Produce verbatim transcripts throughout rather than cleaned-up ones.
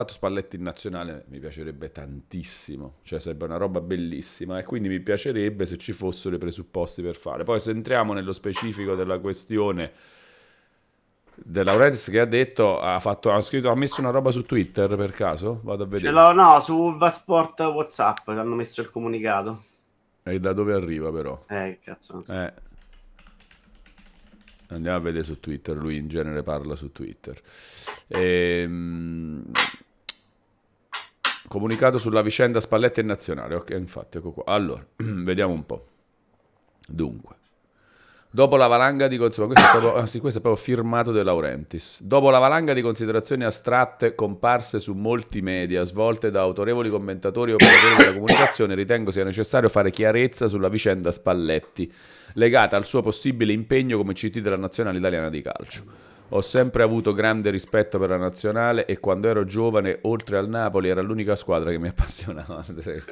Spalletti in nazionale mi piacerebbe tantissimo, cioè sarebbe una roba bellissima e quindi mi piacerebbe se ci fossero i presupposti per fare. Poi se entriamo nello specifico della questione De Laurentiis che ha detto, ha, fatto, ha, scritto, ha messo una roba su Twitter per caso? Vado a Ce vedere. l'ho, no, su Vasport WhatsApp che hanno messo il comunicato. E da dove arriva però? Eh, che cazzo, non so. Eh, andiamo a vedere su Twitter, lui in genere parla su Twitter. Ehm... Comunicato sulla vicenda Spalletti e Nazionale. Ok, infatti, ecco qua. Allora, vediamo un po'. Dunque, dopo la valanga di considerazioni, questo, è proprio, ah, sì, questo è proprio firmato De Laurentiis. Dopo la valanga di considerazioni astratte comparse su molti media, svolte da autorevoli commentatori e operatori della comunicazione, ritengo sia necessario fare chiarezza sulla vicenda Spalletti, legata al suo possibile impegno come C T della Nazionale Italiana di Calcio. Ho sempre avuto grande rispetto per la nazionale e quando ero giovane, oltre al Napoli, era l'unica squadra che mi appassionava.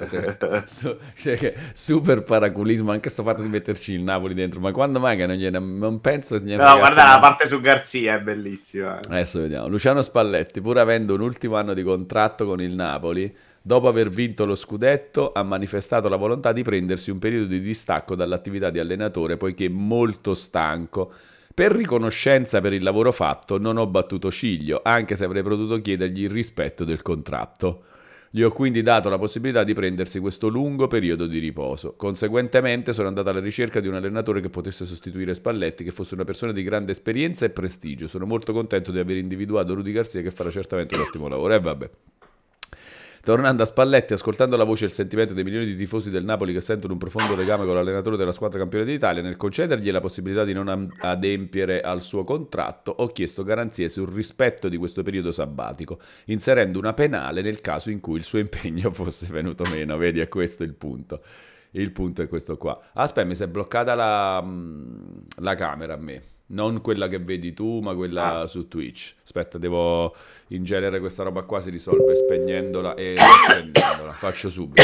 Super paraculismo, anche sto fatto di metterci il Napoli dentro, ma quando mai che non, gliene, non penso che gliene No, guarda, la fregasse. parte su Garzia è bellissima. Adesso vediamo. Luciano Spalletti, pur avendo un ultimo anno di contratto con il Napoli, dopo aver vinto lo scudetto, ha manifestato la volontà di prendersi un periodo di distacco dall'attività di allenatore, poiché molto stanco. Per riconoscenza per il lavoro fatto non ho battuto ciglio, anche se avrei potuto chiedergli il rispetto del contratto. Gli ho quindi dato la possibilità di prendersi questo lungo periodo di riposo. Conseguentemente sono andato alla ricerca di un allenatore che potesse sostituire Spalletti, che fosse una persona di grande esperienza e prestigio. Sono molto contento di aver individuato Rudy Garcia che farà certamente un ottimo lavoro. E vabbè. Tornando a Spalletti, ascoltando la voce e il sentimento dei milioni di tifosi del Napoli che sentono un profondo legame con l'allenatore della squadra campione d'Italia, nel concedergli la possibilità di non adempiere al suo contratto, ho chiesto garanzie sul rispetto di questo periodo sabbatico, inserendo una penale nel caso in cui il suo impegno fosse venuto meno. Vedi, è questo il punto. Il punto è questo qua. Aspetta, mi si è bloccata la, la camera a me. Non quella che vedi tu, ma quella Ah. su Twitch. Aspetta, devo... In genere questa roba qua si risolve spegnendola e accendendola. Faccio subito.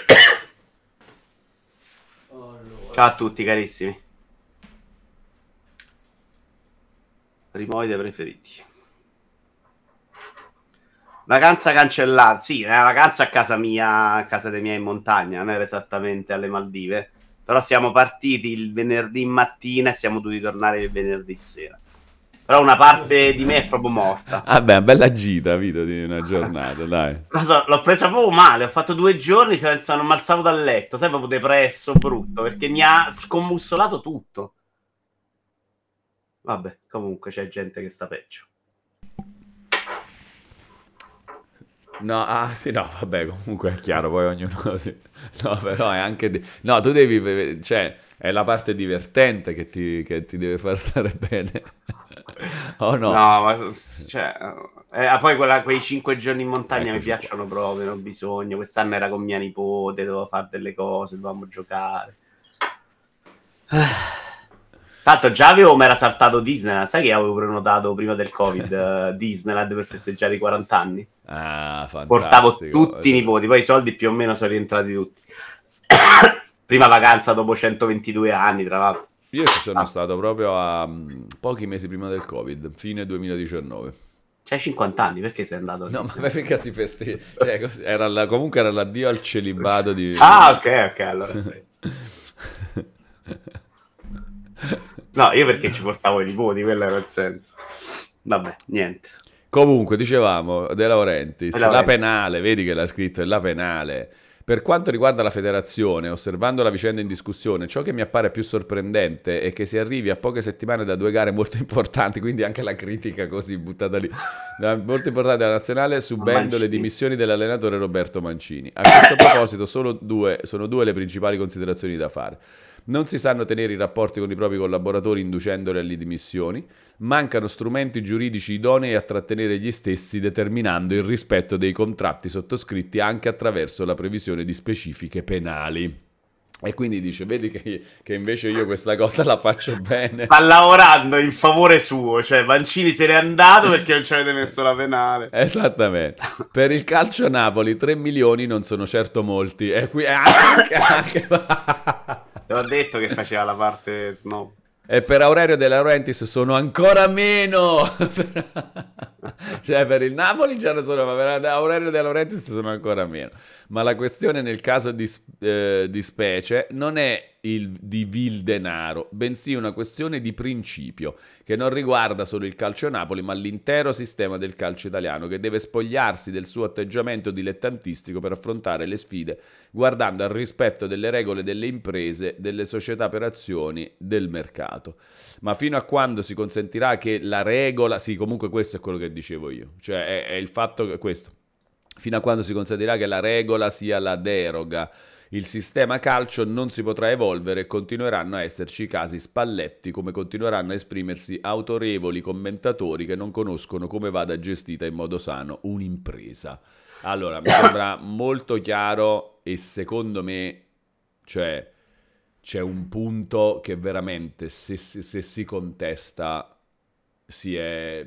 Ciao a tutti, carissimi. Rimuovi dei preferiti. Vacanza cancellata. Sì, è una vacanza a casa mia, a casa dei miei in montagna. Non era esattamente alle Maldive. Però siamo partiti il venerdì mattina e siamo dovuti tornare il venerdì sera. Però una parte di me è proprio morta. Vabbè, una bella gita, vita di una giornata, dai. Lo so, l'ho presa proprio male. Ho fatto due giorni senza non mi alzavo dal letto. Sai, proprio depresso, brutto, perché mi ha scombussolato tutto. Vabbè, comunque c'è gente che sta peggio. No, ah, no, vabbè, comunque è chiaro, poi ognuno... Sì. No, però è anche... Di... No, tu devi... Cioè, è la parte divertente che ti, che ti deve far stare bene. Oh no? No, ma... Cioè... Eh, poi quella, quei cinque giorni in montagna Eccoci mi piacciono qua. proprio, non ho bisogno. Quest'anno era con mia nipote, dovevo fare delle cose, dovevamo giocare. Tanto già avevo, mi era saltato Disneyland. Sai che avevo prenotato prima del Covid uh, Disneyland per festeggiare i quaranta anni? Ah, Portavo fantastico. tutti i nipoti, poi i soldi più o meno sono rientrati tutti. Prima vacanza dopo centoventidue anni, tra l'altro. Io ci sono Ah. stato proprio a um, pochi mesi prima del Covid, fine duemiladiciannove. C'hai cinquanta anni, perché sei andato a No, ma Disneyland? perché si festeggia? Cioè, così- era la- comunque era l'addio al celibato di... Ah, ok, ok, allora ha senso. No, io perché ci portavo i nipoti, quello era il senso. Vabbè, niente. Comunque, dicevamo, De Laurentiis, De la Laurentiis. penale, vedi che l'ha scritto, è la penale. Per quanto riguarda la federazione, osservando la vicenda in discussione, ciò che mi appare più sorprendente è che si arrivi a poche settimane da due gare molto importanti, quindi anche la critica così buttata lì, da- molto importante della nazionale, subendo le Mancini. dimissioni dell'allenatore Roberto Mancini. A questo proposito, solo due, sono due le principali considerazioni da fare. Non si sanno tenere i rapporti con i propri collaboratori inducendoli alle dimissioni, mancano strumenti giuridici idonei a trattenere gli stessi determinando il rispetto dei contratti sottoscritti anche attraverso la previsione di specifiche penali. E quindi dice, vedi che, che invece io questa cosa la faccio bene. Sta lavorando in favore suo, cioè Mancini se n'è andato perché non ci avete messo la penale. Esattamente. Per il calcio Napoli tre milioni non sono certo molti. E qui anche... anche... Te l'ho detto che faceva la parte snob. E per Aurelio De Laurentiis sono ancora meno. Cioè per il Napoli già ne sono, ma per Aurelio De Laurentiis sono ancora meno. Ma la questione nel caso di, eh, di specie non è il di vil denaro, bensì una questione di principio che non riguarda solo il calcio Napoli, ma l'intero sistema del calcio italiano, che deve spogliarsi del suo atteggiamento dilettantistico per affrontare le sfide guardando al rispetto delle regole delle imprese, delle società per azioni, del mercato. Ma fino a quando si consentirà che la regola, sì, comunque questo è quello che dicevo io, cioè è, è il fatto che questo, fino a quando si considererà che la regola sia la deroga, il sistema calcio non si potrà evolvere e continueranno a esserci casi Spalletti, come continueranno a esprimersi autorevoli commentatori che non conoscono come vada gestita in modo sano un'impresa. Allora, mi sembra molto chiaro e secondo me, cioè, c'è un punto che veramente, se, se, se si contesta, si è...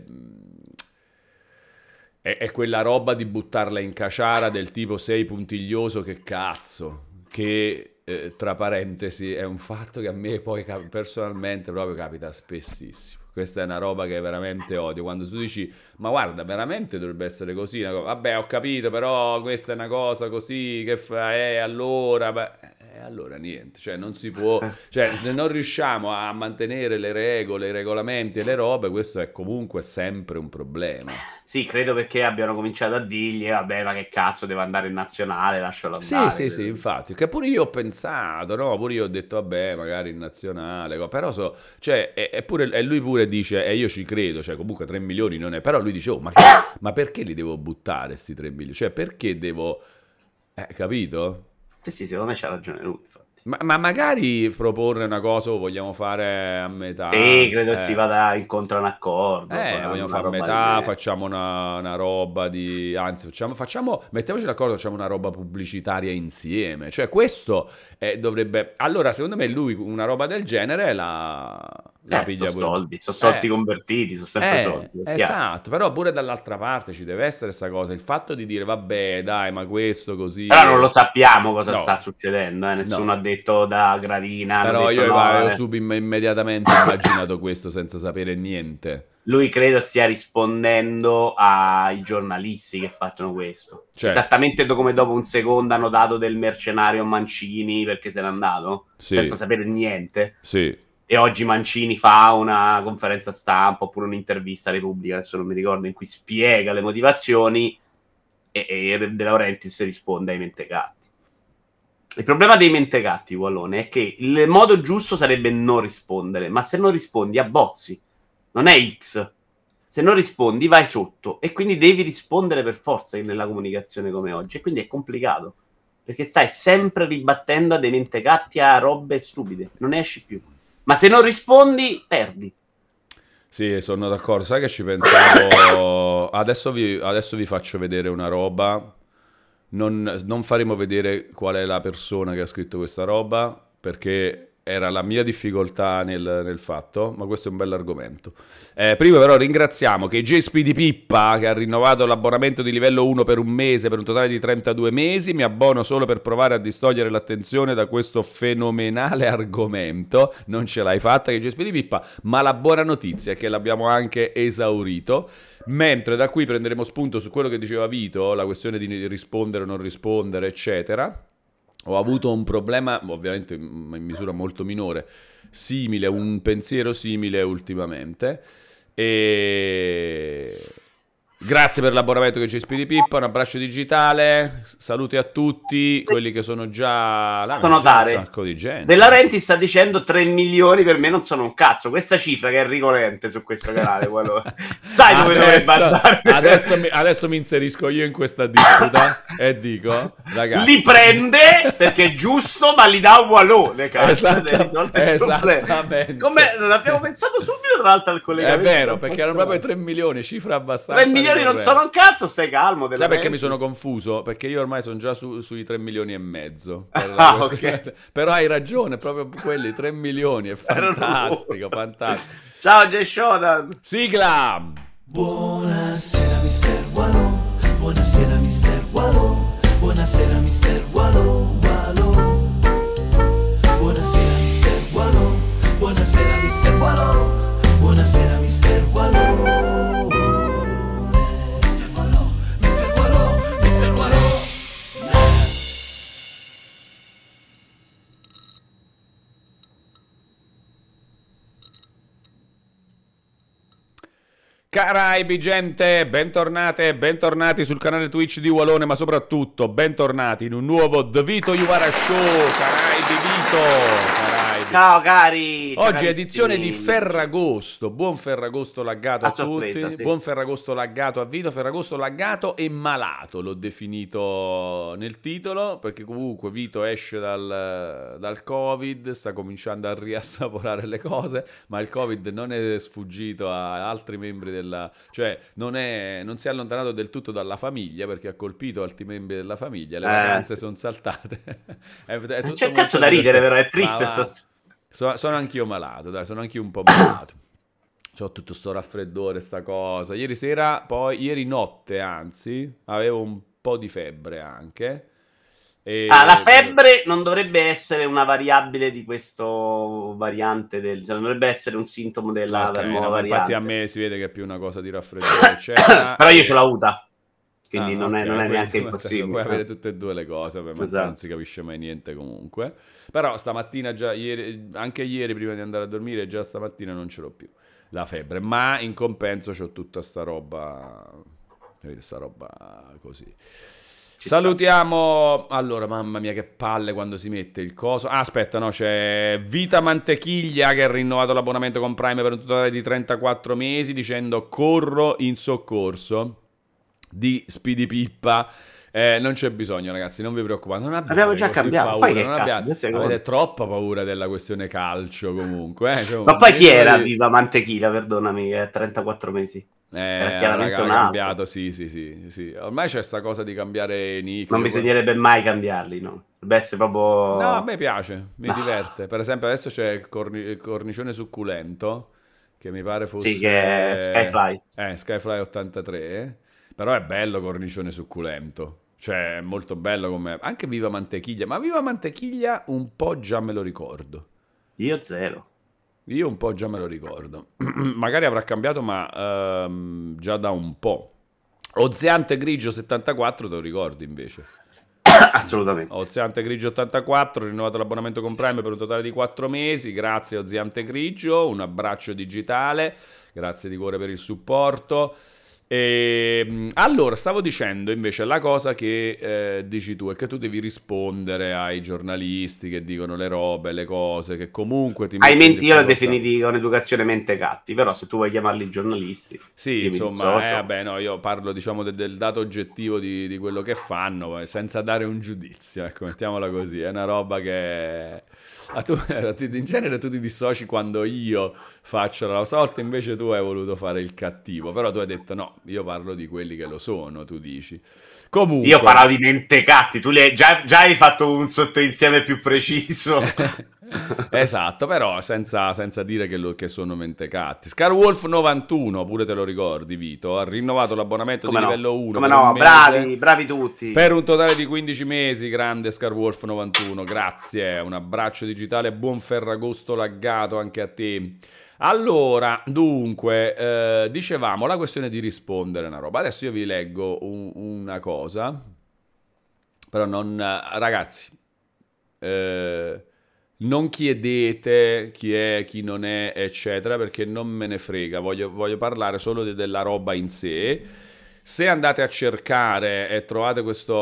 È quella roba di buttarla in caciara del tipo sei puntiglioso, che cazzo, che eh, tra parentesi è un fatto che a me poi cap- personalmente proprio capita spessissimo. Questa è una roba che veramente odio, quando tu dici ma guarda veramente dovrebbe essere così, una cosa, vabbè ho capito però questa è una cosa così che fa, eh allora, beh, eh, allora niente, cioè non si può, cioè se non riusciamo a mantenere le regole, i regolamenti e le robe, questo è comunque sempre un problema. Sì, credo perché abbiano cominciato a dirgli vabbè ma che cazzo deve andare in nazionale, lascialo andare. Sì, sì, sì, infatti, che pure io ho pensato, no? Pure io ho detto vabbè magari in nazionale, però so, cioè, e, e, pure, e lui pure dice, e io ci credo, cioè comunque tre milioni non è, però lui dice, oh ma, che, ma perché li devo buttare sti tre milioni? Cioè perché devo, eh, capito? Sì, sì, secondo me c'ha ragione lui, infatti. Ma, ma magari proporre una cosa o vogliamo fare a metà? Sì, credo eh. che si vada incontro a un accordo. Eh, vogliamo fare a metà, facciamo una, una roba di... Anzi, facciamo, facciamo, mettiamoci d'accordo, facciamo una roba pubblicitaria insieme. Cioè, questo eh, dovrebbe... Allora, secondo me lui una roba del genere la... la eh, piglia sono pure. soldi, sono soldi eh, convertiti, sono sempre eh, soldi. Esatto, però pure dall'altra parte ci deve essere questa cosa. Il fatto di dire, vabbè, dai, ma questo così... Però non lo sappiamo cosa no. sta succedendo, eh? Nessuno no. ha detto da Gravina. Però detto io no, avevo eh. subito immediatamente immaginato questo senza sapere niente. Lui credo stia rispondendo ai giornalisti che facciano questo. Certo. Esattamente come dopo un secondo hanno dato del mercenario Mancini perché se n'è andato, sì. senza sapere niente. Sì. E oggi Mancini fa una conferenza stampa oppure un'intervista a Repubblica, adesso non mi ricordo, in cui spiega le motivazioni e, e De Laurentiis risponde ai mentecatti. Il problema dei mentecatti, Wallone, è che il modo giusto sarebbe non rispondere, ma se non rispondi abbozzi. Non è X. Se non rispondi vai sotto e quindi devi rispondere per forza nella comunicazione come oggi, e quindi è complicato perché stai sempre ribattendo a dei mentecatti, a robe stupide, non ne esci più. Ma se non rispondi perdi. Sì, sono d'accordo. Sai che ci pensavo? Adesso vi, adesso vi faccio vedere una roba. Non, non faremo vedere qual è la persona che ha scritto questa roba perché era la mia difficoltà nel, nel fatto, ma questo è un bell'argomento. Eh, prima però ringraziamo che J S P di Pippa, che ha rinnovato l'abbonamento di livello uno per un mese, per un totale di trentadue mesi. Mi abbono solo per provare a distogliere l'attenzione da questo fenomenale argomento. Non ce l'hai fatta che J S P di Pippa, ma la buona notizia è che l'abbiamo anche esaurito. Mentre da qui prenderemo spunto su quello che diceva Vito, la questione di rispondere o non rispondere, eccetera. Ho avuto un problema, ovviamente in misura molto minore, simile, un pensiero simile ultimamente. E grazie per l'abbonamento che ci J S P di Pippa, un abbraccio digitale, saluti a tutti, quelli che sono già là, notare. Un sacco di gente. De Laurentiis sta dicendo tre milioni, per me non sono un cazzo. Questa cifra che è ricorrente su questo canale, quello... sai dove dovrebbe andare. Adesso mi, adesso mi inserisco io in questa disputa e dico, ragazzi, li prende perché è giusto, ma li dà un Wallone, Esatta, esattamente. Come non abbiamo pensato subito tra l'altro al collegamento. È vero, perché erano proprio tre milioni, cifra abbastanza tre milioni non sono un cazzo, stai calmo. Sai perché mi sono confuso? Perché io ormai sono già su, sui tre milioni e mezzo. Ah, okay. Però hai ragione, proprio quelli, tre milioni, è fantastico, fantastico. Ciao Jay Shodan. Sigla! Buonasera mister Wallo, buonasera mister Wallo, buonasera mister Wallo, Wallo. Buonasera mister Wallo, buonasera mister Wallo. buonasera mister Walone. Mister Walone, mister Walone, mister Walone. Caraibi gente, bentornate e bentornati sul canale Twitch di Walone, ma soprattutto bentornati in un nuovo The Vito Iuvara Show. Caraibi Vito, Caraibi. Ciao cari. Ciao, Oggi carissimi. edizione di Ferragosto. Buon Ferragosto laggato a, A sorpresa, tutti. sì. Buon Ferragosto laggato a Vito. Ferragosto laggato e malato, l'ho definito nel titolo, perché comunque Vito esce dal, dal Covid, sta cominciando a riassaporare le cose, ma il Covid non è sfuggito a altri membri della... cioè non, è, non si è allontanato del tutto dalla famiglia, perché ha colpito altri membri della famiglia, le Eh, vacanze sì. sono saltate. è, è tutto C'è molto cazzo da ridere, divertente. però è triste. Ma va. sta- So- sono anch'io malato, dai, sono anch'io un po' malato. C'ho tutto sto raffreddore, sta cosa. Ieri sera, poi, ieri notte, anzi, avevo un po' di febbre anche. E... Ah, la febbre non dovrebbe essere una variabile di questo variante del, cioè non dovrebbe essere un sintomo della, Ok, della nuova no, ma variante. infatti a me si vede che è più una cosa di raffreddore, eccetera. Però io ce l'ho avuta, quindi Ah, non, ok, è, non è quindi neanche puoi impossibile. avere tutte e due le cose, vabbè, ma Esatto. non si capisce mai niente comunque. Però stamattina già, ieri, anche ieri prima di andare a dormire, già stamattina non ce l'ho più la febbre, ma in compenso c'ho tutta sta roba, capite, sta roba così. Ci Salutiamo, allora mamma mia che palle quando si mette il coso. Ah, aspetta, no, c'è Vita Mantechiglia che ha rinnovato l'abbonamento con Prime per un totale di trentaquattro mesi dicendo corro in soccorso di Speedy Pippa. Eh, non c'è bisogno, ragazzi, non vi preoccupate, non abbiate Abbiamo già così cambiato. paura, Poi che non cazzo, abbiate, queste avete cose. troppa paura della questione calcio comunque, eh, cioè, Ma poi chi era voi- Viva Mantechila, perdonami, a trentaquattro mesi? Eh, Era chiaramente raga, un ha altro. cambiato, sì, sì, sì, sì. Ormai c'è sta cosa di cambiare nick. Non io- bisognerebbe mai cambiarli, no? Dovrebbe essere proprio... No, a me piace, mi No. diverte. Per esempio adesso c'è il corni- il cornicione succulento, che mi pare fosse... Sì, che è Skyfly. Eh, Skyfly ottantatré, però è bello cornicione succulento. Cioè, è molto bello come... Anche Viva Mantechiglia, ma Viva Mantechiglia un po' già me lo ricordo. Io zero. Io un po' già me lo ricordo. Magari avrà cambiato, ma ehm, già da un po'. Ozeante Grigio settantaquattro, te lo ricordi invece? Assolutamente. Ozeante Grigio ottantaquattro, rinnovato l'abbonamento con Prime per un totale di quattro mesi. Grazie Ozeante Grigio, un abbraccio digitale, grazie di cuore per il supporto. E, allora, stavo dicendo invece la cosa che eh, dici tu è che tu devi rispondere ai giornalisti che dicono le robe, le cose, che comunque ti Ai mettono in menti io li ho difficoltà. definiti con educazione mentecatti, però se tu vuoi chiamarli giornalisti, Sì, io mi insomma, dissocio. eh, vabbè, no, io parlo diciamo de- del dato oggettivo di, di quello che fanno, eh, senza dare un giudizio, ecco, mettiamola così, è una roba che... Ah, tu, in genere tu ti dissoci quando io faccio la stavolta invece tu hai voluto fare il cattivo, però tu hai detto no, io parlo di quelli che lo sono, tu dici. Comunque... Io parlavo di mentecatti, tu li hai, già, già hai fatto un sottoinsieme più preciso. Esatto, però senza, senza dire che, lo, che sono mentecatti. Scarwolf novantuno, pure te lo ricordi Vito, ha rinnovato l'abbonamento Come di no? livello uno Come per no, un mese, bravi, bravi tutti. per un totale di quindici mesi. Grande Scarwolf novantuno, grazie, un abbraccio digitale, buon Ferragosto laggato anche a te. Allora, dunque, eh, dicevamo la questione di rispondere a una roba. Adesso io vi leggo un- una cosa, però non... Ragazzi, eh, non chiedete chi è, chi non è, eccetera, perché non me ne frega, voglio, voglio parlare solo de- della roba in sé. Se andate a cercare e trovate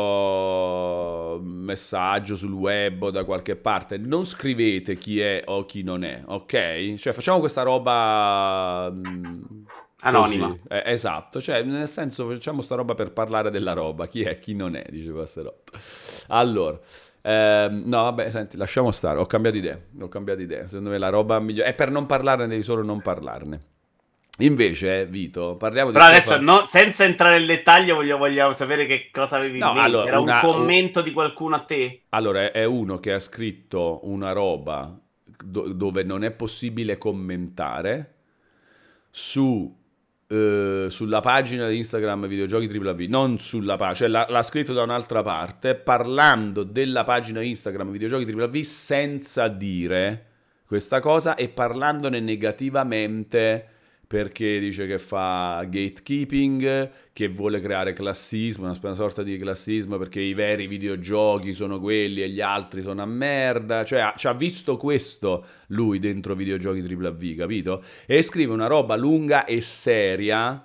questo messaggio sul web o da qualche parte, non scrivete chi è o chi non è, ok? Cioè facciamo questa roba mh, Anonima. così. Eh, esatto, cioè nel senso facciamo sta roba per parlare della roba, chi è, chi non è, dice Passerotto. Allora, ehm, no vabbè, senti, lasciamo stare, ho cambiato idea, ho cambiato idea, secondo me la roba migliore, è per non parlarne, devi solo non parlarne. Invece, Vito, parliamo di Però adesso, Stefano- no, senza entrare nel dettaglio, voglio, vogliamo sapere che cosa avevi No, in mente. allora, Era una- un commento di qualcuno a te? Allora, è uno che ha scritto una roba do- dove non è possibile commentare su, eh, sulla pagina di Instagram Videogiochi tripla V, non sulla pagina, cioè l'ha, l'ha scritto da un'altra parte, parlando della pagina Instagram Videogiochi tripla V senza dire questa cosa e parlandone negativamente perché dice che fa gatekeeping, che vuole creare classismo, una, una sorta di classismo perché i veri videogiochi sono quelli e gli altri sono a merda, cioè ha, ci ha visto questo lui dentro videogiochi tripla V, capito? E scrive una roba lunga e seria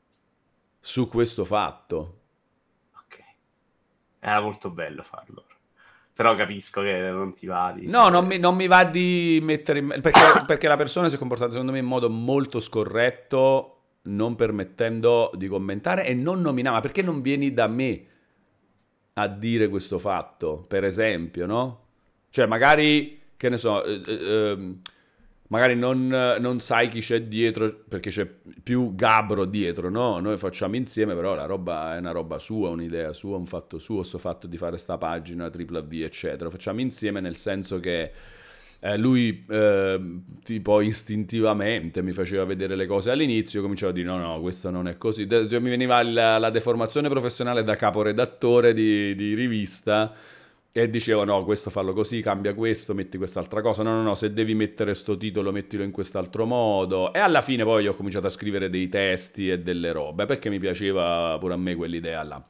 su questo fatto. Ok. Era molto bello farlo. Però capisco che non ti va di... No, non mi, non mi va di mettere in... Perché, perché la persona si è comportata secondo me in modo molto scorretto, non permettendo di commentare e non nominava. Perché non vieni da me a dire questo fatto, per esempio, no? Cioè magari, che ne so... Eh, eh, magari non, non sai chi c'è dietro, perché c'è più Gabbro dietro, no? Noi facciamo insieme, però la roba è una roba sua, un'idea sua, un fatto suo, sto fatto di fare sta pagina, tripla V, eccetera. Facciamo insieme nel senso che eh, lui, eh, tipo, istintivamente mi faceva vedere le cose all'inizio, cominciavo a dire no, no, questo non è così. De- mi veniva la, la deformazione professionale da caporedattore di, di rivista, e dicevo no, questo fallo così, cambia questo, metti quest'altra cosa, no no no, se devi mettere sto titolo mettilo in quest'altro modo, e alla fine poi ho cominciato a scrivere dei testi e delle robe, perché mi piaceva pure a me quell'idea là.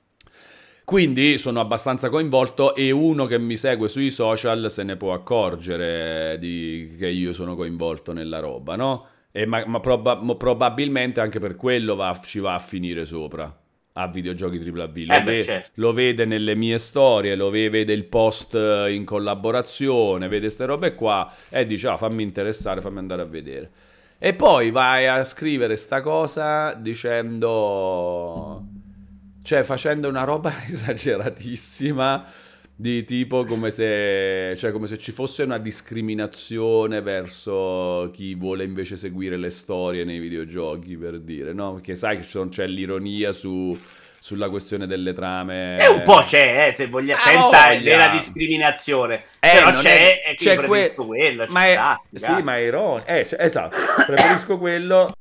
Quindi sono abbastanza coinvolto e uno che mi segue sui social se ne può accorgere di, che io sono coinvolto nella roba, no? E ma, ma proba- probabilmente anche per quello va, ci va a finire sopra a videogiochi tripla V, lo, Eh beh, ve- certo. lo vede nelle mie storie, lo ve- vede il post in collaborazione, vede ste robe qua e dice ah, fammi interessare, fammi andare a vedere. E poi vai a scrivere sta cosa dicendo, cioè facendo una roba esageratissima di tipo come se, cioè come se ci fosse una discriminazione verso chi vuole invece seguire le storie nei videogiochi, per dire, no? Perché sai che c'è c'è l'ironia su, sulla questione delle trame. E un po' c'è, eh, se vogliamo, Ah, senza voglia! vera discriminazione. Eh, Però non c'è, è- e c'è che que- preferisco quello, ci ma è, sta, sti sì, cazzi. ma è ironico. Eh, cioè, esatto, preferisco quello.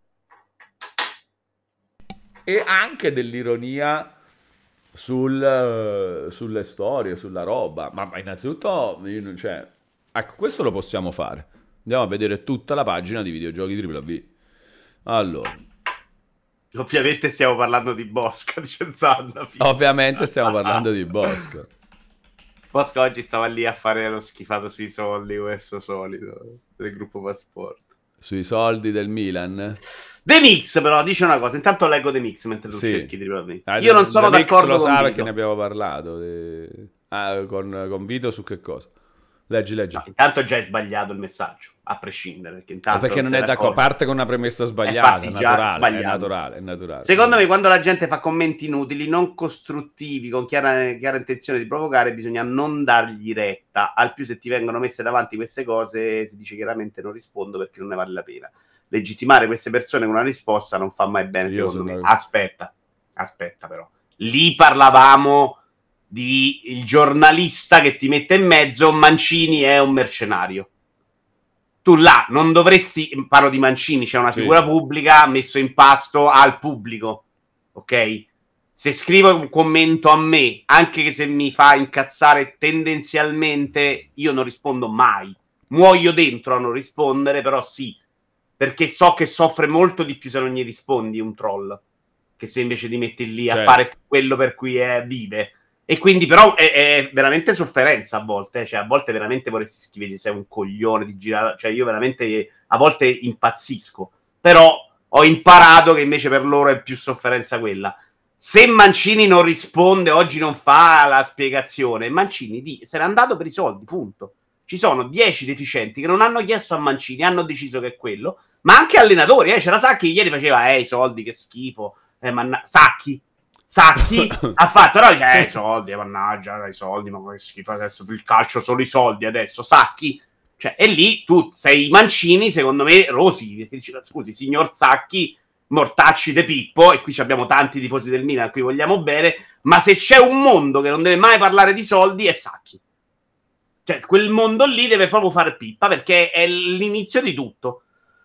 E anche dell'ironia sul, eh, sulle storie, sulla roba. Ma, ma innanzitutto, io non- cioè, ecco, questo lo possiamo fare. Andiamo a vedere tutta la pagina di videogiochi tripla V. Allora, Ovviamente stiamo parlando di Bosca, dice Zanna. ovviamente stiamo parlando di Bosco. Bosca oggi stava lì a fare lo schifato sui soldi, questo solito, del gruppo Passport. Sui soldi del Milan. The Mix però dice una cosa, intanto leggo The Mix mentre tu Sì. cerchi di ripetermi. Ah, Io non The- sono The Mix d'accordo lo con sa Vito. perché ne abbiamo parlato. eh. Ah, con, con Vito su che cosa? Leggi, leggi. No, intanto già è sbagliato il messaggio, a prescindere, perché Ma intanto perché non sei è d'accordo, d'accordo. parte con una premessa È sbagliata, è parti già naturale, è sbagliato. naturale, è naturale. Secondo me quando la gente fa commenti inutili, non costruttivi, con chiara, chiara intenzione di provocare, bisogna non dargli retta. Al più se ti vengono messe davanti queste cose, si dice chiaramente non rispondo perché non ne vale la pena. Legittimare queste persone con una risposta non fa mai bene, Io secondo sono me. d'accordo. Aspetta, aspetta però. Lì parlavamo di il giornalista che ti mette in mezzo, Mancini è un mercenario. Tu là non dovresti, parlo di Mancini, c'è una Sì. figura pubblica messo in pasto al pubblico, ok? Se scrivo un commento a me, anche se mi fa incazzare tendenzialmente, io non rispondo mai. Muoio dentro a non rispondere, però sì, perché so che soffre molto di più se non gli rispondi un troll, che se invece ti metti lì a Certo. fare quello per cui è, vive. E quindi però è, è veramente sofferenza a volte, eh. Cioè a volte veramente vorresti scrivergli sei un coglione di girare, cioè io veramente a volte impazzisco, però ho imparato che invece per loro è più sofferenza quella. Se Mancini non risponde, oggi non fa la spiegazione, Mancini di, se n'è andato per i soldi, punto. Ci sono dieci deficienti che non hanno chiesto a Mancini, hanno deciso che è quello, ma anche allenatori, eh. C'era Sacchi che ieri faceva, eh, i soldi, che schifo, eh, manna- Sacchi, Sacchi ha fatto, però dice, eh, i soldi, mannaggia, i soldi, ma che schifo adesso, il calcio solo i soldi adesso, Sacchi, cioè, e lì tu sei Mancini, secondo me, rosi, perché dici, scusi, signor Sacchi, mortacci de Pippo, e qui abbiamo tanti tifosi del Milan a cui vogliamo bene, ma se c'è un mondo che non deve mai parlare di soldi è Sacchi. Cioè, quel mondo lì deve proprio fare pippa, perché è l'inizio di tutto.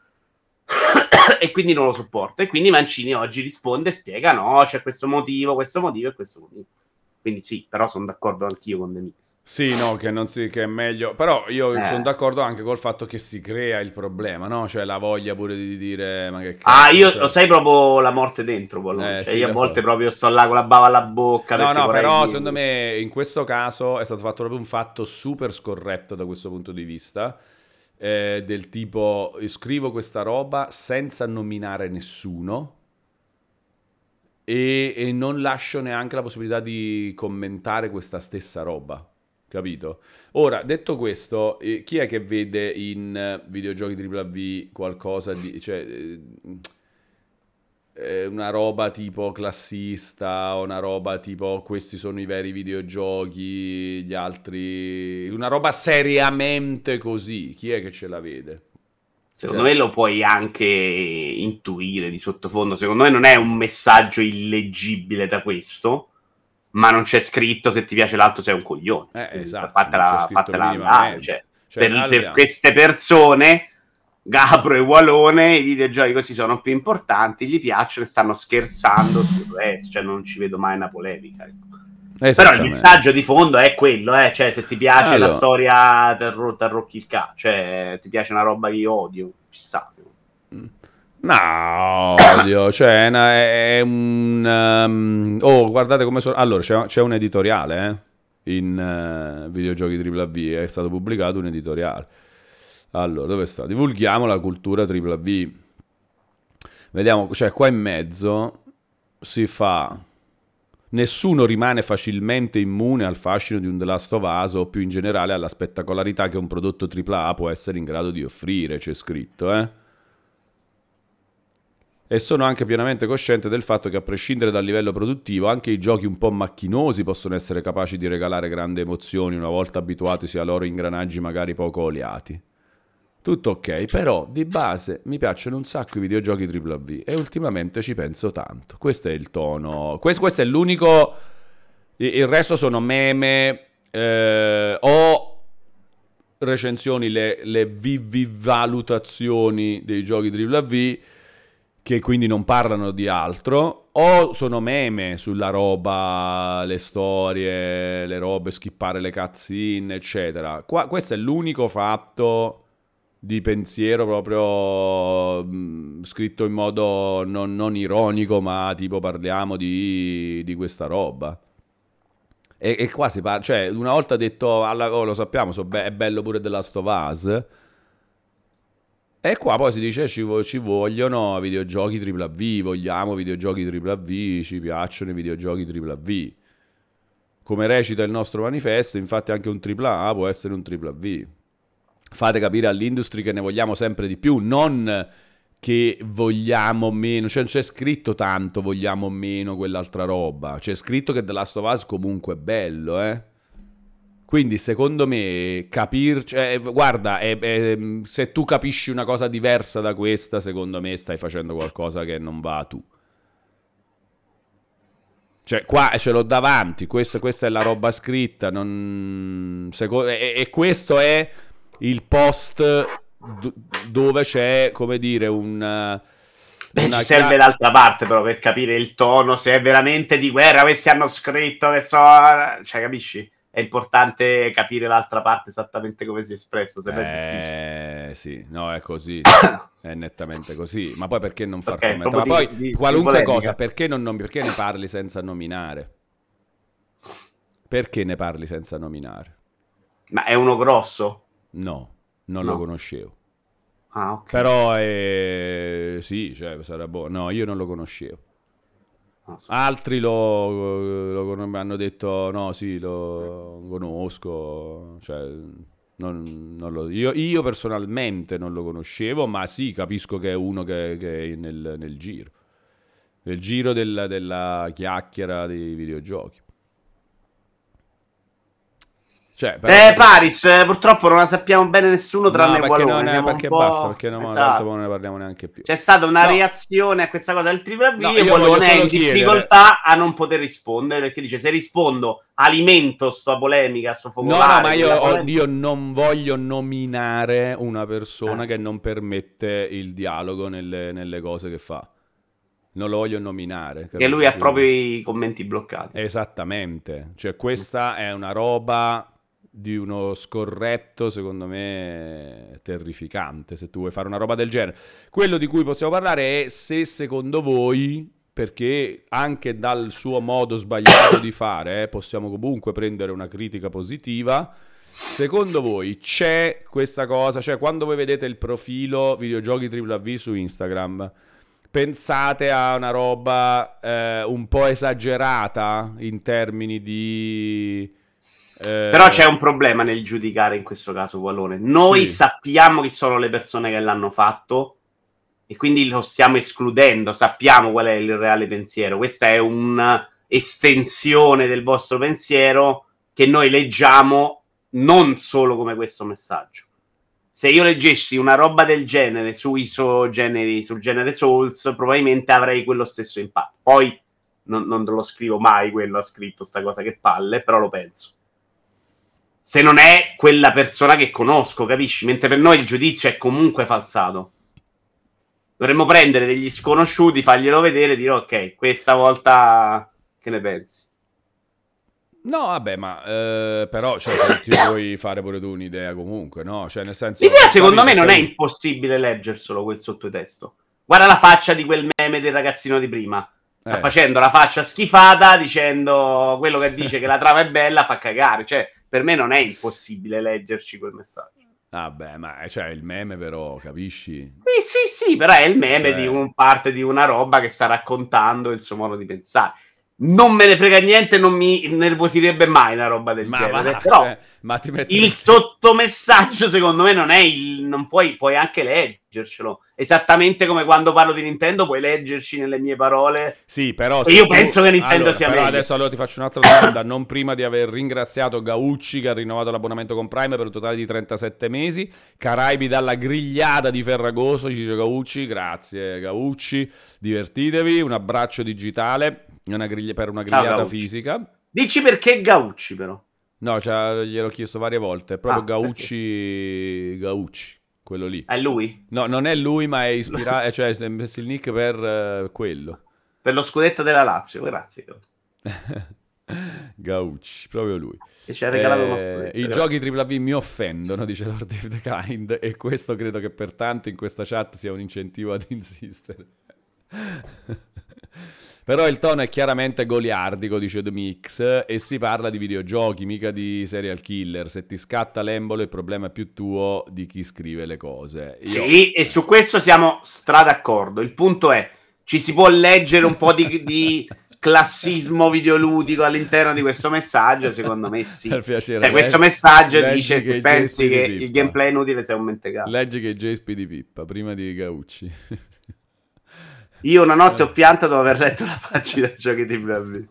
E quindi non lo sopporto. E quindi Mancini oggi risponde e spiega: no, c'è questo motivo, questo motivo e questo motivo. Quindi sì, però sono d'accordo anch'io con The Mix. Sì, no, che non si, che è meglio. Però io Eh. sono d'accordo anche col fatto che si crea il problema, no? Cioè la voglia pure di dire, ma che cazzo. Ah, io cioè... lo sai proprio la morte dentro, Wallone. Eh, Cioè, sì, io a lo volte so. proprio sto là con la bava alla bocca. No, perché no, vorrei però dire- secondo me in questo caso è stato fatto proprio un fatto super scorretto da questo punto di vista. eh, del tipo, io scrivo questa roba senza nominare nessuno. E, e non lascio neanche la possibilità di commentare questa stessa roba, capito? Ora, detto questo, eh, chi è che vede in eh, videogiochi tripla V qualcosa di... cioè, eh, eh, una roba tipo classista, una roba tipo questi sono i veri videogiochi, gli altri... una roba seriamente così, chi è che ce la vede? Secondo Cioè- me lo puoi anche intuire di sottofondo. Secondo me non è un messaggio illeggibile da questo, ma non c'è scritto se ti piace l'altro sei un coglione. Eh, Quindi esatto, non fatela, c'è scritto fatela andare. minimamente. Cioè, Cioè, per, allora- per queste persone, Gabro e Walone, i videogiochi così sono più importanti, gli piacciono e stanno scherzando sul resto. Cioè, non ci vedo mai una polemica. Ecco. Però il Esattamente. messaggio di fondo è quello, eh? Cioè, se ti piace Allora. la storia del ro- del Rocky il ca, cioè ti piace una roba che io odio, ci sta. secondo me. No, odio, cioè è, una- è un... um, oh, guardate come sono... Allora, c'è, c'è un editoriale, eh, in eh, videogiochi tripla V, è stato pubblicato un editoriale. Allora, dove sta? Divulghiamo la cultura tripla V. Vediamo, cioè qua in mezzo si fa... Nessuno rimane facilmente immune al fascino di un The Last of Us o più in generale alla spettacolarità che un prodotto tripla A può essere in grado di offrire, c'è scritto, eh? E sono anche pienamente cosciente del fatto che a prescindere dal livello produttivo, anche i giochi un po' macchinosi possono essere capaci di regalare grandi emozioni una volta abituatisi ai loro ingranaggi magari poco oliati. Tutto ok, però di base mi piacciono un sacco i videogiochi tripla V e ultimamente ci penso tanto. Questo è il tono. Questo, questo è l'unico. Il resto sono meme eh, o recensioni, le, le V V valutazioni dei giochi tripla V che quindi non parlano di altro, o sono meme sulla roba, le storie, le robe, skippare le cutscene, eccetera. Qua, questo è l'unico fatto di pensiero proprio mh, scritto in modo non, non ironico, ma tipo parliamo di, di questa roba. E, e qua si parla, cioè una volta detto, alla, oh, lo sappiamo, so be- è bello pure The Last of Us. E qua poi si dice ci, vo- ci vogliono videogiochi tripla V, vogliamo videogiochi tripla V, ci piacciono i videogiochi tripla V. Come recita il nostro manifesto, infatti anche un tripla A può essere un tripla V. Fate capire all'industria che ne vogliamo sempre di più, non che vogliamo meno, cioè non c'è scritto tanto vogliamo meno quell'altra roba, c'è scritto che The Last of Us comunque è bello, eh. Quindi secondo me capirci, eh, guarda, è, è, se tu capisci una cosa diversa da questa, secondo me stai facendo qualcosa che non va tu. Cioè qua ce l'ho davanti, questo, questa è la roba scritta, non, seco- e, e questo è il post do- dove c'è, come dire, un... Beh, una ci serve chia- l'altra parte però per capire il tono, se è veramente di guerra, questi hanno scritto che so, cioè capisci? È importante capire l'altra parte esattamente come si è espresso, se no è difficile. Eh sì, no, è così, è nettamente così. Ma poi perché non far Ok, commentare? Ma proprio poi di- di- di qualunque polemica. cosa, perché, non nom- perché ne parli senza nominare? Perché ne parli senza nominare? Ma è uno grosso? No, non No. lo conoscevo. Ah, ok. Però eh, sì, cioè, sarà buono. No, io non lo conoscevo. Non so. Altri lo, lo con- mi hanno detto no, sì, lo conosco. Cioè, non, non lo- io, io personalmente non lo conoscevo, ma sì, capisco che è uno che, che è nel, nel giro. Nel giro del- della chiacchiera dei videogiochi. Cioè, però- Eh, Paris, eh, purtroppo non la sappiamo bene nessuno tranne no, perché, Wallone. non è, siamo un perché po'- basta, perché non, Esatto. tanto poi non ne parliamo neanche più. C'è stata una No. reazione a questa cosa del tripla V No, e io voglio Wallone è solo in chiedere- difficoltà a non poter rispondere perché dice se rispondo alimento sta polemica, sto No, focolare. no, ma io, della ho- polemica. io non voglio nominare una persona Ah. che non permette il dialogo nelle, nelle cose che fa. non lo voglio nominare. Che capito? lui ha Quindi- proprio i commenti bloccati. Esattamente, cioè questa è una roba di uno scorretto, secondo me, terrificante, se tu vuoi fare una roba del genere. Quello di cui possiamo parlare è se secondo voi, perché anche dal suo modo sbagliato di fare, eh, possiamo comunque prendere una critica positiva, secondo voi c'è questa cosa, cioè quando voi vedete il profilo Videogiochi W W su Instagram, pensate a una roba eh, un po' esagerata in termini di... eh, Però c'è un problema nel giudicare in questo caso, Wallone. Noi Sì. sappiamo chi sono le persone che l'hanno fatto e quindi lo stiamo escludendo, sappiamo qual è il reale pensiero. Questa è un'estensione del vostro pensiero che noi leggiamo non solo come questo messaggio. Se io leggessi una roba del genere sui so generi, sul genere Souls, probabilmente avrei quello stesso impatto. Poi non, non lo scrivo mai, quello ha scritto sta cosa, che palle, però lo penso. Se non è quella persona che conosco, capisci? Mentre per noi il giudizio è comunque falsato. Dovremmo prendere degli sconosciuti, farglielo vedere e dire ok, questa volta che ne pensi? No, vabbè, ma eh, però cioè, ti puoi fare pure tu un'idea comunque, no? Cioè, nel senso... L'idea secondo me capito, non è capito. impossibile leggerselo quel sottotesto. Guarda la faccia di quel meme del ragazzino di prima. Sta Eh. facendo la faccia schifata dicendo quello che dice che la trama è bella fa cagare. Cioè, per me non è impossibile leggerci quel messaggio. Vabbè, ma eh, cioè il meme però, capisci? Sì, sì, sì, però è il meme Cioè- di un parte di una roba che sta raccontando il suo modo di pensare. Non me ne frega niente, non mi nervosirebbe mai una roba del Ma genere. va, Però cioè, ma ti metti... il sottomessaggio, secondo me, non è il. Non puoi, puoi anche leggercelo. Esattamente come quando parlo di Nintendo, puoi leggerci nelle mie parole. Sì, però E se io tu- penso che Nintendo allora, sia però meglio. adesso allora ti faccio un'altra domanda, non prima di aver ringraziato Gaucci che ha rinnovato l'abbonamento con Prime per un totale di trentasette mesi, Caraibi dalla grigliata di Ferragosto, ci dice Gaucci, grazie Gaucci, divertitevi, un abbraccio digitale una griglia, per una Ciao, grigliata Gaucci. fisica. Dici perché Gaucci, però. No, cioè, gliel'ho chiesto varie volte, è proprio Ah, Gaucci, Gaucci, quello lì. È lui? No, non è lui, ma è ispirato, cioè è messo il nick per eh, quello. Per lo scudetto della Lazio, grazie. Gaucci, proprio lui. E ci ha regalato uno Eh, scudetto. I grazie. giochi tripla A mi offendono, dice Lord of the Kind, e questo credo che pertanto in questa chat sia un incentivo ad insistere. Però il tono è chiaramente goliardico, dice The Mix, e si parla di videogiochi, mica di serial killer. Se ti scatta l'embolo il problema è più tuo di chi scrive le cose. Io... Sì, e su questo siamo stra d'accordo. Il punto è, ci si può leggere un po' di, di classismo videoludico all'interno di questo messaggio? Secondo me sì. Per piacere, Cioè, questo leggi- messaggio leggi dice, che se i pensi gesti che di il Pippa. gameplay è inutile sei un mentecato. Leggi che J S P di Pippa, prima di Gaucci. Io una notte ho pianto dopo aver letto la pagina giochi di Bravvi.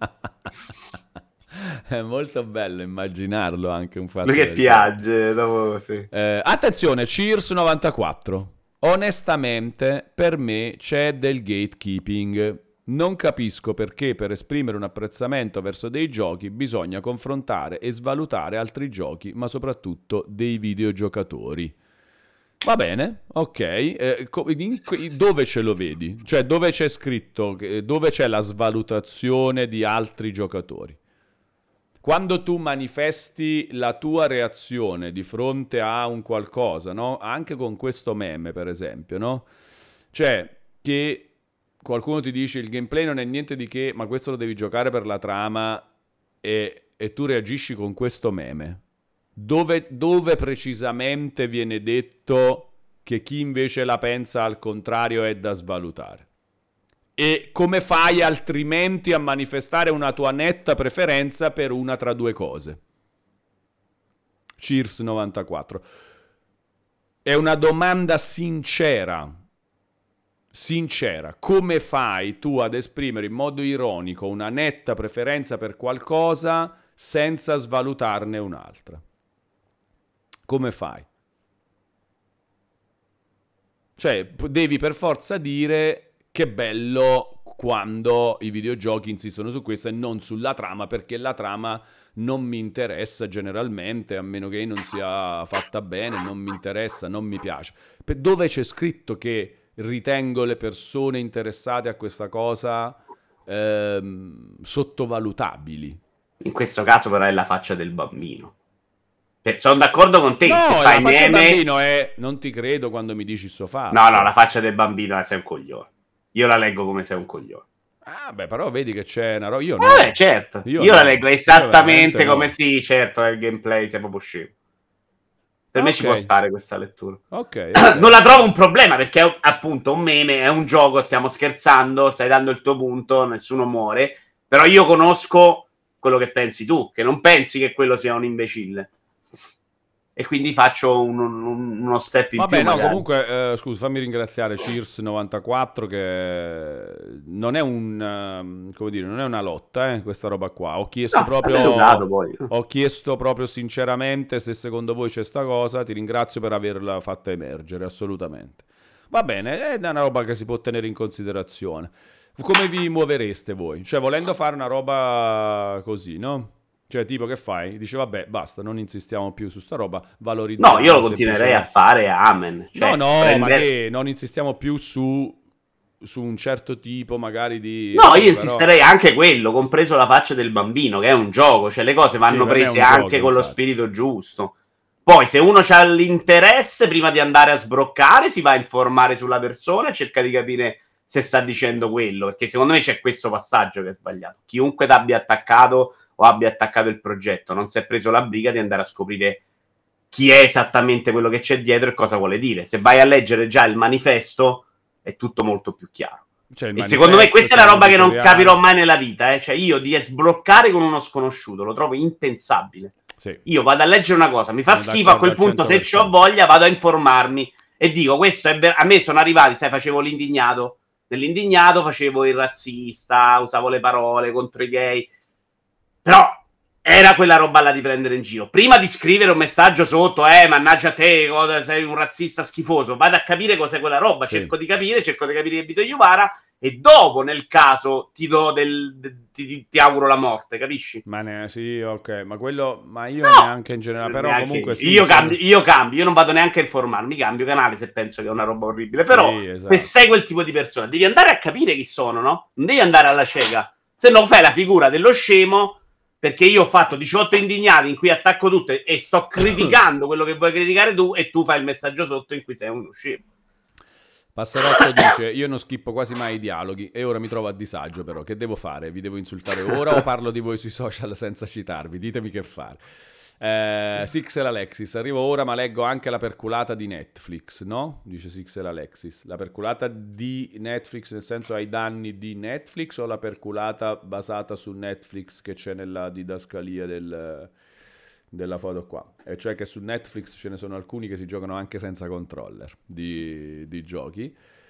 È molto bello immaginarlo anche un fatto Lui che del piange dopo, sì. Eh, attenzione, Cheers novantaquattro. Onestamente, per me c'è del gatekeeping. Non capisco perché per esprimere un apprezzamento verso dei giochi bisogna confrontare e svalutare altri giochi, ma soprattutto dei videogiocatori. Va bene, ok. Eh, co- in- dove ce lo vedi? Cioè, dove c'è scritto, che- dove c'è la svalutazione di altri giocatori? Quando tu manifesti la tua reazione di fronte a un qualcosa, no? Anche con questo meme, per esempio, no? Cioè, che qualcuno ti dice il gameplay non è niente di che, ma questo lo devi giocare per la trama e, e tu reagisci con questo meme. Dove, dove precisamente viene detto che chi invece la pensa al contrario è da svalutare? E come fai altrimenti a manifestare una tua netta preferenza per una tra due cose? Cheers novantaquattro. È una domanda sincera. Sincera. Come fai tu ad esprimere in modo ironico una netta preferenza per qualcosa senza svalutarne un'altra? Come fai? Cioè, devi per forza dire che bello quando i videogiochi insistono su questo e non sulla trama, perché la trama non mi interessa generalmente, a meno che non sia fatta bene, non mi interessa, non mi piace. Per dove c'è scritto che ritengo le persone interessate a questa cosa ehm, sottovalutabili. In questo caso però è la faccia del bambino. Eh, Sono d'accordo con te, No, se la fai faccia del meme... bambino è non ti credo quando mi dici sto fatto. No, no, la faccia del bambino è sei un coglione. Io la leggo come sei un coglione. Ah, beh, però vedi che c'è una roba. Io no. Vabbè, certo. Io Io, no. la leggo Io esattamente veramente come no. sì, certo, nel gameplay sei proprio scemo. Per me Ok. ci può stare questa lettura. Ok, ok. Non la trovo un problema perché è appunto un meme, è un gioco, stiamo scherzando, stai dando il tuo punto, nessuno muore. Però io conosco quello che pensi tu, che non pensi che quello sia un imbecille. E quindi faccio un- un- uno step in Vabbè, più no, magari. comunque, eh, scusa, fammi ringraziare Cheers novantaquattro che non è un, ehm, come dire, non è una lotta, eh, questa roba qua. Ho chiesto No, proprio, stato educato poi. ho chiesto proprio sinceramente se secondo voi c'è sta cosa, ti ringrazio per averla fatta emergere, assolutamente. Va bene, è una roba che si può tenere in considerazione. Come vi muovereste voi? Cioè, volendo fare una roba così, no? Cioè, tipo, che fai? Dice, vabbè, basta, non insistiamo più su sta roba, valorizziamo No, io lo continuerei a semplicemente- fare, amen. Cioè, No, no, prendere- ma che non insistiamo più su, su un certo tipo magari di... No, io però- insisterei anche quello, compreso la faccia del bambino, che è un gioco, cioè le cose vanno Sì, per me è prese un anche gioco, con lo infatti. spirito giusto. Poi, se uno ha l'interesse, prima di andare a sbroccare, si va a informare sulla persona e cerca di capire se sta dicendo quello, perché secondo me c'è questo passaggio che è sbagliato. Chiunque ti abbia attaccato o abbia attaccato il progetto non si è preso la briga di andare a scoprire chi è esattamente quello che c'è dietro e cosa vuole dire. Se vai a leggere già il manifesto, è tutto molto più chiaro. Cioè, il E secondo me manifesto, questa è c'è la roba che non l'editoriale. capirò mai nella vita, eh? Cioè io di sbloccare con uno sconosciuto lo trovo impensabile. Sì. Io vado a leggere una cosa, mi fa Sono schifo, a quel d'accordo al punto se cento per cento. ho voglia vado a informarmi e dico questo è ver- a me sono arrivati, sai, facevo l'indignato, nell'indignato facevo il razzista, usavo le parole contro i gay, però era quella roba là di prendere in giro. Prima di scrivere un messaggio sotto, eh, mannaggia te, cosa- sei un razzista schifoso, vado a capire cos'è quella roba, Sì. cerco di capire, cerco di capire che Vito Iuvara e dopo, nel caso, ti do del, de- ti, ti- ti auguro la morte, capisci? Ma ne, sì, ok, ma quello, ma io No! neanche in generale, però Neanche comunque io. sì. io, sono- cambio, io cambio, io non vado neanche a informarmi, cambio canale se penso che è una roba orribile. Però, Sì, esatto. se sei quel tipo di persona, devi andare a capire chi sono, no? Non devi andare alla cieca. Se no fai la figura dello scemo, perché io ho fatto diciotto indignati in cui attacco tutto e, e sto criticando quello che vuoi criticare tu e tu fai il messaggio sotto in cui sei uno scemo. Passerotto dice, io non schippo quasi mai i dialoghi e ora mi trovo a disagio però, che devo fare? Vi devo insultare ora o parlo di voi sui social senza citarvi? Ditemi che fare. Eh, Sixel Alexis, arrivo ora ma leggo anche la perculata di Netflix, no? Dice Sixel Alexis. La perculata di Netflix nel senso ai danni di Netflix o la perculata basata su Netflix che c'è nella didascalia del... della foto qua, e cioè che su Netflix ce ne sono alcuni che si giocano anche senza controller di, di giochi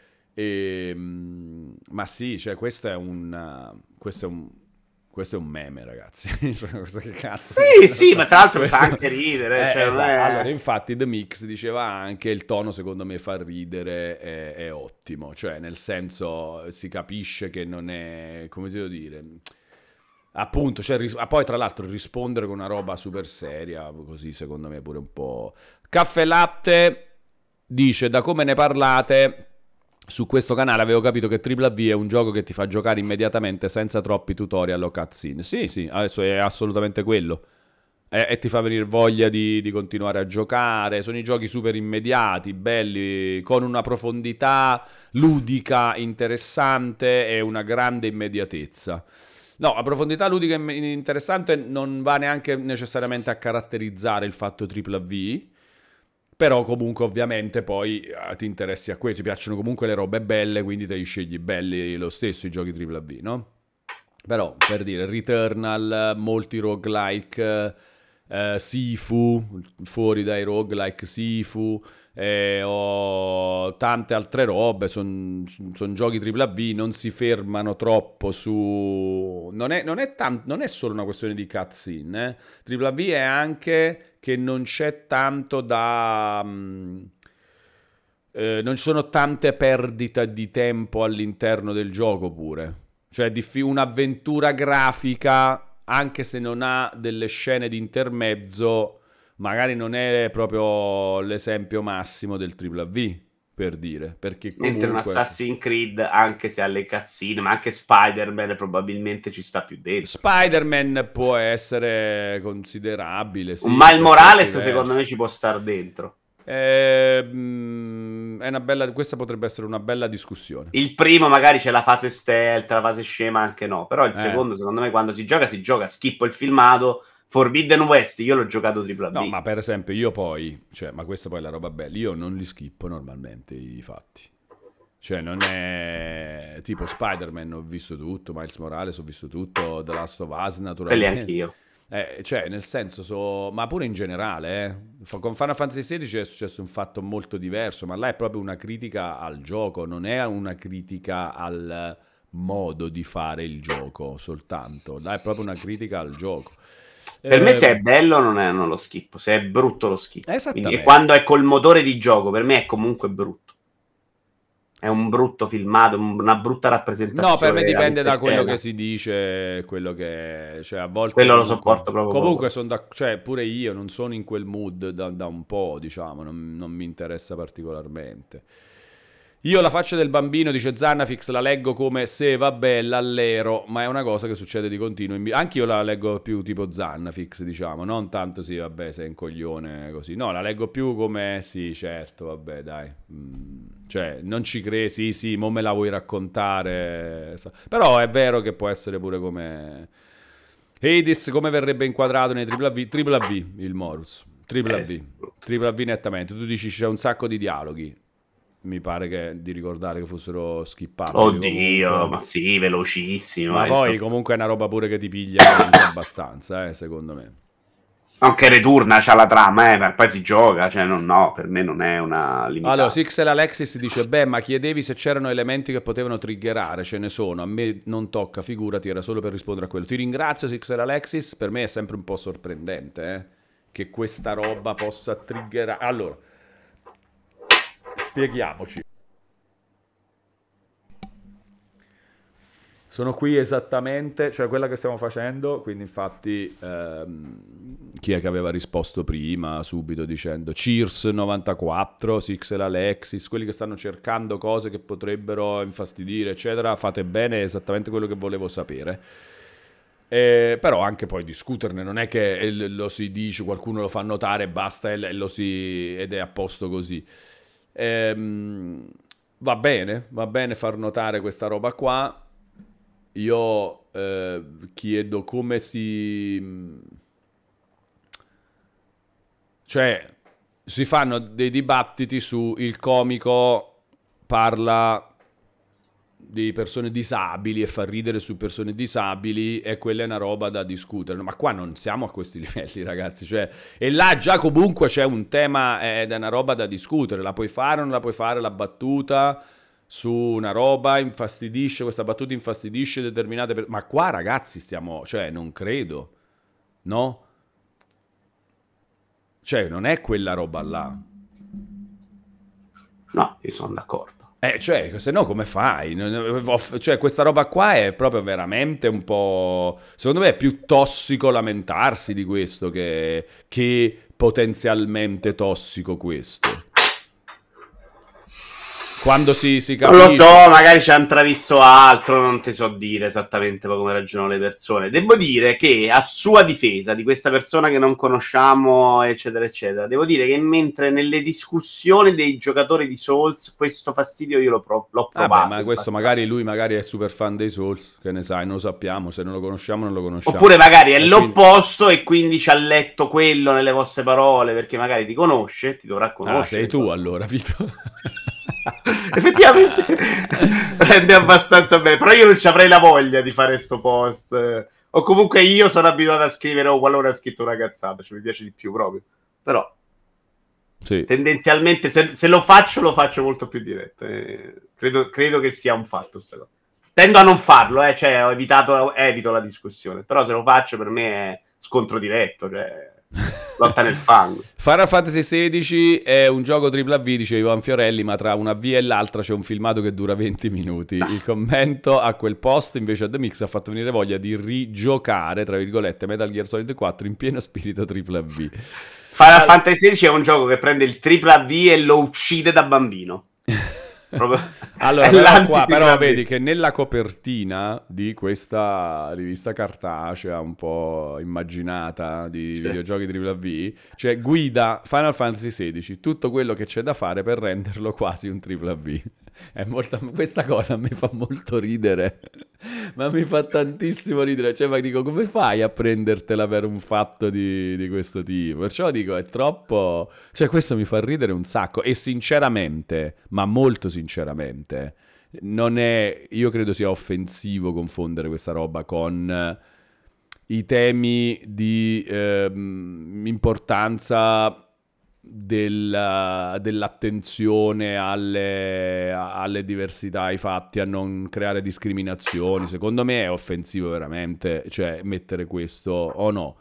e, mh, ma sì, cioè questo è un uh, questo è un questo è un meme, ragazzi. Cioè, questo che cazzo Sì, sì, ma tra l'altro mi fa Questo- anche ridere. Eh, cioè, non esatto. è- Allora, infatti, The Mix diceva anche il tono, secondo me, fa ridere, è, è ottimo. Cioè, nel senso, si capisce che non è, come devo dire, appunto, cioè, ris- ah, poi tra l'altro rispondere con una roba super seria, così, secondo me, pure un po'. Caffè Latte dice, da come ne parlate... Su questo canale avevo capito che Triple V è un gioco che ti fa giocare immediatamente senza troppi tutorial o cutscene. Sì, sì, adesso è assolutamente quello. E, e ti fa venire voglia di, di continuare a giocare. Sono i giochi super immediati, belli, con una profondità ludica interessante e una grande immediatezza. No, la profondità ludica e interessante non va neanche necessariamente a caratterizzare il fatto Triple V. Però comunque ovviamente poi eh, ti interessi a quello, ti piacciono comunque le robe belle, quindi te li scegli belli lo stesso i giochi Triple V, no? Però per dire Returnal, molti roguelike, eh, Sifu, fuori dai roguelike Sifu, eh, o tante altre robe, sono son giochi Triple V, non si fermano troppo su... Non è, non è, tant- non è solo una questione di cutscene, eh? Triple V è anche... che non c'è tanto da... mh, eh, non ci sono tante perdite di tempo all'interno del gioco pure. Cioè diffi- un'avventura grafica, anche se non ha delle scene di intermezzo, magari non è proprio l'esempio massimo del Triple V. per dire, perché Mentre un comunque Assassin's Creed, anche se ha le cazzine, ma anche Spider-Man probabilmente ci sta più dentro. Spider-Man può essere considerabile, sì, Un Miles per Morales certi secondo me versi. ci può star dentro. Eh, mm, è una bella, questa potrebbe essere una bella discussione. Il primo magari c'è la fase stealth, la fase scema anche no, però il Eh. secondo secondo me quando si gioca si gioca, schippo il filmato. Forbidden West io l'ho giocato tripla B. No, ma per esempio io poi, cioè, ma questa poi è la roba bella, io non li schippo normalmente i fatti. Cioè non è tipo Spider-Man ho visto tutto, Miles Morales ho visto tutto, The Last of Us Quelli naturalmente. anch'io. Eh, cioè nel senso, so, ma pure in generale, eh. Fa- con Final Fantasy sedici è successo un fatto molto diverso, ma là è proprio una critica al gioco, non è una critica al modo di fare il gioco soltanto, là è proprio una critica al gioco. Per Eh, me se è bello non, è, non lo schippo, se è brutto lo schippo. Esattamente. Quindi, e quando è col motore di gioco, per me è comunque brutto. È un brutto filmato, un- una brutta rappresentazione. No, per me della dipende da vista quello scena. che si dice, quello che cioè a volte Quello lo comunque- sopporto proprio Comunque poco. sono da, cioè pure io non sono in quel mood da, da un po', diciamo, non, non mi interessa particolarmente. Io la faccia del bambino, dice Zannafix, la leggo come se vabbè l'allero, ma è una cosa che succede di continuo. in bi- Anche io la leggo più tipo Zannafix, diciamo, non tanto sì, vabbè, sei un coglione così. No, la leggo più come sì, certo, vabbè, dai. Mm, cioè, non ci credi, sì, sì, mo me la vuoi raccontare. Sa- Però è vero che può essere pure come Hades, come verrebbe inquadrato nei tripla V, tripla V il Morus. Tripla Eh, V. sì. Tripla V nettamente. Tu dici c'è un sacco di dialoghi. Mi pare che, di ricordare che fossero skippabili. Oddio, comunque. ma sì, velocissimo. Ma eh, poi il- comunque è una roba pure che ti piglia anche abbastanza, eh, secondo me. Anche Return c'ha la trama, eh, ma poi si gioca, cioè non, no, per me non è una limitata. Allora, Sixel Alexis dice, beh, ma chiedevi se c'erano elementi che potevano triggerare, ce ne sono, a me non tocca, figurati, era solo per rispondere a quello. Ti ringrazio, Sixel Alexis, per me è sempre un po' sorprendente, eh, che questa roba possa triggerare. Allora, spieghiamoci. Sono qui esattamente, cioè quella che stiamo facendo, quindi infatti ehm, chi è che aveva risposto prima, subito dicendo Cheers novantaquattro, Sixel Alexis, quelli che stanno cercando cose che potrebbero infastidire, eccetera, fate bene, è esattamente quello che volevo sapere. Eh, però anche poi discuterne, non è che eh, lo si dice, qualcuno lo fa notare e basta e lo si, ed è a posto così. Ehm, va bene, va bene far notare questa roba qua. Io eh, chiedo come si... Cioè, si fanno dei dibattiti su il comico parla di persone disabili e fa ridere su persone disabili e quella è una roba da discutere. Ma qua non siamo a questi livelli, ragazzi. Cioè, e là già comunque c'è un tema ed è una roba da discutere. La puoi fare o non la puoi fare la battuta su una roba, infastidisce, questa battuta infastidisce determinate per... Ma qua ragazzi stiamo, cioè non credo, no? Cioè non è quella roba là. No, io sono d'accordo. Eh, cioè, se no come fai? Non- Cioè questa roba qua è proprio veramente un po'... Secondo me è più tossico lamentarsi di questo che, che potenzialmente tossico questo. Quando si, si Non lo capisce... so, magari ci hanno intravisto altro, non ti so dire esattamente come ragionano le persone. Devo dire che a sua difesa di questa persona che non conosciamo, eccetera, eccetera, devo dire che mentre nelle discussioni dei giocatori di Souls questo fastidio io l'ho, pro- l'ho provato. Vabbè, ma in questo passato. magari lui magari è super fan dei Souls, che ne sai, non lo sappiamo, se non lo conosciamo non lo conosciamo. Oppure magari è E quindi- l'opposto e quindi ci ha letto quello nelle vostre parole perché magari ti conosce, ti dovrà conoscere. Ah, sei tu allora, Vito. Effettivamente rende abbastanza bene, però io non ci avrei la voglia di fare sto post, o comunque io sono abituato a scrivere o qualora ha scritto una cazzata, cioè mi piace di più proprio, però Sì. tendenzialmente se, se lo faccio lo faccio molto più diretto, eh, credo, credo che sia un fatto sta cosa. Tendo a non farlo, eh, cioè ho evitato, evito la discussione, però se lo faccio per me è scontro diretto, cioè lotta nel fango. Final Fantasy sedici è un gioco tripla V, dice Ivan Fiorelli, ma tra una V e l'altra c'è un filmato che dura venti minuti. Il commento a quel post invece a The Mix ha fatto venire voglia di rigiocare, tra virgolette, Metal Gear Solid quattro in pieno spirito tripla V. Final Fantasy sedici è un gioco che prende il tripla V e lo uccide da bambino. Proprio Allora, è però, l'anti qua, però Triple B. vedi che nella copertina di questa rivista cartacea un po' immaginata di Sì. videogiochi tripla V c'è guida Final Fantasy sedici, tutto quello che c'è da fare per renderlo quasi un tripla V. È molto, questa cosa mi fa molto ridere, ma mi fa tantissimo ridere. Cioè, ma dico, come fai a prendertela per un fatto di, di questo tipo? Perciò dico, è troppo... Cioè, questo mi fa ridere un sacco. E sinceramente, ma molto sinceramente, non è... Io credo sia offensivo confondere questa roba con eh, i temi di ehm, importanza della- dell'attenzione alle, alle diversità, ai fatti, a non creare discriminazioni. Secondo me è offensivo veramente, cioè mettere questo o no.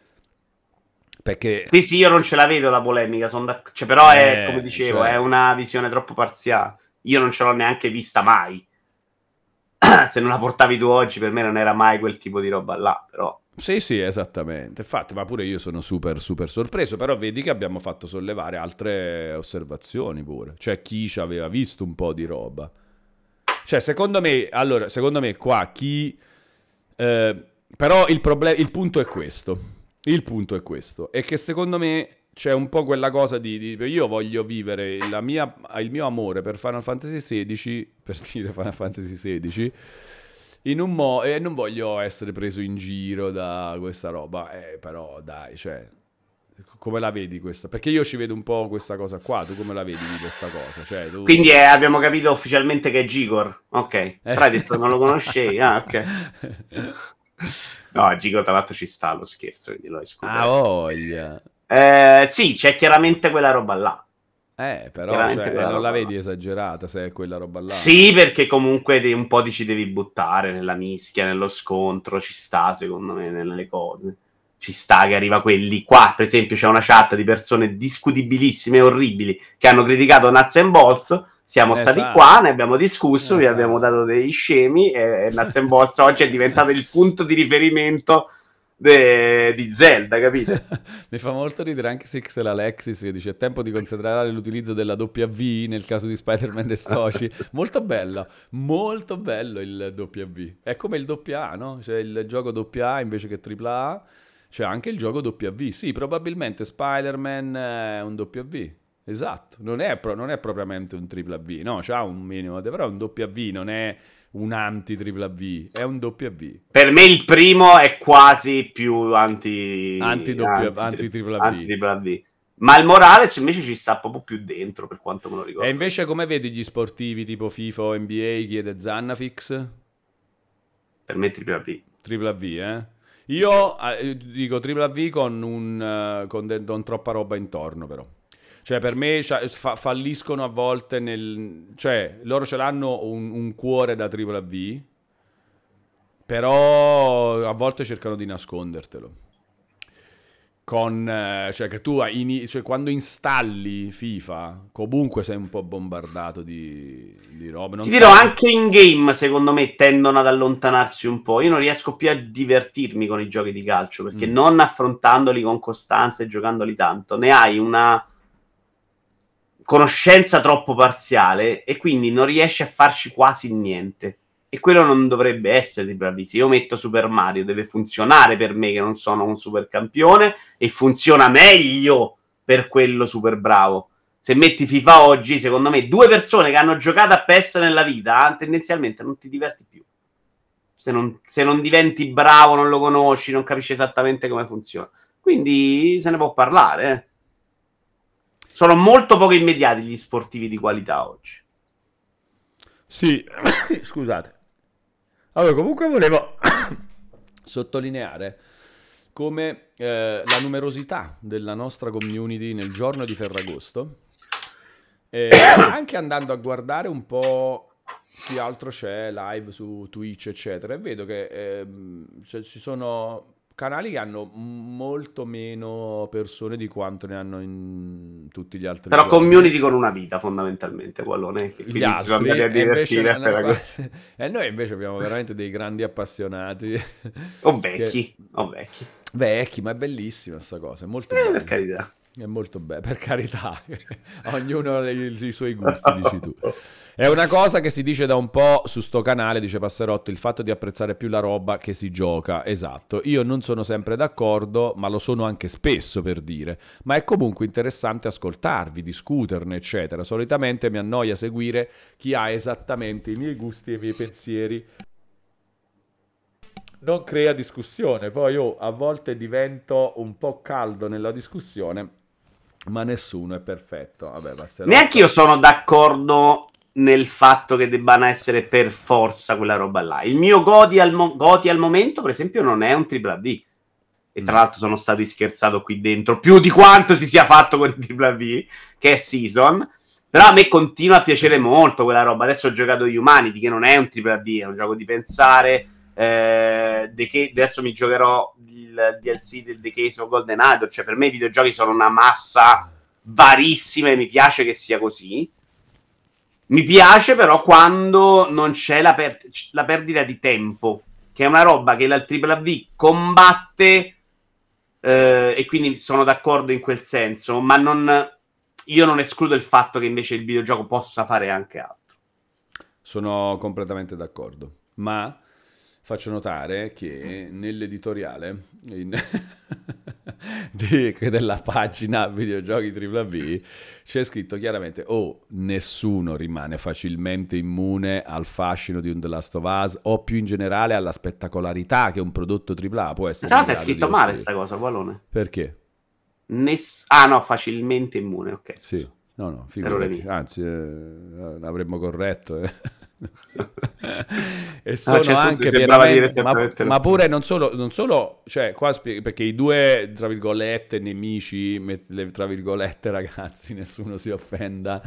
Perché Sì, sì, io non ce la vedo la polemica, son d'ac- cioè, però è, come eh, dicevo, cioè, è una visione troppo parziale. Io non ce l'ho neanche vista mai. Se non la portavi tu oggi, per me non era mai quel tipo di roba là, però... sì, sì, esattamente. Infatti, ma pure io sono super, super sorpreso. Però vedi che abbiamo fatto sollevare altre osservazioni pure. Cioè, chi ci aveva visto un po' di roba. Cioè, secondo me, allora, secondo me qua chi... eh, però il problema, il punto è questo. Il punto è questo. È che secondo me c'è un po' quella cosa di... di- io voglio vivere la mia, il mio amore per Final Fantasy sedici, per dire Final Fantasy sedici, in un mo' e non voglio essere preso in giro da questa roba. Eh, però dai, cioè... Come la vedi questa? Perché io ci vedo un po' questa cosa qua. Tu come la vedi di questa cosa? Cioè, tu... Quindi eh, abbiamo capito ufficialmente che è Gigor. Ok. Eh. Però hai detto non lo conoscevi. Ah, ok. No, Gigor tra l'altro ci sta lo scherzo, quindi lo escludo. Ah, voglia. Eh, sì, c'è chiaramente quella roba là. Eh, però Chiaramente cioè, quella non la roba vedi là. esagerata se è quella roba là. Sì, perché comunque de- un po' ti ci devi buttare nella mischia, nello scontro, ci sta secondo me nelle cose. Ci sta che arriva quelli qua, per esempio c'è una chat di persone discutibilissime e orribili che hanno criticato Nuts and Bolts, siamo stati Esatto. qua, ne abbiamo discusso, vi Esatto. abbiamo dato dei scemi e, e Nuts and Bolts oggi è diventato il punto di riferimento de- di Zelda, capite? Mi fa molto ridere anche Sixel Alexis che dice: è tempo di considerare l'utilizzo della W V nel caso di Spider-Man e soci. Molto bello, molto bello il W V. È come il doppia A, no? C'è il gioco doppia A invece che tripla A, c'è anche il gioco W V. Sì, probabilmente Spider-Man è un W V. Esatto, non è, pro- non è propriamente un tripla V, no? C'ha un minimo, però è un W V, non è un anti-tripla V, è un W V. Per me il primo è quasi più anti Anti-doppia- anti, anti-tripla V. anti-tripla V. Ma il Morales invece ci sta proprio più dentro, per quanto me lo ricordo. E invece come vedi gli sportivi tipo FIFA o N B A, chiede Zannafix? Per me tripla V. Tripla V, eh? Io eh, dico tripla V con, un, eh, con de- non troppa roba intorno però. Cioè per me cioè, fa- falliscono a volte nel... Cioè loro ce l'hanno un, un cuore da tripla V, però a volte cercano di nascondertelo. Con, eh, cioè che tu hai ini- cioè, quando installi FIFA comunque sei un po' bombardato di, di robe. Non Ti dirò, sai- anche in game, secondo me, tendono ad allontanarsi un po'. Io non riesco più a divertirmi con i giochi di calcio, perché Mm. non affrontandoli con costanza e giocandoli tanto, ne hai una conoscenza troppo parziale e quindi non riesci a farci quasi niente. E quello non dovrebbe essere di bravi. Se io metto Super Mario, deve funzionare per me che non sono un super campione e funziona meglio per quello super bravo. Se metti FIFA oggi, secondo me, due persone che hanno giocato a P E S nella vita, tendenzialmente non ti diverti più. Se non, se non diventi bravo, non lo conosci, non capisci esattamente come funziona. Quindi se ne può parlare, eh. Sono molto poco immediati gli sportivi di qualità oggi. Sì, scusate. Allora, comunque volevo sottolineare come eh, la numerosità della nostra community nel giorno di Ferragosto, eh, anche andando a guardare un po' chi altro c'è live su Twitch, eccetera, e vedo che ehm, cioè, ci sono canali che hanno molto meno persone di quanto ne hanno in tutti gli altri Però giochi. community con una vita, fondamentalmente, Wallone, che Gli quindi si sono altri andati a e invece, divertire a no, Ferragosto. e noi invece abbiamo veramente dei grandi appassionati O che- vecchi, o vecchi. vecchi, ma è bellissima sta cosa, è molto Eh, per bella. carità. È molto bello, per carità, ognuno ha i, i suoi gusti, dici tu. È una cosa che si dice da un po' su sto canale, dice Passerotto, il fatto di apprezzare più la roba che si gioca, esatto. Io non sono sempre d'accordo, ma lo sono anche spesso, per dire. Ma è comunque interessante ascoltarvi, discuterne, eccetera. Solitamente mi annoia seguire chi ha esattamente i miei gusti e i miei pensieri. Non crea discussione, poi io a volte divento un po' caldo nella discussione, ma nessuno è perfetto. Vabbè, Passerotto. Neanche io sono d'accordo nel fatto che debbano essere per forza quella roba là. Il mio Goti al, mo- Goti al momento, per esempio, non è un tripla V. E tra Mm. l'altro sono stato scherzato qui dentro più di quanto si sia fatto con il tripla V, che è Season. Però a me continua a piacere molto quella roba. Adesso ho giocato Humanity, che non è un tripla V, è un gioco di pensare. Eh, Decay- adesso mi giocherò il D L C del The Case of Golden Idol. Cioè, per me i videogiochi sono una massa varissima e mi piace che sia così. Mi piace però quando non c'è la, per- la perdita di tempo, che è una roba che la tripla V combatte, eh, e quindi sono d'accordo in quel senso, ma non, io non escludo il fatto che invece il videogioco possa fare anche altro. Sono completamente d'accordo, ma faccio notare che nell'editoriale in- di- della pagina videogiochi tripla V c'è scritto chiaramente: oh, nessuno rimane facilmente immune al fascino di un The Last of Us o più in generale alla spettacolarità che un prodotto tripla A può essere Tra in l'altro è grado di scritto male offrire. sta cosa, Valone. Perché? Ness- ah no, facilmente immune, ok. Sì, no, no, Errore figurati, mio. anzi, eh, l'avremmo corretto. eh. E A un sono certo punto mi anche sembrava dire pienamente, ma, esattamente ma pure l'opposto. non solo, non solo, cioè qua spie- perché i due, tra virgolette, nemici, met- le- tra virgolette ragazzi, nessuno si offenda,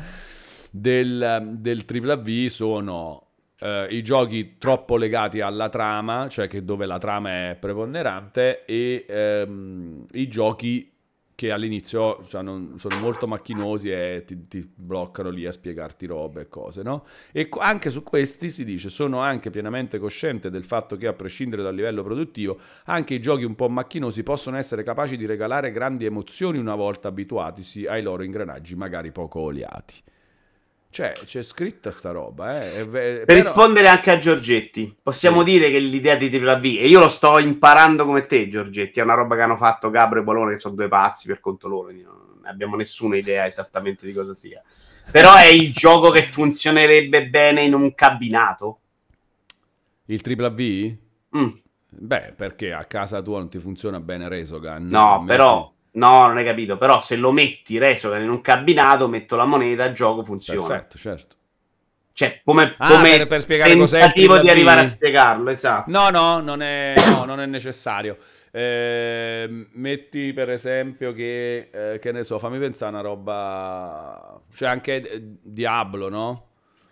del, del tripla V sono eh, i giochi troppo legati alla trama, cioè che dove la trama è preponderante, e ehm, i giochi che all'inizio cioè, non- sono molto macchinosi e ti, ti bloccano lì a spiegarti robe e cose, no? E co- anche su questi si dice, sono anche pienamente cosciente del fatto che a prescindere dal livello produttivo, anche i giochi un po' macchinosi possono essere capaci di regalare grandi emozioni una volta abituatisi ai loro ingranaggi magari poco oliati. Cioè, c'è scritta sta roba, eh? È ve- Per però... rispondere anche a Giorgetti, possiamo Sì. dire che l'idea di tripla V, e io lo sto imparando come te, Giorgetti, è una roba che hanno fatto Gabro e Bolone, che sono due pazzi per conto loro, quindi non abbiamo nessuna idea esattamente di cosa sia. Però è il gioco che funzionerebbe bene in un cabinato? Il tripla V? Mm, Beh, perché a casa tua non ti funziona bene Resogun? A no, me sì. però, no, non hai capito. Però se lo metti Resogan in un cabinato, metto la moneta, il gioco funziona. Perfetto, certo. Cioè, come, Ah, per, come per spiegare cos'è il tentativo tripla di arrivare a V? spiegarlo, esatto. No, no, non è, no, non è necessario. Eh, metti per esempio che, eh, che ne so, fammi pensare a una roba... Cioè anche eh, Diablo, no?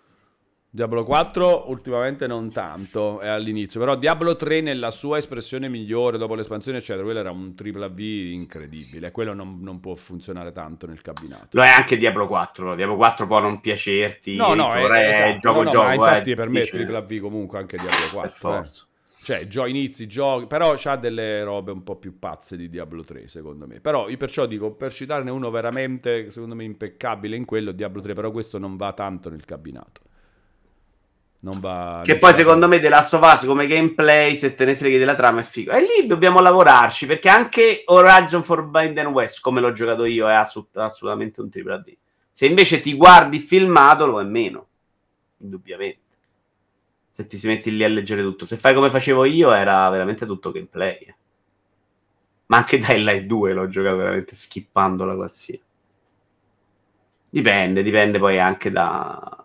Diablo quattro ultimamente non tanto, è all'inizio, però Diablo tre nella sua espressione migliore dopo l'espansione eccetera, quello era un tripla V incredibile, quello non, non può funzionare tanto nel cabinato. Lo è anche Diablo quattro. Diablo quattro può non No, piacerti. no, è, Ora è è esatto, no, gioco no, ma gioco, è infatti per me è difficile. tripla V comunque anche Diablo Per quattro, eh. forza. Cioè, gio- inizi, giochi, però c'ha delle robe un po' più pazze di Diablo tre, secondo me. Però io perciò dico, per citarne uno veramente, secondo me, impeccabile in quello, Diablo tre, però questo non va tanto nel cabinato. Non va, Che non ce poi la secondo fa. me The Last of Us come gameplay, se te ne freghi della trama, è figo. E lì dobbiamo lavorarci, perché anche Horizon Forbidden West, come l'ho giocato io, è assolut- assolutamente un tripla D. Se invece ti guardi il filmato, lo è meno. Indubbiamente. Se ti si metti lì a leggere tutto. Se fai come facevo io, era veramente tutto gameplay. eh. Ma anche Dying Light due l'ho giocato veramente skippando la qualsiasi. Dipende, dipende poi anche da,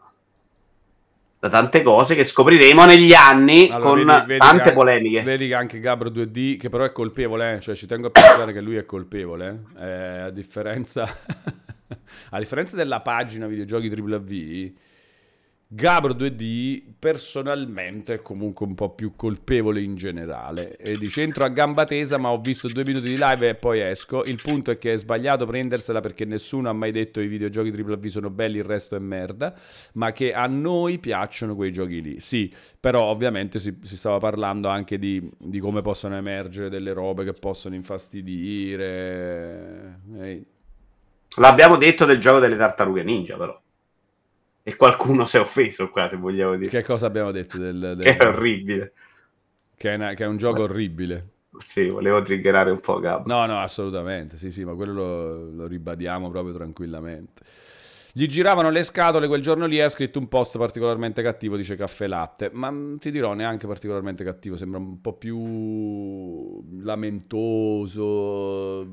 da tante cose che scopriremo negli anni Allora, con vedi, vedi che, tante an- polemiche. vedi che anche Gabro due D, che però è colpevole, eh, cioè ci tengo a precisare che lui è colpevole, eh, eh, a differenza, a differenza della pagina videogiochi tripla V, Gabro due D personalmente è comunque un po' più colpevole in generale e dice entro a gamba tesa ma ho visto due minuti di live e poi esco. Il punto è che è sbagliato prendersela perché nessuno ha mai detto i videogiochi tripla V sono belli, il resto è merda, ma che a noi piacciono quei giochi lì. Sì, però ovviamente si, si stava parlando anche di, di come possono emergere delle robe che possono infastidire. Ehi. L'abbiamo detto del gioco delle tartarughe ninja, però. E qualcuno si è offeso qua, se vogliamo dire. Che cosa abbiamo detto del... del... Che è orribile. Che è, una, che è un gioco orribile. Sì, volevo triggerare un po' Gabbo. No, no, assolutamente, sì, sì, ma quello lo, lo ribadiamo proprio tranquillamente. Gli giravano le scatole quel giorno lì e ha scritto un post particolarmente cattivo, dice Caffè Latte, ma ti dirò neanche particolarmente cattivo, sembra un po' più lamentoso,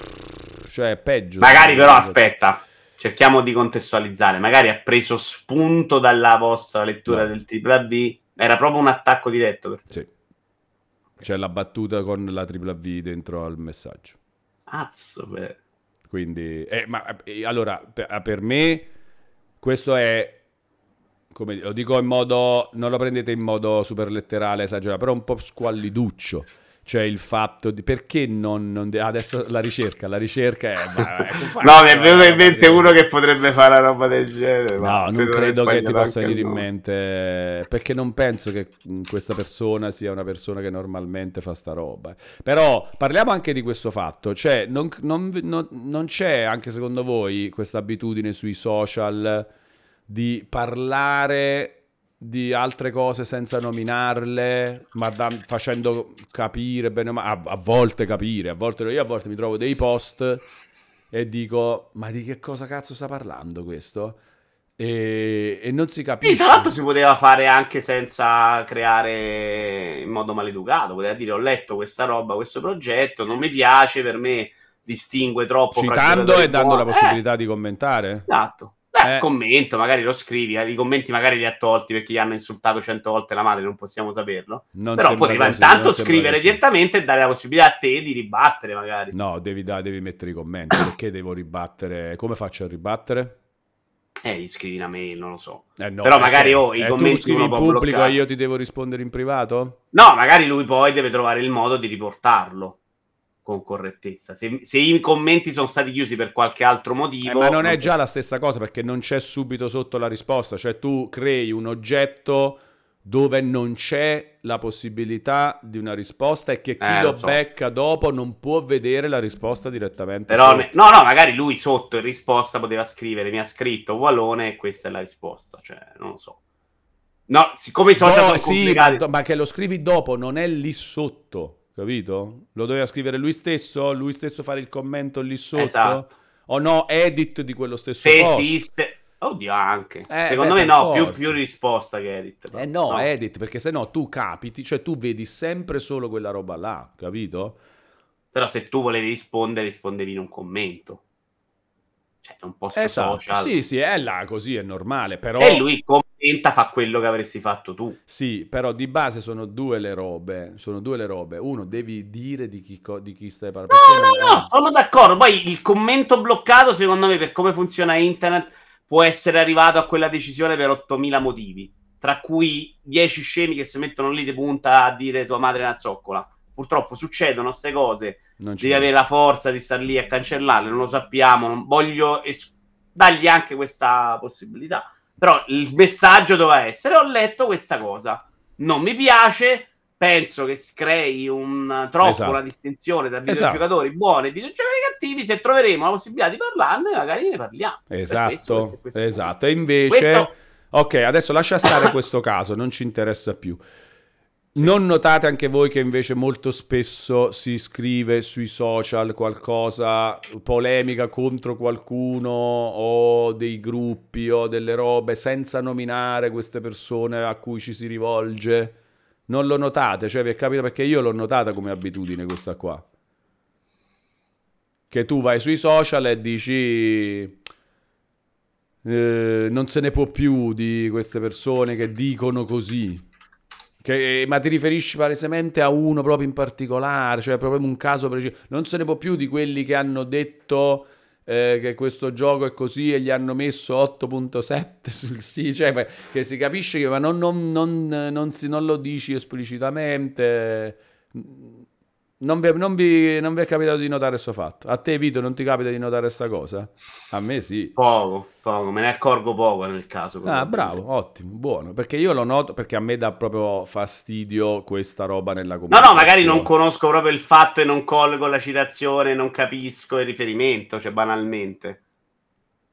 cioè peggio. Magari però aspetta, cerchiamo di contestualizzare, magari ha preso spunto dalla vostra lettura No. del tripla V, era proprio un attacco diretto per te. Sì. C'è la battuta con la tripla V dentro al messaggio. Cazzo, beh. Quindi, eh, ma eh, allora, per, per me, questo è, come lo dico in modo, non lo prendete in modo super letterale, esagerato, però un po' squalliduccio. Cioè il fatto di perché non, non de- adesso la ricerca, la ricerca è... Bah, ecco, no, mi è venuto in mente uno che potrebbe fare una roba del genere. No, non credo che ti possa venire in mente, perché non penso che questa persona sia una persona che normalmente fa sta roba. Però parliamo anche di questo fatto, cioè non, non, non, non c'è anche secondo voi questa abitudine sui social di parlare di altre cose senza nominarle, ma da, facendo capire bene o male, a, a volte capire, a volte io a volte mi trovo dei post e dico, ma di che cosa cazzo sta parlando questo? E, e non si capisce. Sì, tra l'altro si poteva fare anche senza creare in modo maleducato, poteva dire ho letto questa roba, questo progetto, non mi piace, per me distingue troppo fra citando giocatori e dando la buoni. possibilità Eh, di commentare. esatto. Beh, Eh. commento, magari lo scrivi, eh, i commenti magari li ha tolti perché gli hanno insultato cento volte la madre, non possiamo saperlo. Non Però sembra poteva così, intanto non sembra scrivere così. direttamente e dare la possibilità a te di ribattere, magari. No, devi, da, devi mettere i commenti. Perché devo ribattere? Come faccio a ribattere? Eh, gli scrivi una mail, non lo so. Eh no, Però perché? magari oh, i Eh, commenti tu scrivi uno in può pubblico bloccare. e io ti devo rispondere in privato? No, magari lui poi deve trovare il modo di riportarlo con correttezza. Se, se i commenti sono stati chiusi per qualche altro motivo... Eh, ma non è non già la stessa cosa perché non c'è subito sotto la risposta. Cioè tu crei un oggetto dove non c'è la possibilità di una risposta e che chi Eh, lo, lo so. becca dopo non può vedere la risposta direttamente Però, sotto. ne- no, no, magari lui sotto in risposta poteva scrivere mi ha scritto Walone e questa è la risposta. Cioè, non lo so. No, siccome i social No, sono sì, ma, complicati... do- ma che lo scrivi dopo non è lì sotto, capito? Lo doveva scrivere lui stesso, lui stesso fare il commento lì sotto, Esatto. o no, edit di quello stesso Se post. esiste... Oddio, anche. Eh, Secondo beh, me per no, più, forza. più risposta che edit. Eh no, edit, perché se no tu capiti, cioè tu vedi sempre solo quella roba là, capito? Però se tu volevi rispondere, rispondevi in un commento. Cioè, è un post Esatto, social. sì, sì, è là, così è normale, però... E lui commenta, fa quello che avresti fatto tu. Sì, però di base sono due le robe, sono due le robe. Uno, devi dire di chi, co- di chi stai parlando. No, perché no, non- no, sono d'accordo. Poi il commento bloccato, secondo me, per come funziona internet, può essere arrivato a quella decisione per ottomila motivi. Tra cui dieci scemi che si mettono lì di punta a dire tua madre è una zoccola. Purtroppo succedono queste cose. non ci Devi avere la forza di star lì a cancellarle. Non lo sappiamo. Non voglio es- dargli anche questa possibilità. Però il messaggio doveva essere: ho letto questa cosa, non mi piace. Penso che si crei un, troppo Esatto. una distinzione tra Esatto. videogiocatori buoni e videogiocatori cattivi. Se troveremo la possibilità di parlarne, magari ne parliamo. Per questo, Esatto, questo, questo. esatto. E invece, Questo- ok, adesso lascia stare questo caso, non ci interessa più. Non notate anche voi che invece molto spesso si scrive sui social qualcosa, polemica contro qualcuno o dei gruppi o delle robe senza nominare queste persone a cui ci si rivolge? Non lo notate? Cioè vi è capito, perché io l'ho notata come abitudine questa qua. Che tu vai sui social e dici eh, non se ne può più di queste persone che dicono così. Che, ma ti riferisci palesemente a uno proprio in particolare, cioè proprio un caso preciso. Non se ne può più di quelli che hanno detto eh, che questo gioco è così e gli hanno messo otto virgola sette sul sì, cioè beh, che si capisce che ma non, non, non, non, si, non lo dici esplicitamente. Non vi, non, vi, non vi è capitato di notare questo fatto? A te, Vito, non ti capita di notare sta cosa? A me sì. Poco, poco, me ne accorgo poco nel caso. Ah, bravo, ottimo, buono. Perché io lo noto, perché a me dà proprio fastidio questa roba nella No, comunicazione. no, magari non conosco proprio il fatto e non collego la citazione, non capisco il riferimento, cioè banalmente.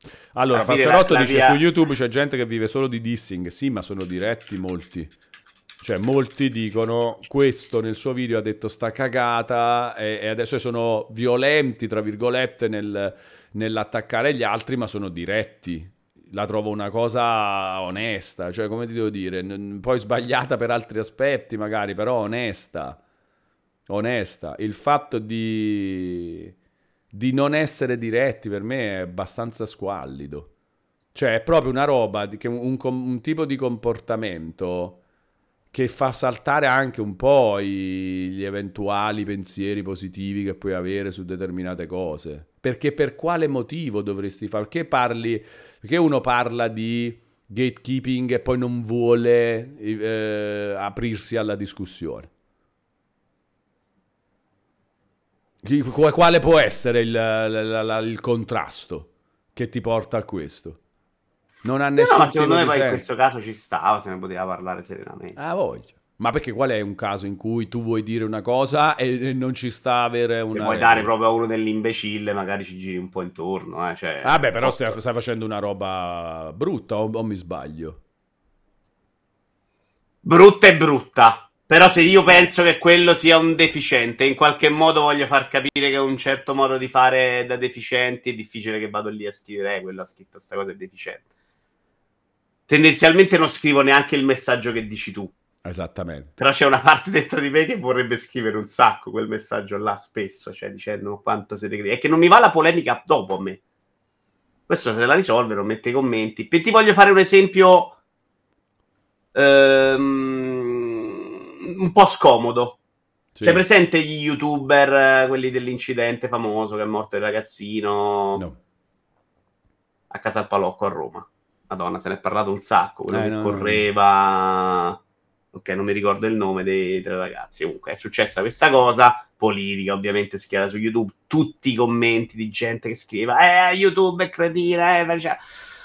Allora, Alla fine Passerotto la- la dice via- su YouTube c'è gente che vive solo di dissing. Sì, ma sono diretti molti. Cioè, molti dicono questo nel suo video ha detto sta cagata e, e adesso sono violenti, tra virgolette, nel- nell'attaccare gli altri, ma sono diretti. La trovo una cosa onesta, cioè, come ti devo dire, n- poi sbagliata per altri aspetti magari, però onesta. Onesta. Il fatto di, di non essere diretti per me è abbastanza squallido. Cioè, è proprio una roba, di- che un, un com- un tipo di comportamento che fa saltare anche un po' i- gli eventuali pensieri positivi che puoi avere su determinate cose. Perché per quale motivo dovresti fare? Perché parli, perché uno parla di gatekeeping e poi non vuole eh, aprirsi alla discussione? Chi- qu- Quale può essere il, la- la- la- il contrasto che ti porta a questo? Non ha No, no, nessun ma secondo tipo me di poi in senso. questo caso ci stava, se ne poteva parlare serenamente. Ah, voglia. Ma perché qual è un caso in cui tu vuoi dire una cosa e, e non ci sta a avere Se una vuoi dare regola? proprio a uno dell'imbecille, magari ci giri un po' intorno, eh, cioè, Vabbè, però posso- stai, stai facendo una roba brutta o, o mi sbaglio? brutta e brutta. Però se io penso che quello sia un deficiente, in qualche modo voglio far capire che un certo modo di fare da deficienti è difficile che vado lì a scrivere, eh, quello ha scritto sta cosa è deficiente. Tendenzialmente non scrivo neanche il messaggio che dici tu. Esattamente. Però c'è una parte dentro di me che vorrebbe scrivere un sacco quel messaggio là spesso, cioè dicendo quanto siete critici. È che non mi va la polemica dopo a me. Questo se la risolve, lo mette i commenti. E ti voglio fare un esempio ehm, un po' scomodo. Sì. C'è presente gli youtuber, eh, quelli dell'incidente famoso che è morto il ragazzino No. a Casa al Palocco a Roma? Madonna, se ne è parlato un sacco. Quello Eh, che no, no, no. correva... Ok, non mi ricordo il nome dei tre ragazzi. Comunque è successa questa cosa, politica ovviamente schiera su YouTube, tutti i commenti di gente che scriveva eh, YouTube è cretina, eh, cioè...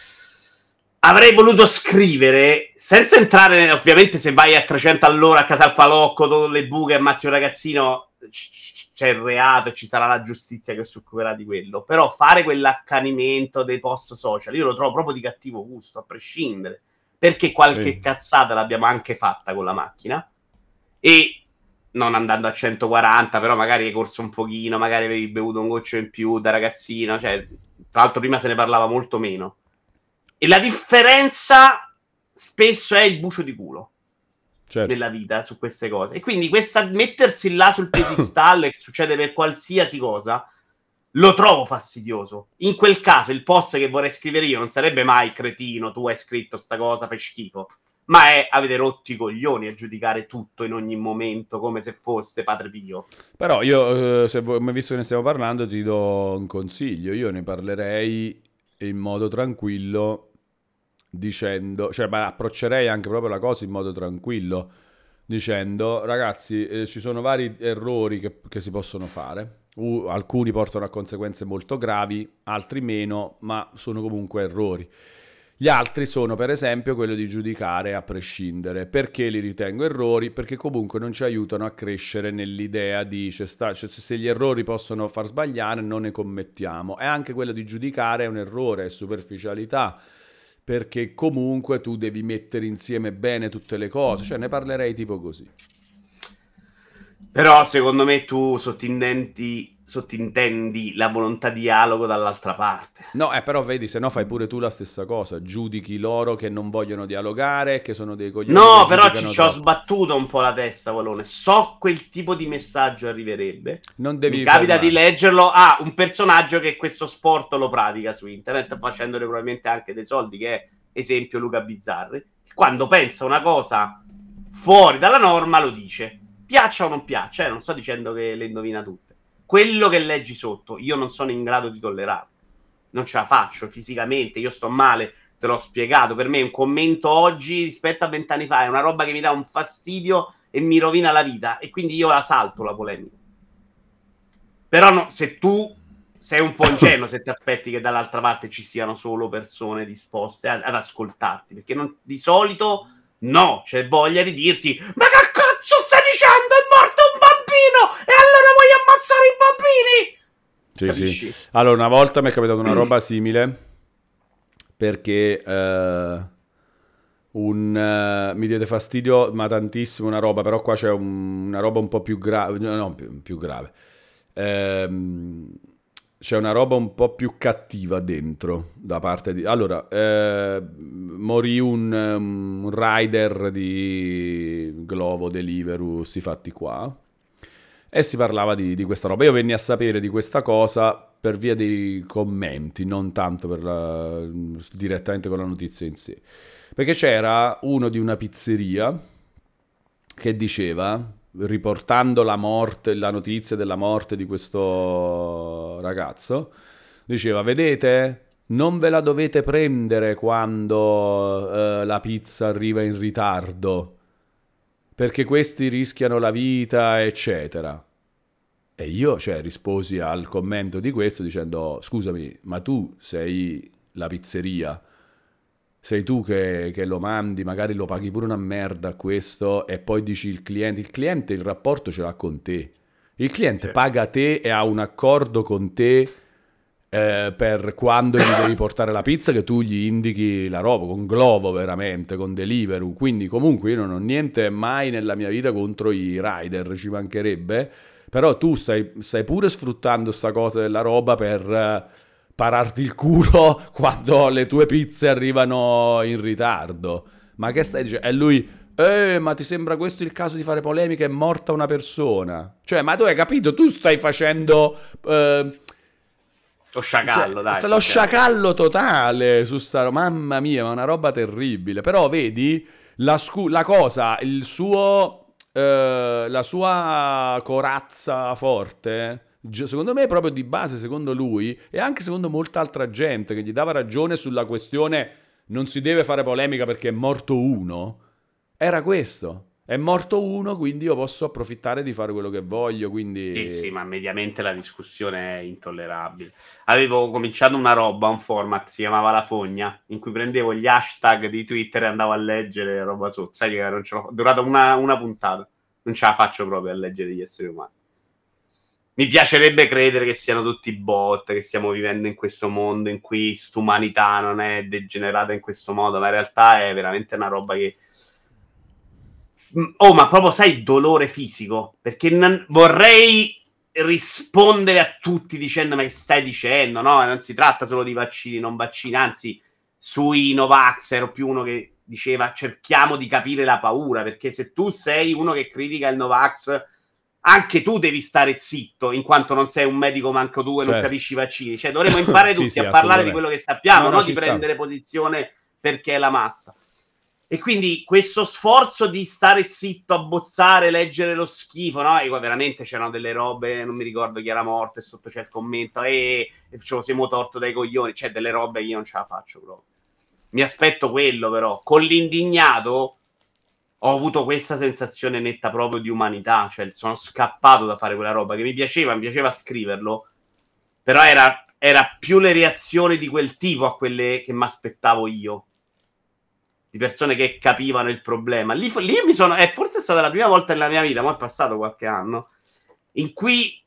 Avrei voluto scrivere, senza entrare, ovviamente se vai a trecento all'ora a Casa al Palocco, tutte le buche, ammazzi un ragazzino, c- c'è il reato e ci sarà la giustizia che si occuperà di quello. Però fare quell'accanimento dei post social, io lo trovo proprio di cattivo gusto, a prescindere. Perché qualche Sì. cazzata l'abbiamo anche fatta con la macchina. E non andando a centoquaranta, però magari hai corso un pochino, magari avevi bevuto un goccio in più da ragazzino. Cioè, tra l'altro prima se ne parlava molto meno. E la differenza spesso è il bucio di culo Certo. nella vita su queste cose. E quindi questa, mettersi là sul piedistallo, che succede per qualsiasi cosa, lo trovo fastidioso. In quel caso il post che vorrei scrivere io non sarebbe mai cretino, tu hai scritto sta cosa, fai schifo, ma è avete rotti i coglioni a giudicare tutto in ogni momento come se fosse Padre Pio. Però io, eh, se vuoi, ma visto che ne stiamo parlando, ti do un consiglio. Io ne parlerei in modo tranquillo, dicendo, cioè, ma approccerei anche proprio la cosa in modo tranquillo, dicendo, ragazzi, eh, ci sono vari errori che, che si possono fare. Uh, alcuni portano a conseguenze molto gravi, altri meno, ma sono comunque errori. Gli altri sono, per esempio, quello di giudicare a prescindere. Perché li ritengo errori? Perché comunque non ci aiutano a crescere nell'idea di c'è sta- cioè, se gli errori possono far sbagliare, non ne commettiamo. E anche quello di giudicare è un errore, è superficialità, perché comunque tu devi mettere insieme bene tutte le cose. Cioè, ne parlerei tipo così. Però secondo me tu sottintendi, sottintendi la volontà di dialogo dall'altra parte. No, eh, però vedi, se no fai pure tu la stessa cosa. Giudichi loro che non vogliono dialogare, che sono dei coglioni No, che però ci, giudicano ci ho troppo. sbattuto un po' la testa, Valone. So quel tipo di messaggio arriverebbe. Non devi Mi capita fermare. di leggerlo a un personaggio che questo sport lo pratica su internet, facendone probabilmente anche dei soldi, che è esempio Luca Bizzarri. Quando pensa una cosa fuori dalla norma lo dice. Piaccia o non piaccia, eh, non sto dicendo che le indovina tutte. Quello che leggi sotto, io non sono in grado di tollerarlo. Non ce la faccio fisicamente, io sto male, te l'ho spiegato. Per me un commento oggi rispetto a vent'anni fa è una roba che mi dà un fastidio e mi rovina la vita, e quindi io la salto la polemica. Però no, se tu sei un po' ingenuo se ti aspetti che dall'altra parte ci siano solo persone disposte ad, ad ascoltarti, perché non, di solito no, c'è voglia di dirti ma che cazzo stai dicendo, è morto un bambino e allora vuoi ammazzare i bambini? Sì, Capisci? sì. Allora, una volta mi è capitata una roba simile perché eh, un, eh, mi diede fastidio, ma tantissimo una roba, però qua c'è un- una roba un po' più grave, no, no, più, più grave. Ehm, c'è una roba un po' più cattiva dentro da parte di... Allora, eh, morì un, um, un rider di Glovo Deliveroo, sti fatti qua, e si parlava di, di questa roba. Io venni a sapere di questa cosa per via dei commenti, non tanto per la- direttamente con la notizia in sé. Perché c'era uno di una pizzeria che diceva, riportando la morte, la notizia della morte di questo ragazzo, diceva, vedete, non ve la dovete prendere quando eh, la pizza arriva in ritardo, perché questi rischiano la vita, eccetera. E io, cioè, risposi al commento di questo dicendo, scusami, ma tu sei la pizzeria, sei tu che, che lo mandi, magari lo paghi pure una merda a questo e poi dici il cliente, il cliente il rapporto ce l'ha con te. Il cliente Certo. paga te e ha un accordo con te eh, per quando gli devi portare la pizza, che tu gli indichi la roba, con Glovo veramente, con Deliveroo. Quindi comunque io non ho niente mai nella mia vita contro i rider, ci mancherebbe. Però tu stai, stai pure sfruttando sta cosa della roba per eh, pararti il culo quando le tue pizze arrivano in ritardo. Ma che stai dicendo? E lui, eh, ma ti sembra questo il caso di fare polemica? È morta una persona. Cioè, ma tu hai capito? Tu stai facendo... eh, Lo cioè, sciacallo, dai. sta lo diciamo. sciacallo totale su sta... Mamma mia, ma è una roba terribile. Però vedi, la, scu- la cosa, il suo... eh, la sua corazza forte, gi- secondo me proprio di base, secondo lui, e anche secondo molta altra gente che gli dava ragione sulla questione non si deve fare polemica perché è morto uno, era questo. È morto uno, quindi io posso approfittare di fare quello che voglio, Sì, sì, quindi... ma mediamente la discussione è intollerabile. Avevo cominciato una roba, un format, si chiamava La Fogna, in cui prendevo gli hashtag di Twitter e andavo a leggere roba sotto. Sai che non ce l'ho... è durata una, una puntata. Non ce la faccio proprio a leggere gli esseri umani. Mi piacerebbe credere che siano tutti bot, che stiamo vivendo in questo mondo in cui st'umanità non è degenerata in questo modo, ma in realtà è veramente una roba che... Oh, ma proprio sai, dolore fisico, perché non... vorrei rispondere a tutti dicendo ma che stai dicendo, no? Non si tratta solo di vaccini, non vaccini, anzi sui Novax ero più uno che diceva cerchiamo di capire la paura, perché se tu sei uno che critica il Novax, anche tu devi stare zitto, in quanto non sei un medico manco tu e non Certo. capisci i vaccini. Cioè dovremmo imparare Sì, tutti sì, a parlare di assolutamente. quello che sappiamo, No, no, non di ci sta. prendere posizione perché è la massa. E quindi questo sforzo di stare zitto, abbozzare, leggere lo schifo, no? E poi veramente c'erano delle robe, non mi ricordo chi era morto, e sotto c'è il commento, e, e ce lo siamo torto dai coglioni. C'è delle robe che io non ce la faccio proprio. Mi aspetto quello, però. Con l'indignato ho avuto questa sensazione netta proprio di umanità. Cioè, sono scappato da fare quella roba che mi piaceva, mi piaceva scriverlo, però era, era più le reazioni di quel tipo a quelle che mi aspettavo io. Di persone che capivano il problema. Lì, lì mi sono. Eh, forse è stata la prima volta nella mia vita, ma è passato qualche anno, in cui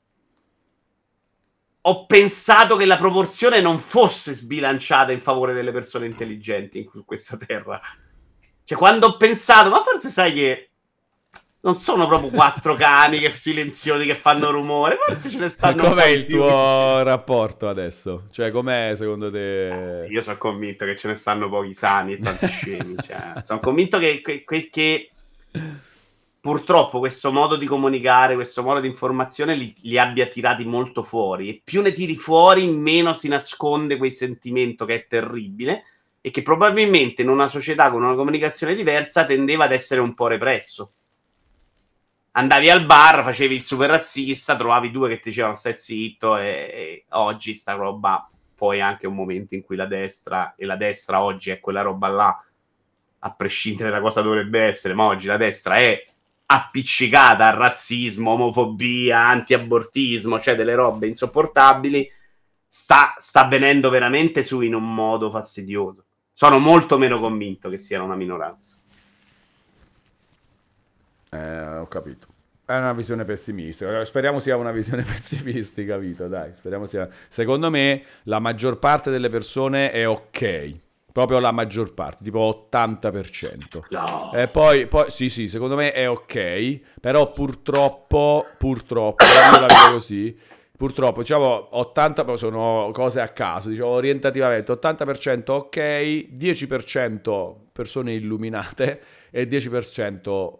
ho pensato che la proporzione non fosse sbilanciata in favore delle persone intelligenti in questa terra. Cioè, quando ho pensato, ma forse sai che non sono proprio quattro cani che silenziosi che fanno rumore, forse ce ne stanno un Com'è po' di il più. tuo rapporto adesso? Cioè, com'è secondo te? Io sono convinto che ce ne stanno pochi sani e tanti scemi. Cioè, sono convinto che, che, che purtroppo questo modo di comunicare, questo modo di informazione li, li abbia tirati molto fuori. E più ne tiri fuori, meno si nasconde quel sentimento che è terribile e che probabilmente in una società con una comunicazione diversa tendeva ad essere un po' represso. Andavi al bar, facevi il super razzista, trovavi due che ti dicevano stai zitto, e, e oggi sta roba, poi anche un momento in cui la destra, e la destra oggi è quella roba là, a prescindere da cosa dovrebbe essere, ma oggi la destra è appiccicata al razzismo, omofobia, anti-abortismo, cioè delle robe insopportabili, sta, sta avvenendo veramente su in un modo fastidioso. Sono molto meno convinto che siano una minoranza. Eh, ho capito. È una visione pessimistica. Speriamo sia una visione pessimistica, Vito, dai. Speriamo sia... Secondo me la maggior parte delle persone è ok. Proprio la maggior parte, tipo ottanta per cento. No. E poi, poi, sì, sì, secondo me è ok. Però purtroppo, purtroppo, io la vedo così. Purtroppo, diciamo, ottanta per cento sono cose a caso, diciamo orientativamente, ottanta per cento ok, dieci per cento persone illuminate e dieci per cento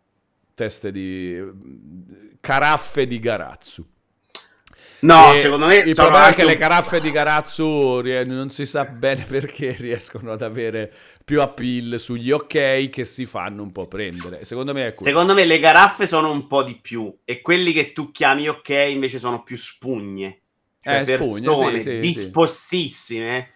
teste di caraffe di Garazzu. No, E secondo me il sono problema è anche che le un- caraffe di Garazzu rie- non si sa bene perché riescono ad avere più appeal sugli ok che si fanno un po' prendere. Secondo me è questo. Secondo me le caraffe sono un po' di più e quelli che tu chiami ok invece sono più spugne. Cioè Eh, spugne, persone sì, sì, sì. dispostissime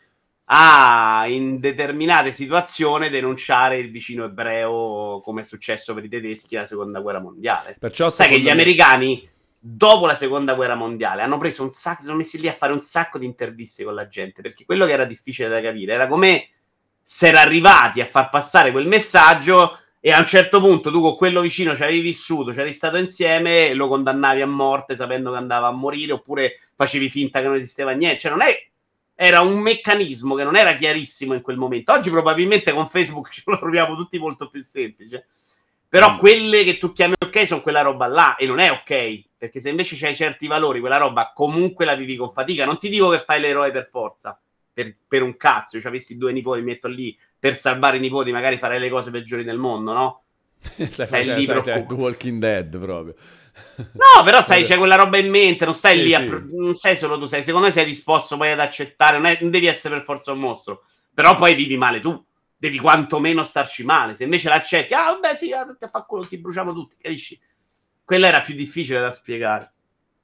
a in determinate situazioni denunciare il vicino ebreo, come è successo per i tedeschi alla seconda guerra mondiale. Perciò Sai che gli secondo me- americani dopo la seconda guerra mondiale hanno preso un sacco, si sono messi lì a fare un sacco di interviste con la gente, perché quello che era difficile da capire era come si era arrivati a far passare quel messaggio e a un certo punto tu con quello vicino ci avevi vissuto, ci eri stato insieme e lo condannavi a morte sapendo che andava a morire, oppure facevi finta che non esisteva niente. Cioè non è... Era un meccanismo che non era chiarissimo in quel momento. Oggi probabilmente con Facebook ce lo troviamo tutti molto più semplice. Però Mm. quelle che tu chiami ok sono quella roba là e non è ok, perché se invece c'hai certi valori, quella roba comunque la vivi con fatica. Non ti dico che fai l'eroe per forza, per, per un cazzo. Io avessi due nipoti, mi metto lì per salvare i nipoti, magari farei le cose peggiori del mondo, no? Stai Stai facendo lì stai- stai- preoccupato. The Walking Dead proprio. No, però sai, c'è quella roba in mente, non stai Sì, lì, a sì. pro- non sei solo tu, sei, secondo me sei disposto poi ad accettare, non, è- non devi essere per forza un mostro, però poi vivi male tu, devi quantomeno starci male, se invece l'accetti, ah vabbè sì, ah, te fa culo, ti bruciamo tutti, capisci? Quella era più difficile da spiegare.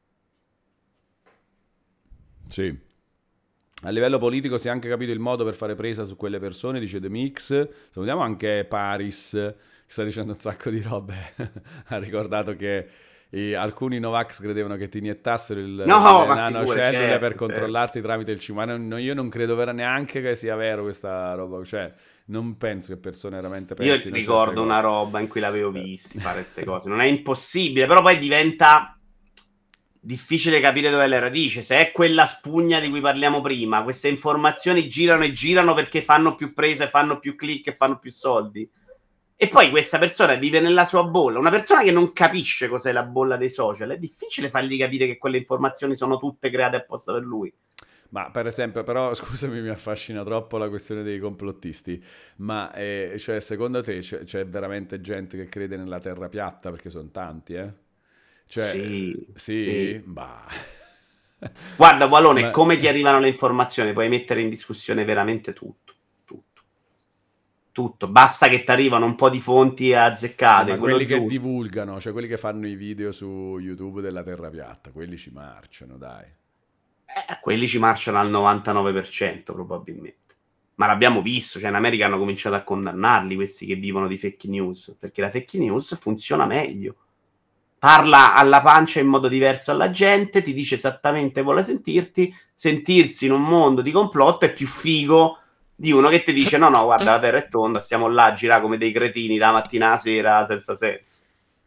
Sì. A livello politico si è anche capito il modo per fare presa su quelle persone, dice The Mix. Salutiamo anche Paris, che sta dicendo un sacco di robe. Ha ricordato che i- alcuni Novax credevano che ti iniettassero il, No, le ma nanocellule figure, certo, per certo. controllarti tramite il cimo. Ma non- io non credo vera neanche che sia vero questa roba. Cioè, non penso che persone veramente Io pensino ricordo certe una cose. roba in cui l'avevo visti fare queste cose, non è impossibile, però poi diventa difficile capire dove è la radice. Se è quella spugna di cui parliamo prima, queste informazioni girano e girano perché fanno più prese, fanno più click e fanno più soldi. E poi questa persona vive nella sua bolla. Una persona che non capisce cos'è la bolla dei social, è difficile fargli capire che quelle informazioni sono tutte create apposta per lui. Ma per esempio, però, scusami, mi affascina troppo la questione dei complottisti, ma eh, cioè, secondo te c'è, c'è veramente gente che crede nella terra piatta? Perché sono tanti, eh? Cioè, Sì, sì, sì. bah. Guarda, Walone, Ma- come ti arrivano le informazioni? Puoi mettere in discussione veramente tutto. Tutto. Tutto. Basta che ti arrivano un po' di fonti Sì, azzeccate. ma quello quelli che giusto. divulgano, cioè quelli che fanno i video su YouTube della terra piatta, quelli ci marciano, dai. Eh, quelli ci marciano al novantanove per cento probabilmente. Ma l'abbiamo visto, cioè in America hanno cominciato a condannarli questi che vivono di fake news, perché la fake news funziona meglio. Parla alla pancia in modo diverso alla gente, ti dice esattamente vuole sentirti, sentirsi in un mondo di complotto è più figo di uno che ti dice no no guarda la terra è tonda, stiamo là a girare come dei cretini da mattina alla sera senza senso.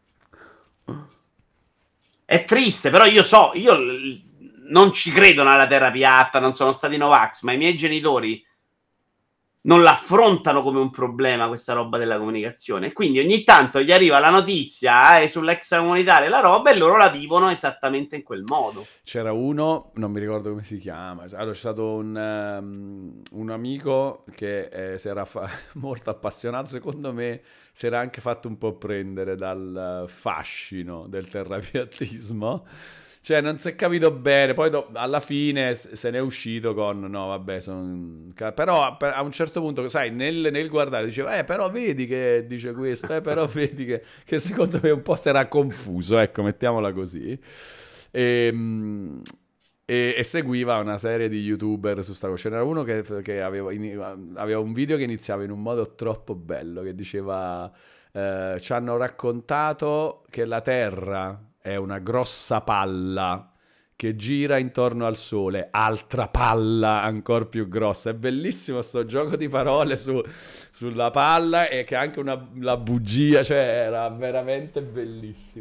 È triste, però io so, io l- non ci credo nella terra piatta, non sono stati Novax, ma i miei genitori non l'affrontano come un problema questa roba della comunicazione. E quindi ogni tanto gli arriva la notizia eh, sull'extracomunitaria la roba e loro la vivono esattamente in quel modo. C'era uno, non mi ricordo come si chiama, allora c'è stato un, um, un amico che eh, si era fa- molto appassionato, secondo me si era anche fatto un po' prendere dal fascino del terrapiattismo. Cioè, non si è capito bene. Poi do- alla fine s- se n'è uscito con no, vabbè, son... ca- però per- a un certo punto, sai, nel, nel guardare diceva, eh, però vedi che dice questo, eh, però vedi che, che secondo me un po' si era confuso, ecco, mettiamola così. E, mm, e- e seguiva una serie di youtuber su sta cosa. Ce n'era uno che, che aveva, in- aveva un video che iniziava in un modo troppo bello, che diceva, eh, ci hanno raccontato che la Terra è una grossa palla che gira intorno al sole, altra palla ancora più grossa. È bellissimo sto gioco di parole su, sulla palla e che è anche una, la bugia, cioè era veramente bellissimo.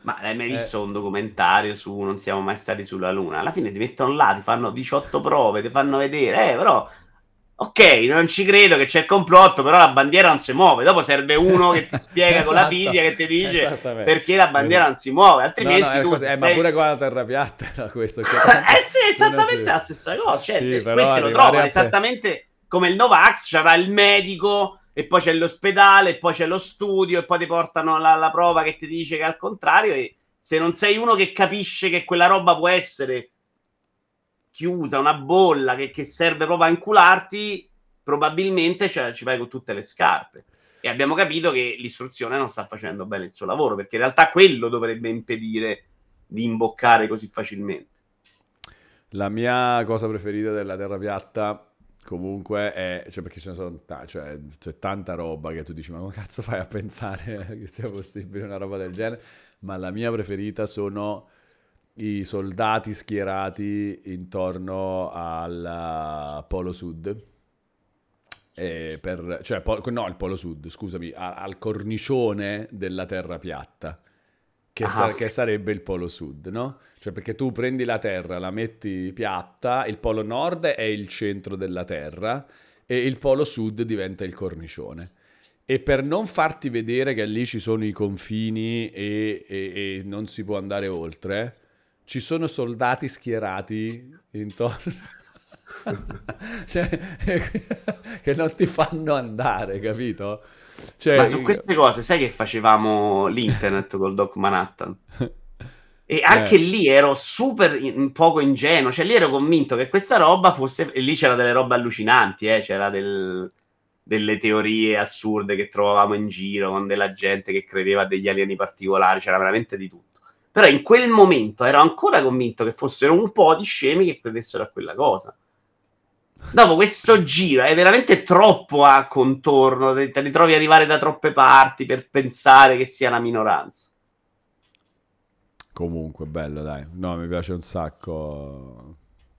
Ma hai mai Eh, visto un documentario su Non siamo mai stati sulla Luna? Alla fine ti mettono là, ti fanno diciotto prove, ti fanno vedere, eh, però... Ok, non ci credo che c'è il complotto, però la bandiera non si muove. Dopo serve uno che ti spiega con la esatto, fisica, che ti dice esattamente. perché la bandiera Esatto. non si muove, No, no, altrimenti è tu... così, se eh, ma stai- pure qua la terra piatta era questo. Che tanto Eh sì, uno esattamente si- la stessa cosa. Cioè, Sì, eh, però questi lo arrivare trovano a pe- esattamente come il Novax, c'era il medico, e poi c'è l'ospedale, e poi c'è lo studio, e poi ti portano la, la prova che ti dice che è al contrario. E se non sei uno che capisce che quella roba può essere chiusa, una bolla che, che serve proprio a incularti, probabilmente cioè, ci vai con tutte le scarpe. E abbiamo capito che l'istruzione non sta facendo bene il suo lavoro, perché in realtà quello dovrebbe impedire di imboccare così facilmente. La mia cosa preferita della terra piatta comunque è, cioè perché ce ne sono ta- cioè, c'è tanta roba che tu dici ma come cazzo fai a pensare che sia possibile una roba del genere? Ma la mia preferita sono i soldati schierati intorno al Polo Sud. Eh, per, cioè, po- no, il Polo Sud, scusami, a- al cornicione della terra piatta, che, Ah, sa- ok. che sarebbe il Polo Sud, no? Cioè, perché tu prendi la terra, la metti piatta, il Polo Nord è il centro della terra e il Polo Sud diventa il cornicione. E per non farti vedere che lì ci sono i confini e, e- e non si può andare oltre, ci sono soldati schierati intorno. Cioè, che non ti fanno andare, capito? Cioè, Ma su queste cose, sai che facevamo l'internet col Doc Manhattan? E anche eh, lì ero super in- poco ingenuo, cioè lì ero convinto che questa roba fosse... E lì c'era delle robe allucinanti, eh? C'era del- delle teorie assurde che trovavamo in giro, con della gente che credeva a degli alieni particolari, c'era veramente di tutto. Però in quel momento ero ancora convinto che fossero un po' di scemi che credessero a quella cosa. Dopo questo giro è veramente troppo a contorno, te te ne trovi arrivare da troppe parti per pensare che sia una minoranza. comunque, bello, dai. No, mi piace un sacco.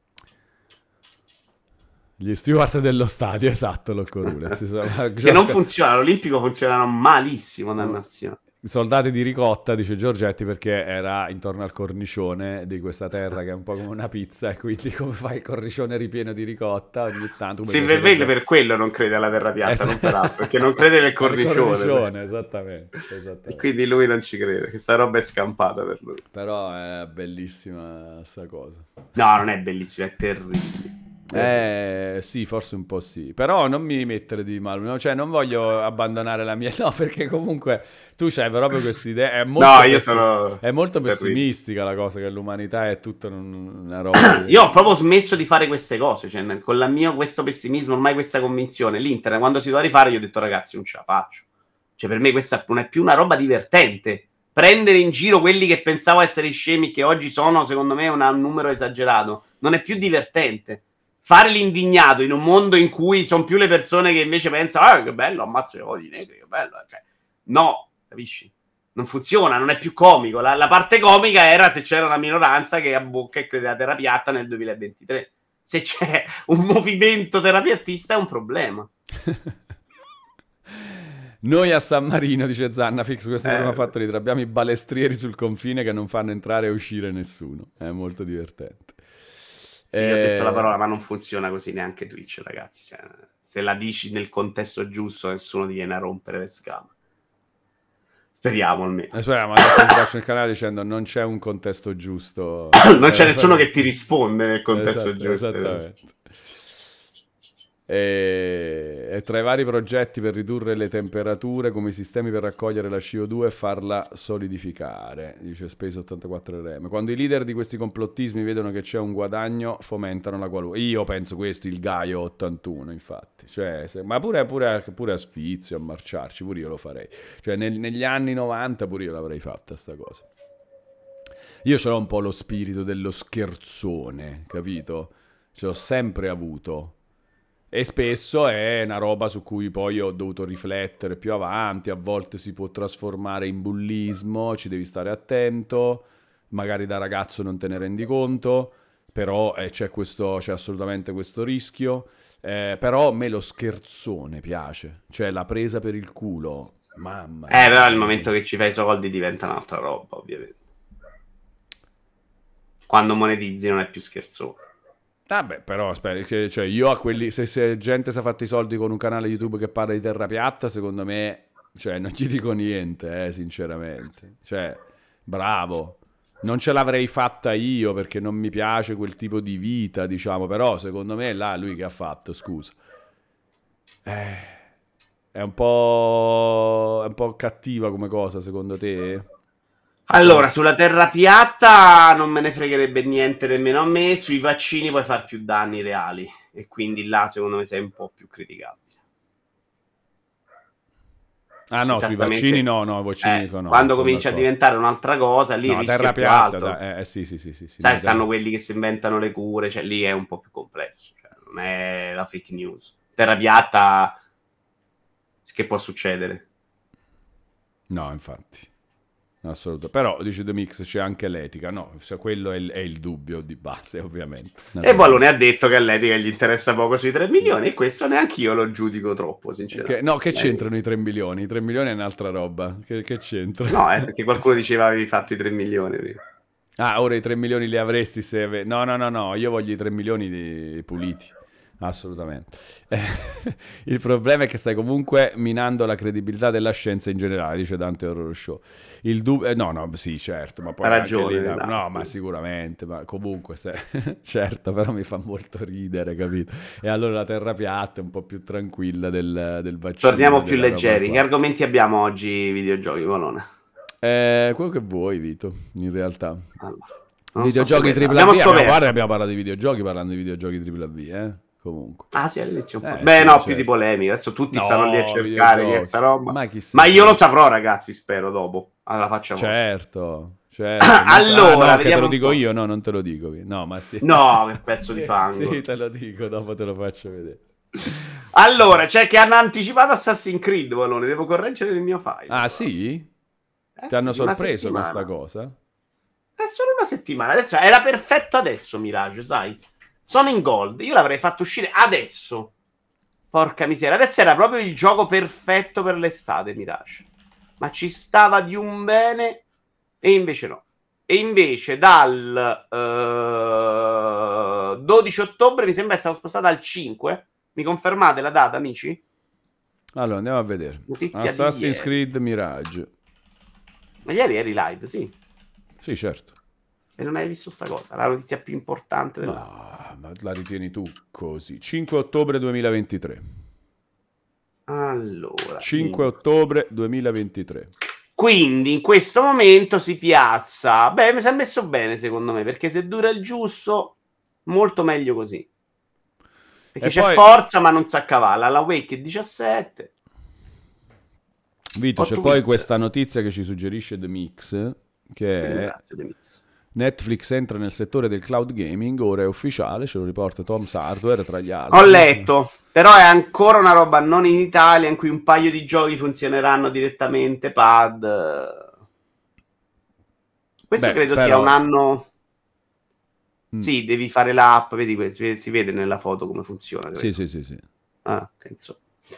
Gli steward dello stadio, esatto, Loccorulez. Si sono- Che non gioca- funziona, all'Olimpico funzionano malissimo, No. dannazione. Soldati di ricotta, dice Giorgetti, perché era intorno al cornicione di questa terra che è un po' come una pizza, e quindi come fai il cornicione ripieno di ricotta ogni tanto, come Si piacerebbe- vede per quello non crede alla terra piatta, Esatto. non per altro, perché non crede nel Al cornicione. cornicione, esattamente, E esattamente. quindi lui non ci crede, questa roba è scampata per lui. Però è bellissima sta cosa. No, non è bellissimo, è terribile. Eh, sì, forse un po' sì. Però non mi mettere di male, no? Cioè non voglio abbandonare la mia... No, perché comunque tu c'hai proprio questa idea. È molto, No, io pessi- sono è molto terribile. pessimistica la cosa, che l'umanità è tutta un- una roba... di- Io ho proprio smesso di fare queste cose, cioè con la mia, questo pessimismo, ormai questa convinzione, l'Inter quando si doveva rifare, io ho detto ragazzi non ce la faccio. Cioè per me questa non è più una roba divertente. Prendere in giro quelli che pensavo essere scemi, che oggi sono secondo me un numero esagerato, non è più divertente. Fare l'indignato in un mondo in cui sono più le persone che invece pensano ah che bello, ammazzo i oh, negri, che bello. Cioè, no, capisci? Non funziona, non è più comico. La, la parte comica era se c'era una minoranza che a bocca e crede alla terra piatta nel duemilaventitré. Se c'è un movimento terapiattista è un problema. Noi a San Marino, dice Zannafix, questo Eh, mi ha fatto ridere, abbiamo i balestrieri sul confine che non fanno entrare e uscire nessuno. È molto divertente. Sì, ho detto la Eh, parola, ma non funziona così neanche Twitch, ragazzi. Cioè, se la dici nel contesto giusto, nessuno ti viene a rompere le scale. Speriamo almeno. eh, speriamo, adesso mi faccio il canale dicendo non c'è un contesto giusto. Non c'è Eh, nessuno che ti risponde nel contesto esatto, giusto. esattamente. E, e tra i vari progetti per ridurre le temperature, come i sistemi per raccogliere la C O due e farla solidificare, dice Space ottantaquattro R M. Quando i leader di questi complottismi vedono che c'è un guadagno, fomentano la qualunque. Io penso questo, il Gaio ottantuno, infatti. Cioè, se- ma pure, pure, pure a sfizio, a marciarci, pure io lo farei. Cioè, nel- negli anni novanta pure io l'avrei fatta sta cosa. Io ce l'ho un po' lo spirito dello scherzone, capito? Ce l'ho sempre avuto. E spesso è una roba su cui poi ho dovuto riflettere più avanti, a volte si può trasformare in bullismo, ci devi stare attento, magari da ragazzo non te ne rendi conto, però eh, c'è, questo, c'è assolutamente questo rischio, eh, però a me lo scherzone piace, cioè la presa per il culo, mamma Eh, però mia. al momento che ci fai i soldi diventa un'altra roba, ovviamente. quando monetizzi non è più scherzoso. Vabbè, però aspetta, che- cioè io a quelli, se, se gente si è fatto i soldi con un canale YouTube che parla di terra piatta, secondo me, cioè non gli dico niente, eh, sinceramente. Cioè, bravo. Non ce l'avrei fatta io perché non mi piace quel tipo di vita, diciamo, però secondo me là lui che ha fatto, scusa. Eh, è un po', è un po' cattiva come cosa, secondo te? Allora, sulla terra piatta non me ne fregherebbe niente nemmeno a me, sui vaccini puoi far più danni reali e quindi là secondo me sei un po' più criticabile. Ah no, sui Esattamente. vaccini no, no, i vaccini Eh, dico no, quando sono comincia a d'accordo. diventare un'altra cosa, lì il No, rischio terra è più piatta, alto. da- eh, eh, sì, sì, sì, sì, sì, Sai, no, stanno terra- quelli che si inventano le cure, cioè lì è un po' più complesso, cioè, non è la fake news. Terra piatta, che può succedere? No, infatti. Assolutamente. Però, dice The Mix, c'è anche l'etica. No, cioè, quello è il, è il dubbio di base, ovviamente. E Bollone ha detto che all'etica gli interessa poco sui tre milioni e questo neanche io lo giudico troppo, sinceramente. Che- no, che Eh, c'entrano i tre milioni? I tre milioni è un'altra roba. Che, che c'entra? No, è perché qualcuno diceva avevi fatto i tre milioni prima. Ah, ora i tre milioni li avresti se... ave- No, no, no, no, io voglio i tre milioni di puliti. Assolutamente. Eh, il problema è che stai comunque minando la credibilità della scienza in generale, dice Dante Horror Show. Il du- eh, no, no, sì, certo, ma poi Ha anche ragione, lì da- Dante. no, ma sicuramente, ma comunque, stai- certo, però mi fa molto ridere, capito? E allora la terra piatta è un po' più tranquilla del, del vaccino. Torniamo più della roba leggeri. qua. Che argomenti abbiamo oggi, videogiochi, Bolone? Eh, quello che vuoi, Vito, in realtà. Allora, non Videogiochi so se- tripla A abbiamo V, abbiamo, scoperto. guarda, abbiamo parlato di videogiochi parlando di videogiochi tripla A V, eh? Comunque. Ah sì, all'inizio un po'. Eh, Beh, sì, no, certo. più di polemica. Adesso tutti No, stanno lì a cercare videogiochi. questa roba. Ma chi se Ma ne io lo frega. saprò, ragazzi, spero dopo. Alla faccia vostra. Certo, certo. Allora, ah, no, che te vediamo lo un dico po'. io? No, non te lo dico. No, ma sì. No, che pezzo di fango. Sì, te lo dico, dopo te lo faccio vedere. Allora, c'è che hanno anticipato Assassin's Creed, Bolone. Devo correggere il mio file. Ah, sì? Eh Ti hanno sì, una sorpreso con settimana. sta cosa? È solo una settimana. Adesso era perfetto adesso, Mirage, sai? Sono in gold. Io l'avrei fatto uscire adesso. Porca miseria. Adesso era proprio il gioco perfetto per l'estate, Mirage. Ma ci stava di un bene e invece no. E invece dal eh, dodici ottobre mi sembra essere spostato al cinque. Mi confermate la data, amici? Allora, andiamo a vedere. Notizia di Assassin's ieri. Creed Mirage. Ma ieri eri live, sì. Sì, certo. E non hai visto sta cosa. La notizia più importante dell'anno. No, ma la ritieni tu così. cinque ottobre duemilaventitré. Allora. cinque inizio. ottobre duemilaventitré. Quindi in questo momento si piazza. Beh, mi si è messo bene secondo me, perché se dura il giusto, molto meglio così. Perché E c'è poi- forza, ma non si accavalla. La Wake è diciassette. Vito, c'è Hot poi Wheels. questa notizia che ci suggerisce The Mix, che è Grazie, De Mix. Netflix entra nel settore del cloud gaming, ora è ufficiale, ce lo riporta Tom's Hardware tra gli altri. Ho letto, però è ancora una roba non in Italia in cui un paio di giochi funzioneranno direttamente pad. Questo Beh, credo però- sia un anno. Mm. Sì, devi fare l'app, vedi, que- si vede, si vede nella foto come funziona. credo. Sì, sì, sì, sì. Ah, penso.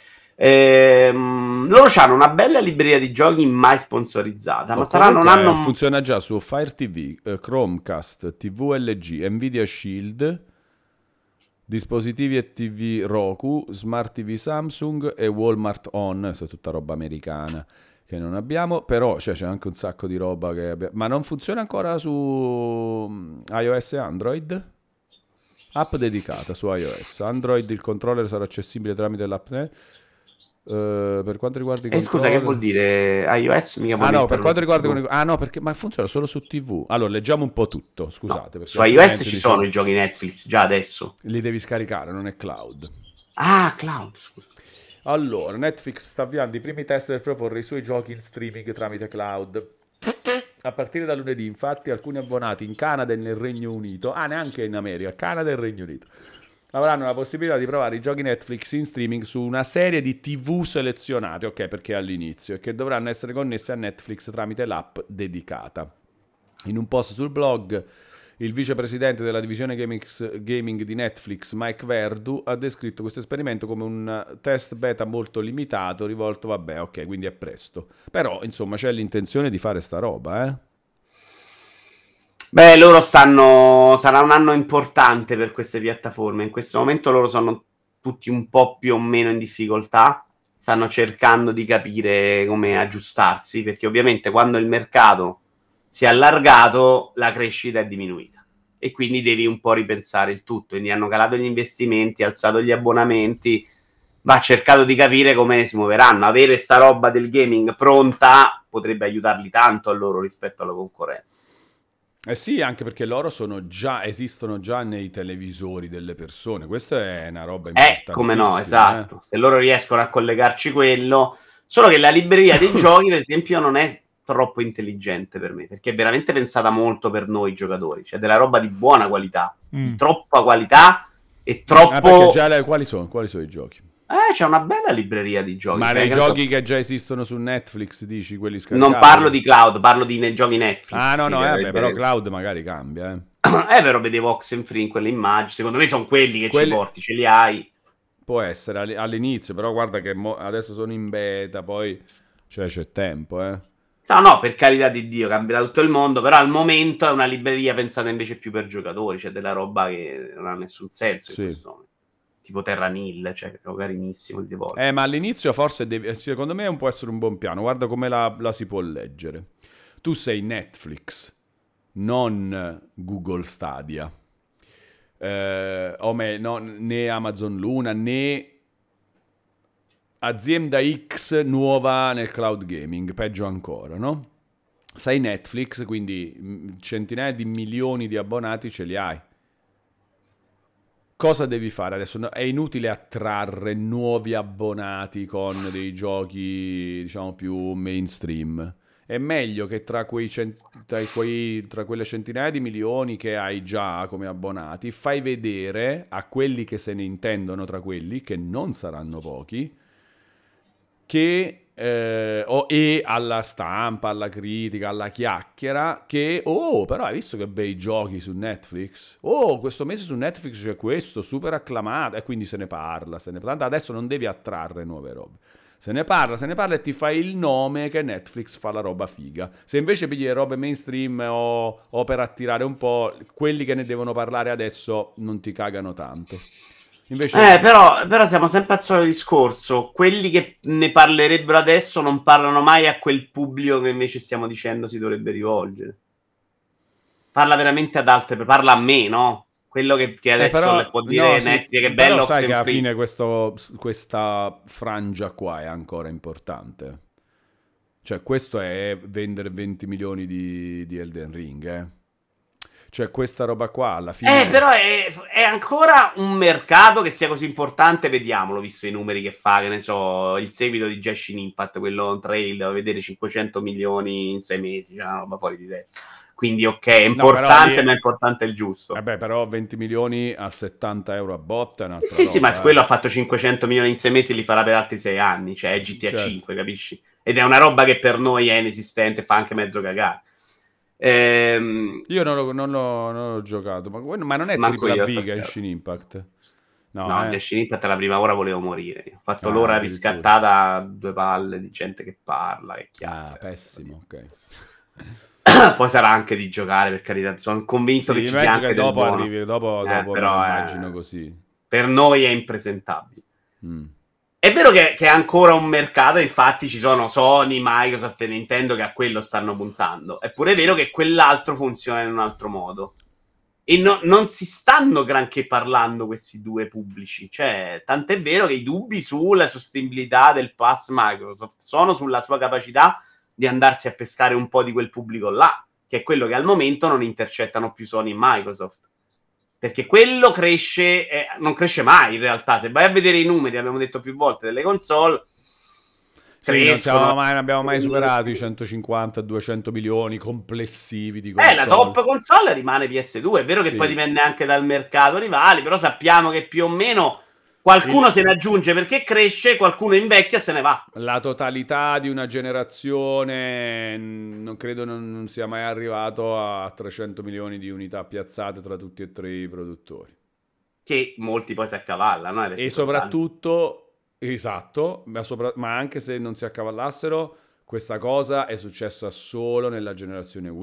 Ehm, loro hanno una bella libreria di giochi mai sponsorizzata, ma Oh, saranno un comunque, anno. eh, funziona già su Fire T V, eh, Chromecast, T V L G, Nvidia Shield, dispositivi e T V Roku, Smart T V Samsung e Walmart On, questa è tutta roba americana che non abbiamo, però cioè, c'è anche un sacco di roba che abbiamo. Ma non funziona ancora su mm, iOS e Android? App dedicata su iOS. Android il controller sarà accessibile tramite l'app. eh, eh, per quanto riguarda i Eh, scusa, che controller... vuol dire iOS? Mica Ah vuol no, dire per quanto riguarda T V. con i- ah no, perché ma funziona solo su T V. Allora, leggiamo un po' tutto, scusate, No, perché su iOS altrimenti ci dici- sono i giochi Netflix già adesso. li devi scaricare, non è cloud. Ah, cloud, scusa. Allora, Netflix sta avviando i primi test per proporre i suoi giochi in streaming tramite cloud. A partire da lunedì, infatti, alcuni abbonati in Canada e nel Regno Unito, ah, neanche in America, Canada e Regno Unito, avranno la possibilità di provare i giochi Netflix in streaming su una serie di T V selezionate, ok, perché è all'inizio, e che dovranno essere connesse a Netflix tramite l'app dedicata. In un post sul blog, il vicepresidente della divisione gaming, gaming di Netflix, Mike Verdu, ha descritto questo esperimento come un test beta molto limitato, rivolto, vabbè, ok, quindi è presto. Però, insomma, c'è l'intenzione di fare sta roba, eh? Beh, loro stanno. Sarà un anno importante per queste piattaforme. In questo momento loro sono tutti un po' più o meno in difficoltà. Stanno cercando di capire come aggiustarsi, perché ovviamente quando il mercato si è allargato, la crescita è diminuita. E quindi devi un po' ripensare il tutto. Quindi hanno calato gli investimenti, alzato gli abbonamenti. Va cercato di capire come si muoveranno. Avere sta roba del gaming pronta potrebbe aiutarli tanto a loro rispetto alla concorrenza. Eh sì, anche perché loro sono già, esistono già nei televisori delle persone. Questa è una roba Eh, come no, importantissima. esatto. Se loro riescono a collegarci quello. Solo che la libreria dei giochi, per esempio, non è troppo intelligente per me, perché è veramente pensata molto per noi giocatori. Cioè della roba di buona qualità, Mm. di troppa qualità e Ah, perché troppo... già le- quali sono? Quali sono i giochi? Eh, c'è una bella libreria di giochi. Ma Cioè, nei che ne so- giochi che già esistono su Netflix, dici, quelli scaricati? Non parlo di cloud, parlo di nei giochi Netflix. Ah, no, sì, no, che eh, avrebbe- vabbè, però cloud magari cambia, eh. Eh, però vedevo Oxenfree in quelle immagini. Secondo me sono quelli che Quelli- ci porti, ce li hai. Può essere all- all'inizio, però guarda che mo- adesso sono in beta, poi cioè, c'è tempo, eh. No, no, per carità di Dio, cambierà tutto il mondo, però al momento è una libreria pensata invece più per giocatori, c'è della roba che non ha nessun senso in Sì. questo momento. Tipo Terra Nil, cioè, che è carinissimo di volte. Eh, ma all'inizio forse devi, secondo me può essere un buon piano. Guarda come la, la si può leggere. Tu sei Netflix, non Google Stadia, eh, o me, no, né Amazon Luna, né azienda X nuova nel cloud gaming, peggio ancora, no? Sei Netflix, quindi mh, centinaia di milioni di abbonati ce li hai. Cosa devi fare adesso? No, è inutile attrarre nuovi abbonati con dei giochi, diciamo, più mainstream. È meglio che tra, quei cent- tra, quei, tra quelle centinaia di milioni che hai già come abbonati, fai vedere a quelli che se ne intendono tra quelli, che non saranno pochi, che eh, o- e alla stampa, alla critica, alla chiacchiera, che oh, però hai visto che bei giochi su Netflix? Oh, questo mese su Netflix c'è questo, super acclamato, e quindi se ne parla, se ne tanto adesso non devi attrarre nuove robe. Se ne parla, se ne parla e ti fai il nome che Netflix fa la roba figa. Se invece pigli le robe mainstream o, o per attirare un po', quelli che ne devono parlare adesso non ti cagano tanto. Invece Eh, però, però siamo sempre al solito discorso. Quelli che ne parlerebbero adesso non parlano mai a quel pubblico che invece stiamo dicendo si dovrebbe rivolgere. Parla veramente ad altre, parla a me, no? Quello che, che Eh, adesso però, le può dire no, sì, Netflix che è però bello sai che alla Oxenfree. fine questo, questa frangia qua è ancora importante. Cioè, questo è vendere venti milioni di, di Elden Ring, eh. Cioè, questa roba qua alla fine... Eh, però è, è ancora un mercato che sia così importante, vediamolo, visto i numeri che fa, che ne so, il seguito di Genshin Impact, quello on trail, da vedere cinquecento milioni in sei mesi, cioè una roba fuori di testa. Quindi ok, è No, però importante, lì- ma è importante il giusto. Vabbè, però venti milioni a settanta euro a botta è un'altra Sì, sì, roba, ma eh. quello ha fatto cinquecento milioni in sei mesi e li farà per altri sei anni, cioè è G T A Certo. cinque, capisci? Ed è una roba che per noi è inesistente, fa anche mezzo cagare. Ehm, Io non l'ho, non l'ho- non l'ho giocato, ma, ma non è Manco tripla io ho V toccato. Genshin Impact? No, no, eh. Genshin Impact la prima ora volevo morire. Ho fatto Ah, l'ora addirittura. riscattata a due palle di gente che parla, che Ah, chiacchiera. pessimo, ok. Poi sarà anche di giocare, per carità. Sono convinto Sì, che ci penso sia anche che del dopo buono. arrivi, dopo, Eh, dopo me però, lo eh, immagino così. Per noi è impresentabile. Mm. È vero che, che è ancora un mercato, infatti ci sono Sony, Microsoft e Nintendo che a quello stanno puntando. È pure vero che quell'altro funziona in un altro modo. E no- non si stanno granché parlando questi due pubblici. Cioè, tant'è vero che i dubbi sulla sostenibilità del pass Microsoft sono sulla sua capacità di andarsi a pescare un po' di quel pubblico là, che è quello che al momento non intercettano più Sony e Microsoft. Perché quello cresce, eh, non cresce mai in realtà. Se vai a vedere i numeri, abbiamo detto più volte, delle console, Sì, non, siamo crescono. mai, non abbiamo mai superato i centocinquanta duecento milioni complessivi di Eh, console. la top console rimane P S due. È vero che Sì. poi dipende anche dal mercato rivali, però sappiamo che più o meno qualcuno Il- se ne aggiunge perché cresce, qualcuno invecchia e se ne va. La totalità di una generazione mh, non credo non, non sia mai arrivato a trecento milioni di unità piazzate tra tutti e tre i produttori. Che molti poi si accavallano. Eh, perché E sono soprattutto, esatto, ma, sopra- ma anche se non si accavallassero, questa cosa è successa solo nella generazione Wii.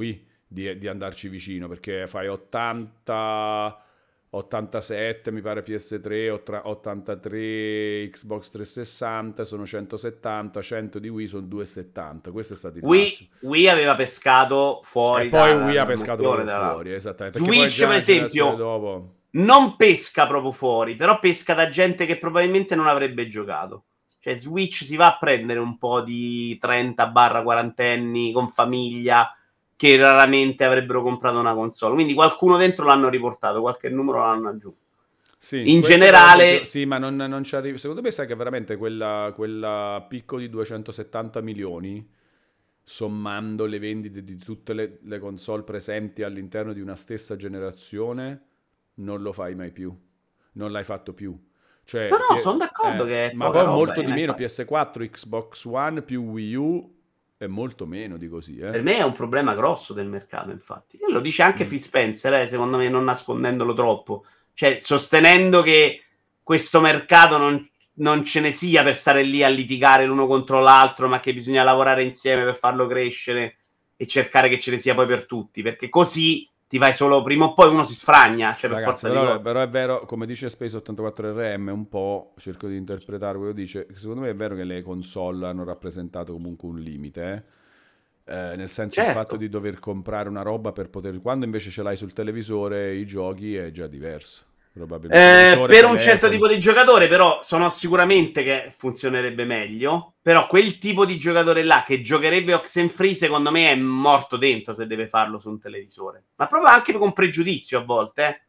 di, di andarci vicino, perché fai ottanta, ottantasette mi pare P S tre, otta- ottantatré Xbox trecentosessanta, sono centosettanta, cento di Wii sono duecentosettanta, questo è stato il massimo. Wii, Wii aveva pescato E fuori poi da, Wii ha dal pescato montone, proprio tra l'altro. fuori, esattamente, perché poi Switch, già per una generazione esempio, dopo... non pesca proprio fuori, però pesca da gente che probabilmente non avrebbe giocato. Cioè, Switch si va a prendere un po' di trenta quarantenni con famiglia che raramente avrebbero comprato una console. Quindi qualcuno dentro l'hanno riportato, qualche numero l'hanno aggiunto. Sì, In questo per esempio, generale, sì, ma non, non ci arrivi. Secondo me sai che veramente quella, quella picco di duecentosettanta milioni, sommando le vendite di tutte le, le console presenti all'interno di una stessa generazione, non lo fai mai più. Non l'hai fatto più. no, Cioè, no, P- sono d'accordo eh, che è ma poca poi roba. molto Eh, di ma meno, infatti, P S quattro, Xbox One più Wii U è molto meno di così, eh. per me è un problema grosso del mercato, infatti. E lo dice anche Mm. Phil Spencer, eh, secondo me, non nascondendolo troppo. Cioè, sostenendo che questo mercato non, non ce ne sia per stare lì a litigare l'uno contro l'altro, ma che bisogna lavorare insieme per farlo crescere e cercare che ce ne sia poi per tutti. Perché così ti vai solo... Prima o poi uno si sfragna, cioè per Ragazzi, forza di però, cose. però è vero, come dice Space ottantaquattro R M, un po' cerco di interpretare quello che dice, secondo me è vero che le console hanno rappresentato comunque un limite, eh? Eh, nel senso il fatto Certo. di dover comprare una roba per poter... Quando invece ce l'hai sul televisore, i giochi è già diverso, probabilmente. Eh, Televisore, per un certo telefono. tipo di giocatore, però, sono sicuramente che funzionerebbe meglio. Però quel tipo di giocatore là che giocherebbe Oxenfree, secondo me, è morto dentro se deve farlo su un televisore. Ma proprio anche con pregiudizio a volte, eh.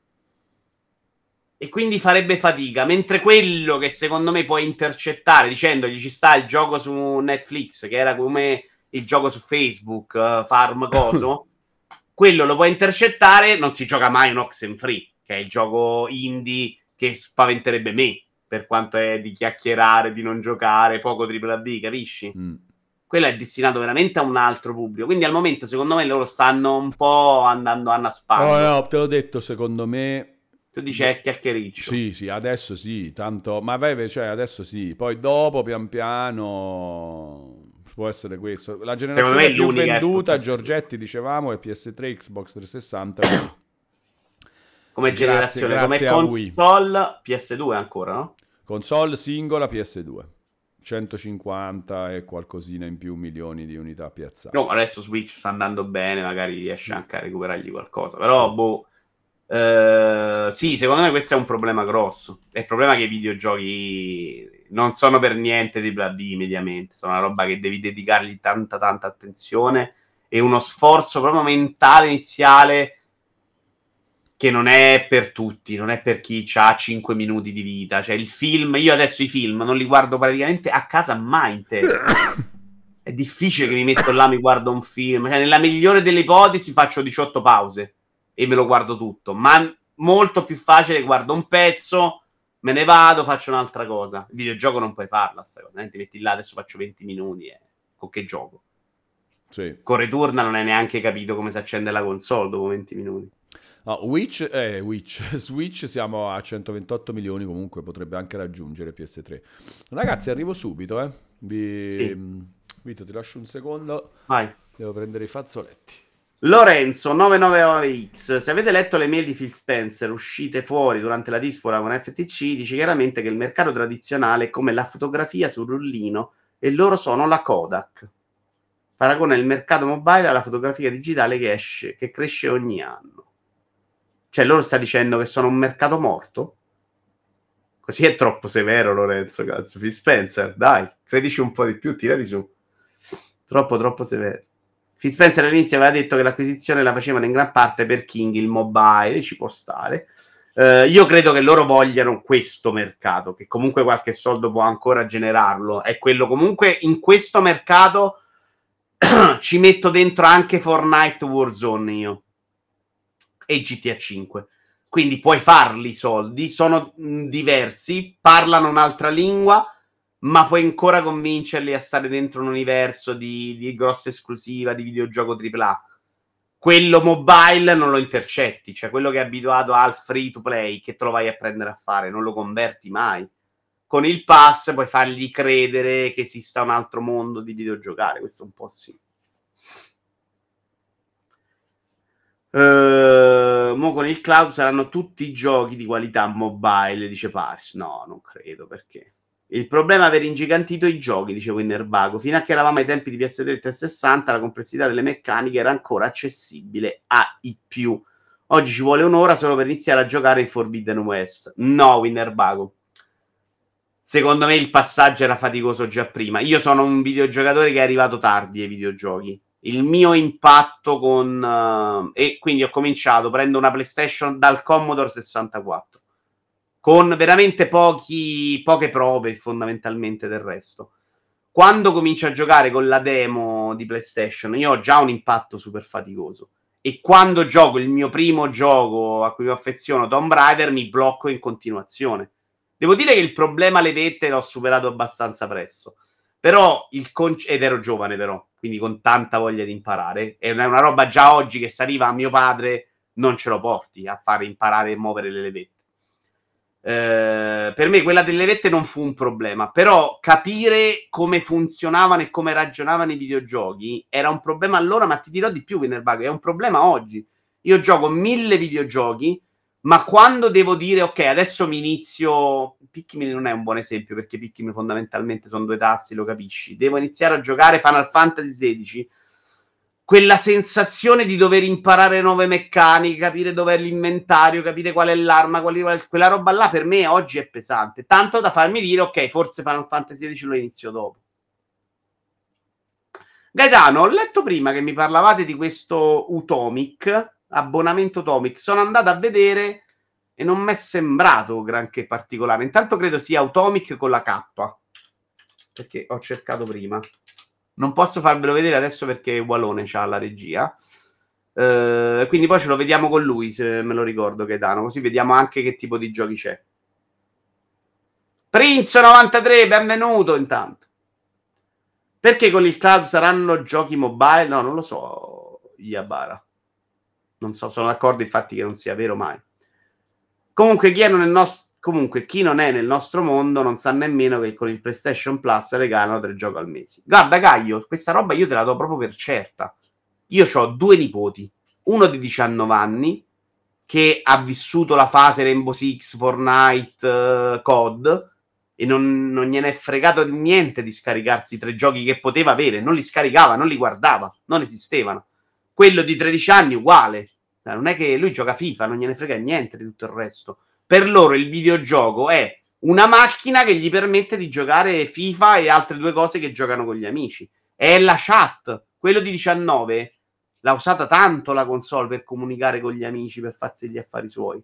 E quindi farebbe fatica. Mentre quello che secondo me puoi intercettare dicendogli ci sta il gioco su Netflix, che era come il gioco su Facebook, uh, Farm Coso, quello lo puoi intercettare, non si gioca mai un Oxenfree, che è il gioco indie che spaventerebbe me, per quanto è di chiacchierare, di non giocare, poco tripla A D, capisci? Mm. Quello è destinato veramente a un altro pubblico. Quindi al momento, secondo me, loro stanno un po' andando a Oh naspando. no, te l'ho detto, secondo me... Tu dici do- è chiacchiericcio. Sì, sì, adesso sì, tanto... Ma vai, cioè, adesso sì, poi dopo, pian piano... Può essere questo. La Secondo me è generazione più l'unica è venduta, tutta fiducia. Giorgetti, dicevamo, è P S tre, Xbox trecentosessanta, Wii. Come Grazie, generazione, come grazie a Wii. console P S due ancora, no? Console singola P S due. centocinquanta e qualcosina in più milioni di unità piazzate. No, adesso Switch sta andando bene, magari riesce Sì, anche a recuperargli qualcosa. sì. Però, boh, eh, sì, secondo me questo è un problema grosso. È il problema che i videogiochi non sono per niente tripla A D mediamente. Sono una roba che devi dedicargli tanta, tanta attenzione e uno sforzo proprio mentale iniziale che non è per tutti, non è per chi ha cinque minuti di vita. Cioè, il film, io adesso i film non li guardo praticamente a casa mai interi. È difficile che mi metto là, mi guardo un film. Cioè, nella migliore delle ipotesi faccio diciotto pause e me lo guardo tutto. Ma molto più facile che guardo un pezzo, me ne vado, faccio un'altra cosa. Il videogioco non puoi farla, sta cosa. Ti metti là, adesso faccio venti minuti e con che gioco? Sì. Con Return non hai neanche capito come si accende la console dopo venti minuti. No, Witch, eh, Witch, Switch siamo a centoventotto milioni, comunque potrebbe anche raggiungere P S tre. Ragazzi, arrivo subito, eh. Vi... Sì, Vito, ti lascio un secondo, vai. devo prendere i fazzoletti. Lorenzo nove nove nove X, se avete letto le mail di Phil Spencer uscite fuori durante la dispora con F T C, dice chiaramente che il mercato tradizionale è come la fotografia sul rullino e loro sono la Kodak. Paragona il mercato mobile alla fotografia digitale che esce, che cresce ogni anno. Cioè, loro sta dicendo che sono un mercato morto? Così è troppo severo, Lorenzo, cazzo. Phil Spencer, dai, credici un po' di più, tirati su. Troppo, troppo severo. Phil Spencer all'inizio aveva detto che l'acquisizione la facevano in gran parte per King, il mobile, ci può stare. Uh, io credo che loro vogliano questo mercato, che comunque qualche soldo può ancora generarlo. È quello comunque in questo mercato ci metto dentro anche Fortnite Warzone io e G T A cinque. Quindi puoi farli i soldi, sono mh, diversi, parlano un'altra lingua, ma puoi ancora convincerli a stare dentro un universo di, di grossa esclusiva, di videogioco tripla A. Quello mobile non lo intercetti, cioè quello che è abituato al free to play, che te lo vai a prendere a fare, non lo converti mai. Con il pass puoi fargli credere che esista un altro mondo di videogiocare, questo un po' sì. Uh, mo con il cloud saranno tutti giochi di qualità mobile, dice Paris. No, non credo, perché il problema è aver ingigantito i giochi, dice Winnerbago. Fino a che eravamo ai tempi di P S tre e trecentosessanta, la complessità delle meccaniche era ancora accessibile ai più. Oggi ci vuole un'ora solo per iniziare a giocare in Forbidden West. No, Winnerbago. Secondo me il passaggio era faticoso già prima. Io sono un videogiocatore che è arrivato tardi ai videogiochi. Il mio impatto con... Uh, e quindi ho cominciato, prendo una PlayStation dal Commodore sessantaquattro, con veramente pochi, poche prove fondamentalmente del resto. Quando comincio a giocare con la demo di PlayStation, io ho già un impatto super faticoso. E quando gioco il mio primo gioco a cui mi affeziono, Tomb Raider, mi blocco in continuazione. Devo dire che il problema le vette l'ho superato abbastanza presto. Però il conc- ed ero giovane però, quindi con tanta voglia di imparare. È una, una roba già oggi che se arriva a mio padre non ce lo porti a fare imparare e muovere le levette. Eh, per me quella delle levette non fu un problema, però capire come funzionavano e come ragionavano i videogiochi era un problema allora, ma ti dirò di più, Winnerbago, è un problema oggi. Io gioco mille videogiochi, ma quando devo dire ok, adesso mi inizio, Pikmin non è un buon esempio perché Pikmin fondamentalmente sono due tasti, lo capisci, devo iniziare a giocare Final Fantasy sedici, quella sensazione di dover imparare nuove meccaniche, capire dov'è l'inventario, capire qual è l'arma, qual è... quella roba là per me oggi è pesante, tanto da farmi dire ok, forse Final Fantasy sedici lo inizio dopo. Gaetano, ho letto prima che mi parlavate di questo Utomic, abbonamento Utomic, sono andato a vedere e non mi è sembrato granché particolare. Intanto credo sia Utomic con la K, perché ho cercato prima. Non posso farvelo vedere adesso perché Wallone c'ha la regia. Uh, quindi poi ce lo vediamo con lui, se me lo ricordo, Gaetano, così vediamo anche che tipo di giochi c'è. Prince novantatré, benvenuto intanto. Perché con il cloud saranno giochi mobile? No, non lo so, Iabara. Non so, sono d'accordo infatti che non sia vero mai. Comunque chi, è nel nostro, comunque chi non è nel nostro mondo non sa nemmeno che con il PlayStation Plus regalano tre giochi al mese. Guarda Gaio, questa roba io te la do proprio per certa. Io ho due nipoti, uno di diciannove anni che ha vissuto la fase Rainbow Six, Fortnite, uh, C O D, e non, non gliene è fregato niente di scaricarsi tre giochi che poteva avere, non li scaricava, non li guardava, non esistevano. Quello di tredici anni uguale, non è che lui gioca FIFA, non gliene frega niente di tutto il resto. Per loro il videogioco è una macchina che gli permette di giocare FIFA e altre due cose che giocano con gli amici. È la chat. Quello di diciannove l'ha usata tanto la console per comunicare con gli amici, per farsi gli affari suoi.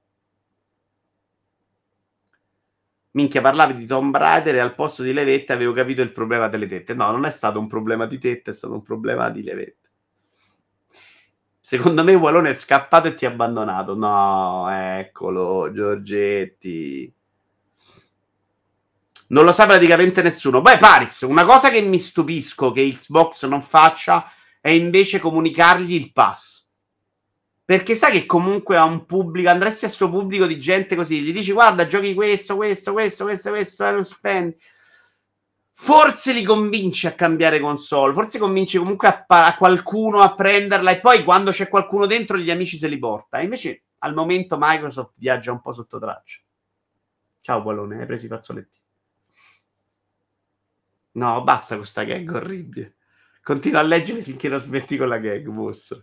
Minchia, parlavi di Tomb Raider e al posto di levette avevo capito il problema delle tette. No, non è stato un problema di tette, è stato un problema di levette. Secondo me Wallone è scappato e ti ha abbandonato. No, eccolo, Giorgetti. Non lo sa praticamente nessuno. Beh, Paris, una cosa che mi stupisco che Xbox non faccia è invece comunicargli il pass. Perché sai che comunque ha un pubblico, andresti al suo pubblico di gente così, gli dici guarda, giochi questo, questo, questo, questo, questo, e non spendi. Forse li convinci a cambiare console, forse convinci comunque a, a qualcuno a prenderla e poi quando c'è qualcuno dentro gli amici se li porta. Invece al momento Microsoft viaggia un po' sotto traccia. Ciao Pallone, hai preso i fazzoletti? No, basta con questa gag orribile. Continua a leggere finché non smetti con la gag, mostro.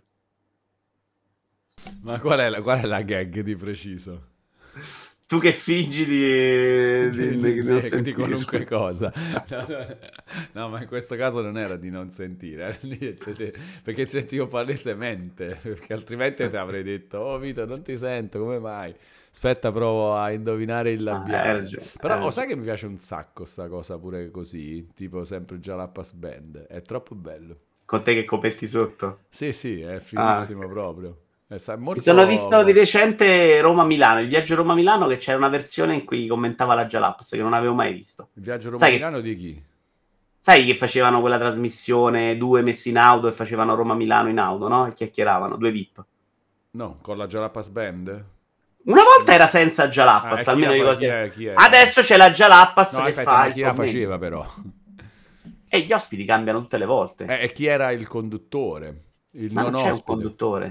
Ma qual è la, qual è la gag di preciso? Tu che fingi di, di, di, di, di, di qualunque cosa. No, no, no, ma in questo caso non era di non sentire, eh? Perché sentivo palesemente, perché altrimenti ti avrei detto oh Vito non ti sento, come mai? Aspetta, provo a indovinare il labiale. Ah, però oh, sai che mi piace un sacco sta cosa pure così, tipo sempre Jalapas Band, è troppo bello. Con te che copetti sotto? Sì, sì, è fighissimo ah, proprio. Molto... Mi sono visto di recente Roma-Milano, il viaggio Roma-Milano, che c'era una versione in cui commentava la Jalaps che non avevo mai visto. Il viaggio Roma-Milano di chi? Sai che facevano quella trasmissione, due messi in auto e facevano Roma-Milano in auto, no? E chiacchieravano, due V I P. No, con la Jalapas Band? Una volta era senza Jalapas, ah, almeno di cose. Chi è, chi è? Adesso c'è la Jalapas no, che aspetta, fa ma chi la faceva però? E gli ospiti cambiano tutte le volte. Eh, e chi era il conduttore? Il ma non non c'è ospite. un conduttore.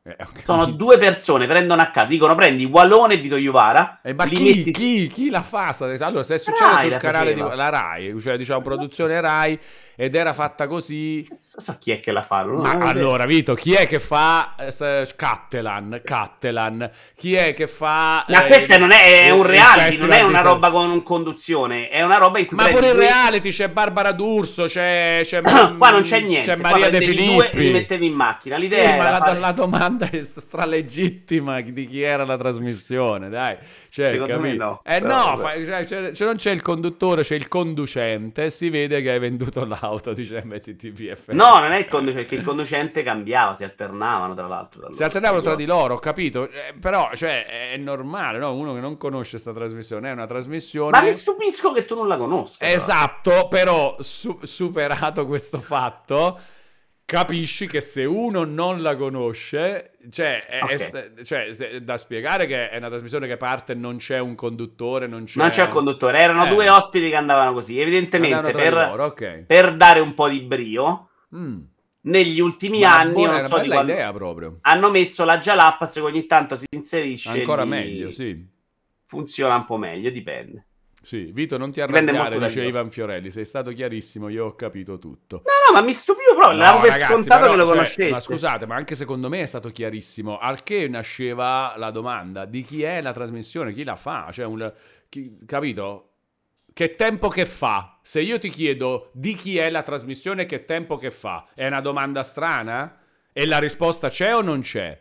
Eh, Sono due persone, prendono a caso, dicono prendi Walone e Vito Iuvara. Eh, ma li chi, metti- chi, chi la fa? sta- Allora, se succede Rai sul la canale di faceva. la Rai, cioè diciamo produzione Rai, ed era fatta così. Non so chi è che la fa. non- Ma non è vero. allora, Vito, chi è che fa eh, sta- Cattelan? Cattelan? Chi è che fa. Ma eh, questo non è, è il- un il reality, non Festival è di una San- roba con conduzione, è una roba in cui Ma prendi pure il due- reality c'è Barbara D'Urso, c'è, c'è Qua non c'è niente. c'è qua Maria De prendevi due e Filippi. li mettevi in macchina. Sì, L'idea ma era la, fare- la domanda è stralegittima di chi era la trasmissione, dai. Cioè, Secondo me capito? no, Eh però no, vabbè. fa- cioè, cioè, cioè, non c'è il conduttore, c'è il conducente, si vede che hai venduto l'auto, dice metti T V F. No, non è il conducente, perché il conducente cambiava, si alternavano tra l'altro. da Si loro. alternavano tra di loro, ho capito, eh, però cioè, è normale, no? Uno che non conosce questa trasmissione, è una trasmissione... Ma mi stupisco che tu non la conosca. però. Esatto, però su- superato questo fatto, capisci che se uno non la conosce, cioè, è, è Ok. st- cioè, se- è da spiegare che è una trasmissione che parte, non c'è un conduttore, non c'è... Non c'è il conduttore, erano Eh. due ospiti che andavano così. Evidentemente Andavano tra di per, loro, ok. per dare un po' di brio, Mm. negli ultimi Ma anni, buona- non è una so di bella quando, idea proprio. hanno messo la Jalapas che ogni tanto si inserisce. Ancora lì meglio, sì. Funziona un po' meglio, dipende. Sì, Vito, non ti Dipende arrabbiare, molto dagli dice ospiti. Ivan Fiorelli, sei stato chiarissimo, io ho capito tutto. No, no, ma mi stupivo proprio, No, l'avevo per ragazzi, scontato però, che lo cioè, conosceste. ma scusate, ma anche secondo me è stato chiarissimo. Al che nasceva la domanda di chi è la trasmissione, chi la fa, cioè un, chi- capito? Che tempo che fa? Se io ti chiedo di chi è la trasmissione, che tempo che fa? È una domanda strana? E la risposta c'è o non c'è?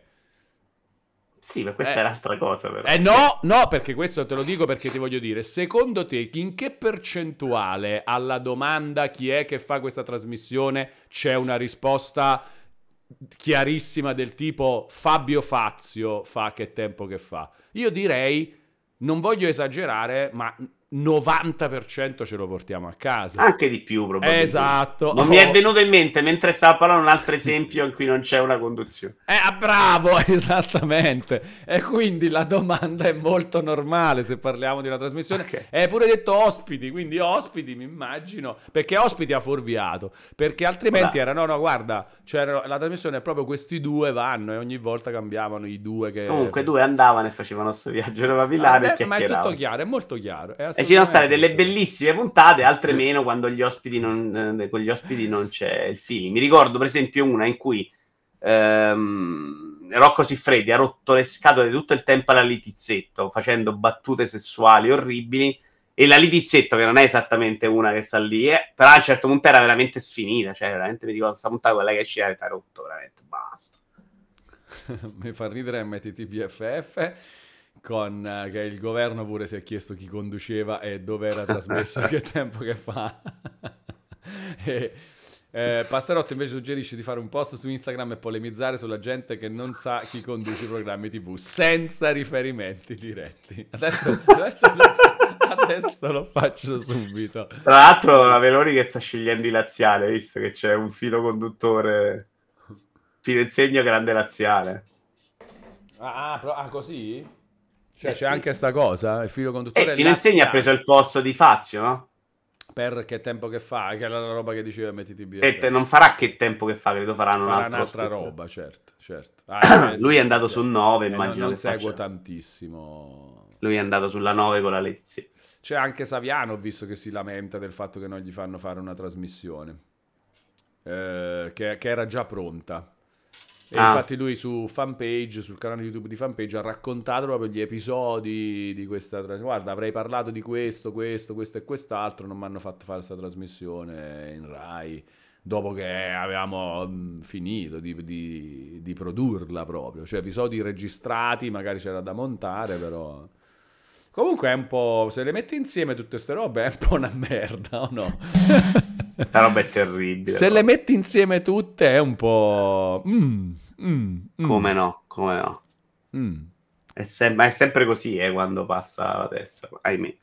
Sì, ma questa Eh. è un'altra cosa però. Eh no, no, perché questo te lo dico perché ti voglio dire, secondo te in che percentuale alla domanda chi è che fa questa trasmissione c'è una risposta chiarissima del tipo Fabio Fazio fa che tempo che fa? Io direi, non voglio esagerare, ma novanta per cento ce lo portiamo a casa. Anche di più, probabilmente. Esatto. Non mi è Oh. venuto in mente mentre stavo parlando un altro esempio in cui non c'è una conduzione. Eh, ah, bravo, esattamente. E quindi la domanda è molto normale se parliamo di una trasmissione. Ok. È pure detto ospiti, quindi ospiti mi immagino, perché ospiti ha fuorviato, perché altrimenti Basta. era no, no, guarda, c'era, la trasmissione è proprio questi due vanno e ogni volta cambiavano i due che... Comunque due andavano e facevano questo viaggio a Roma Ah, Milano beh, e ma è tutto chiacchieravano. chiaro, è molto chiaro. è E ci sono state delle assolutamente tutto bellissime puntate, altre meno quando gli ospiti non, eh, con gli ospiti non c'è il feeling. Mi ricordo per esempio una in cui ehm, Rocco Siffredi ha rotto le scatole tutto il tempo alla Litizzetto facendo battute sessuali orribili, e la Litizzetto, che non è esattamente una che sta lì, eh, però a un certo punto era veramente sfinita, cioè veramente mi ricordo questa puntata, quella che esce e ha rotto veramente, basta. Mi fa ridere M T T P F F con eh, che il governo pure si è chiesto chi conduceva e dove era trasmesso, che tempo che fa. e, eh, Passerotto invece suggerisce di fare un post su Instagram e polemizzare sulla gente che non sa chi conduce i programmi tivù senza riferimenti diretti. Adesso, adesso, lo, adesso lo faccio subito. Tra l'altro la Meloni che sta scegliendo i laziali, visto che c'è un filo conduttore, filo insegno grande laziale. Ah, però- ah, così? Cioè Eh c'è sì. anche sta cosa? Il filo conduttore E filo insegno ha laziale. preso il posto di Fazio, no? Per che tempo che fa? Che era la roba che diceva M T T B F. E te- non farà che tempo che fa, credo faranno un Farà altro un'altra spettacolo. roba, certo, certo. Ah, eh, Lui è andato su nove, eh, no, immagino non che seguo faccia- tantissimo. Lui è andato sulla nove con la Lezzi. C'è anche Saviano, ho visto che si lamenta del fatto che non gli fanno fare una trasmissione, eh, che, che era già pronta. E Ah. infatti lui su Fanpage, sul canale YouTube di Fanpage, ha raccontato proprio gli episodi di questa trasmissione. Guarda, avrei parlato di questo, questo, questo e quest'altro, non mi hanno fatto fare questa trasmissione in Rai, dopo che avevamo mh, finito di, di- di produrla proprio. Cioè episodi registrati, magari c'era da montare, però... Comunque è un po'... se le metti insieme tutte queste robe è un po' una merda, o no? Questa roba è terribile. Se le metti insieme tutte è un po'... Mm, mm, mm, Come no, come no. mm. È, sem- ma è sempre così, eh, quando passa la destra, ahimè.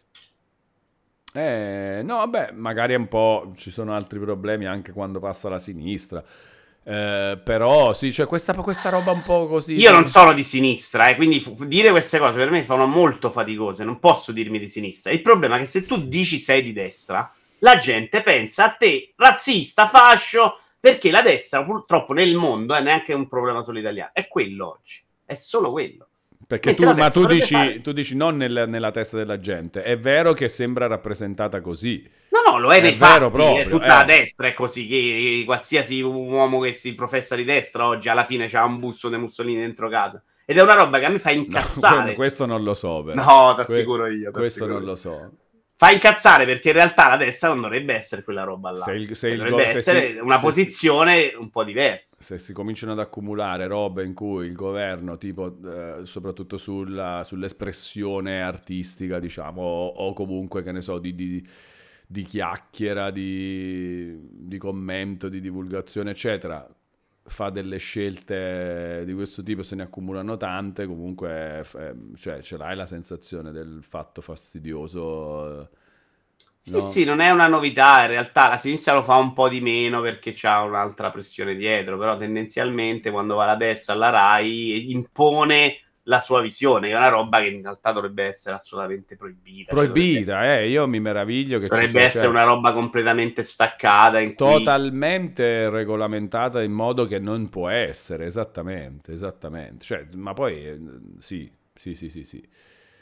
Eh, no, vabbè, magari è un po'... ci sono altri problemi anche quando passa la sinistra. Eh, però sì, cioè questa, questa roba un po' così... Io non sono di sinistra, eh, quindi fu- dire queste cose per me fanno molto faticose, non posso dirmi di sinistra. Il problema è che se tu dici sei di destra, la gente pensa a te razzista, fascio, Perché la destra, purtroppo, nel mondo, è neanche un problema solo italiano, è quello oggi, è solo quello. Perché tu, ma tu dici, tu dici non nel, nella testa della gente, è vero che sembra rappresentata così. No, no, lo è, è nei vero fatti, proprio, è tutta eh. la destra, è così, che qualsiasi uomo che si professa di destra oggi alla fine c'ha un busto di Mussolini dentro casa. Ed è una roba che a me fa incazzare. No, questo non lo so, però. No, t'assicuro io. Questo non io. lo so. Fa incazzare perché in realtà la destra non dovrebbe essere quella roba là. Se il, se il dovrebbe go- essere se una se posizione si, un po' diversa. Se si cominciano ad accumulare robe in cui il governo, tipo, eh, soprattutto sulla, sull'espressione artistica, diciamo, o, o comunque, che ne so, di, di, di chiacchiera, di, di commento, di divulgazione, eccetera, fa delle scelte di questo tipo, se ne accumulano tante, comunque eh, cioè, ce l'hai la sensazione del fatto fastidioso. Sì, no? sì, non è una novità, in realtà la sinistra lo fa un po' di meno perché c'ha un'altra pressione dietro, però tendenzialmente quando va la destra alla Rai impone la sua visione, è una roba che in realtà dovrebbe essere assolutamente proibita. Proibita, cioè eh, io mi meraviglio che dovrebbe ci sia, essere cioè, una roba completamente staccata in totalmente cui... regolamentata in modo che non può essere, esattamente, esattamente. Cioè, ma poi eh, sì, sì, sì, sì, sì.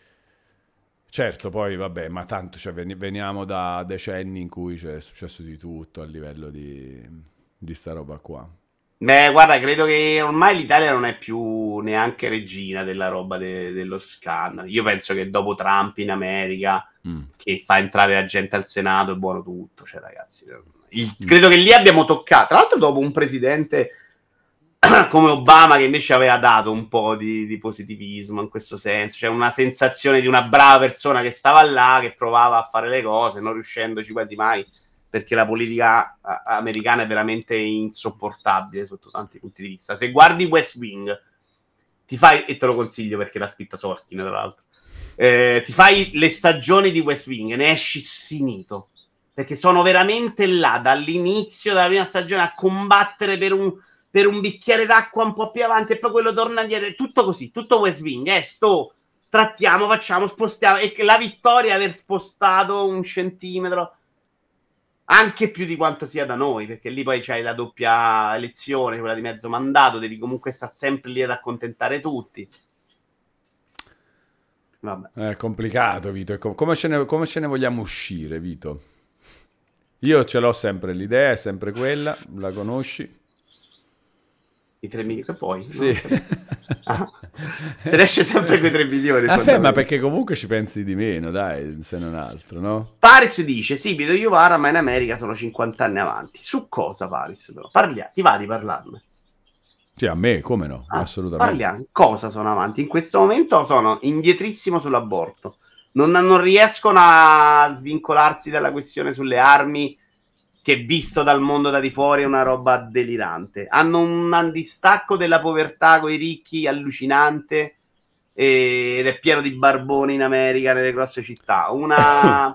Certo, poi vabbè, ma tanto cioè, veniamo da decenni in cui c'è successo di tutto a livello di, di sta roba qua. Beh, guarda, credo che ormai l'Italia non è più neanche regina della roba de- dello scandalo. Io penso che dopo Trump in America, mm. che fa entrare la gente al Senato, è buono tutto. Cioè, ragazzi, il, mm. credo che lì abbiamo toccato. Tra l'altro, dopo un presidente come Obama, che invece aveva dato un po' di, di positivismo in questo senso, cioè una sensazione di una brava persona che stava là, che provava a fare le cose, non riuscendoci quasi mai, perché la politica americana è veramente insopportabile sotto tanti punti di vista. Se guardi West Wing, ti fai, e te lo consiglio perché l'ha scritta Sorkin, tra l'altro, eh, ti fai le stagioni di West Wing e ne esci sfinito, perché sono veramente là, dall'inizio della prima stagione, a combattere per un, per un bicchiere d'acqua un po' più avanti, e poi quello torna indietro, tutto così, tutto West Wing, eh, sto, trattiamo, facciamo, spostiamo, e la vittoria è aver spostato un centimetro, anche più di quanto sia da noi, perché lì poi c'hai la doppia elezione, quella di mezzo mandato, devi comunque stare sempre lì ad accontentare tutti. Vabbè. È complicato, Vito. Come ce, ne, come ce ne vogliamo uscire, Vito? Io ce l'ho sempre, l'idea è sempre quella, la conosci? I tre milioni che poi? Sì. Ah, se ne esce sempre quei tre milioni. Ah, ma perché comunque ci pensi di meno, dai, se non altro, no? Paris dice, sì, Vito Iuvara, ma in America sono cinquanta anni avanti. Su cosa, Paris? Però? Parliamo, ti va di parlarne? Sì, a me, come no? Ah, assolutamente. Parliamo, cosa sono avanti? In questo momento sono indietrissimo sull'aborto. Non, non riescono a svincolarsi dalla questione sulle armi, che visto dal mondo da di fuori è una roba delirante. Hanno un distacco della povertà con i ricchi allucinante, ed è pieno di barboni in America, nelle grosse città. Una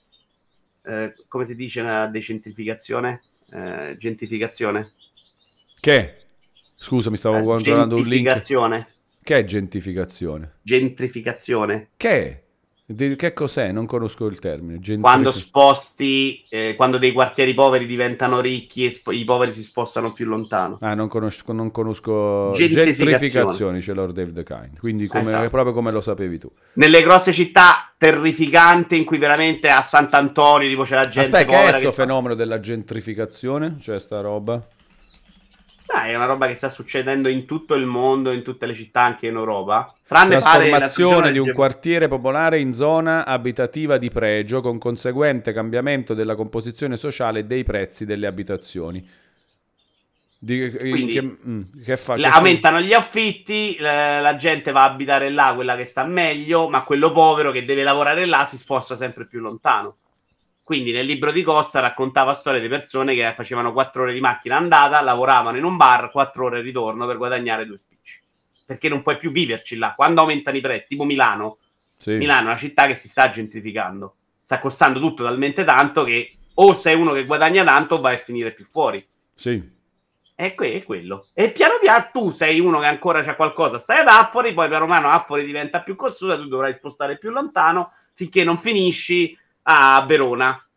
eh, come si dice, una decentrificazione, eh, gentrificazione. Che? Scusa, mi stavo eh, controllando un link. Gentrificazione. Che è gentrificazione? Gentrificazione. Che è? Che cos'è? Non conosco il termine. Gentrific... Quando sposti, eh, quando dei quartieri poveri diventano ricchi e sp- i poveri si spostano più lontano. Ah, non conosco, non conosco... Gentrificazione. Gentrificazione, c'è Lord David Kind. Quindi come, esatto. proprio come lo sapevi tu. Nelle grosse città terrificanti in cui veramente a Sant'Antonio tipo c'è la gente Aspetta, povera. che è questo che fenomeno fa... della gentrificazione? Cioè sta roba? Ah, è una roba che sta succedendo in tutto il mondo, in tutte le città, anche in Europa. Tranne trasformazione di un quartiere popolare in zona abitativa di pregio, con conseguente cambiamento della composizione sociale e dei prezzi delle abitazioni. Di, Quindi, che, mm, che fa, che aumentano sono... gli affitti, la, la gente va a abitare là, quella che sta meglio, ma quello povero che deve lavorare là si sposta sempre più lontano. Quindi nel libro di Costa raccontava storie di persone che facevano quattro ore di macchina andata, lavoravano in un bar, quattro ore ritorno per guadagnare due spicci. Perché non puoi più viverci là. Quando aumentano i prezzi, tipo Milano, sì. Milano è una città che si sta gentrificando. Sta costando tutto talmente tanto che o sei uno che guadagna tanto o vai a finire più fuori. Sì. E que- è quello. E piano piano tu sei uno che ancora c'ha qualcosa, stai ad Affori, poi piano piano Affori diventa più costosa, tu dovrai spostare più lontano finché non finisci a Verona,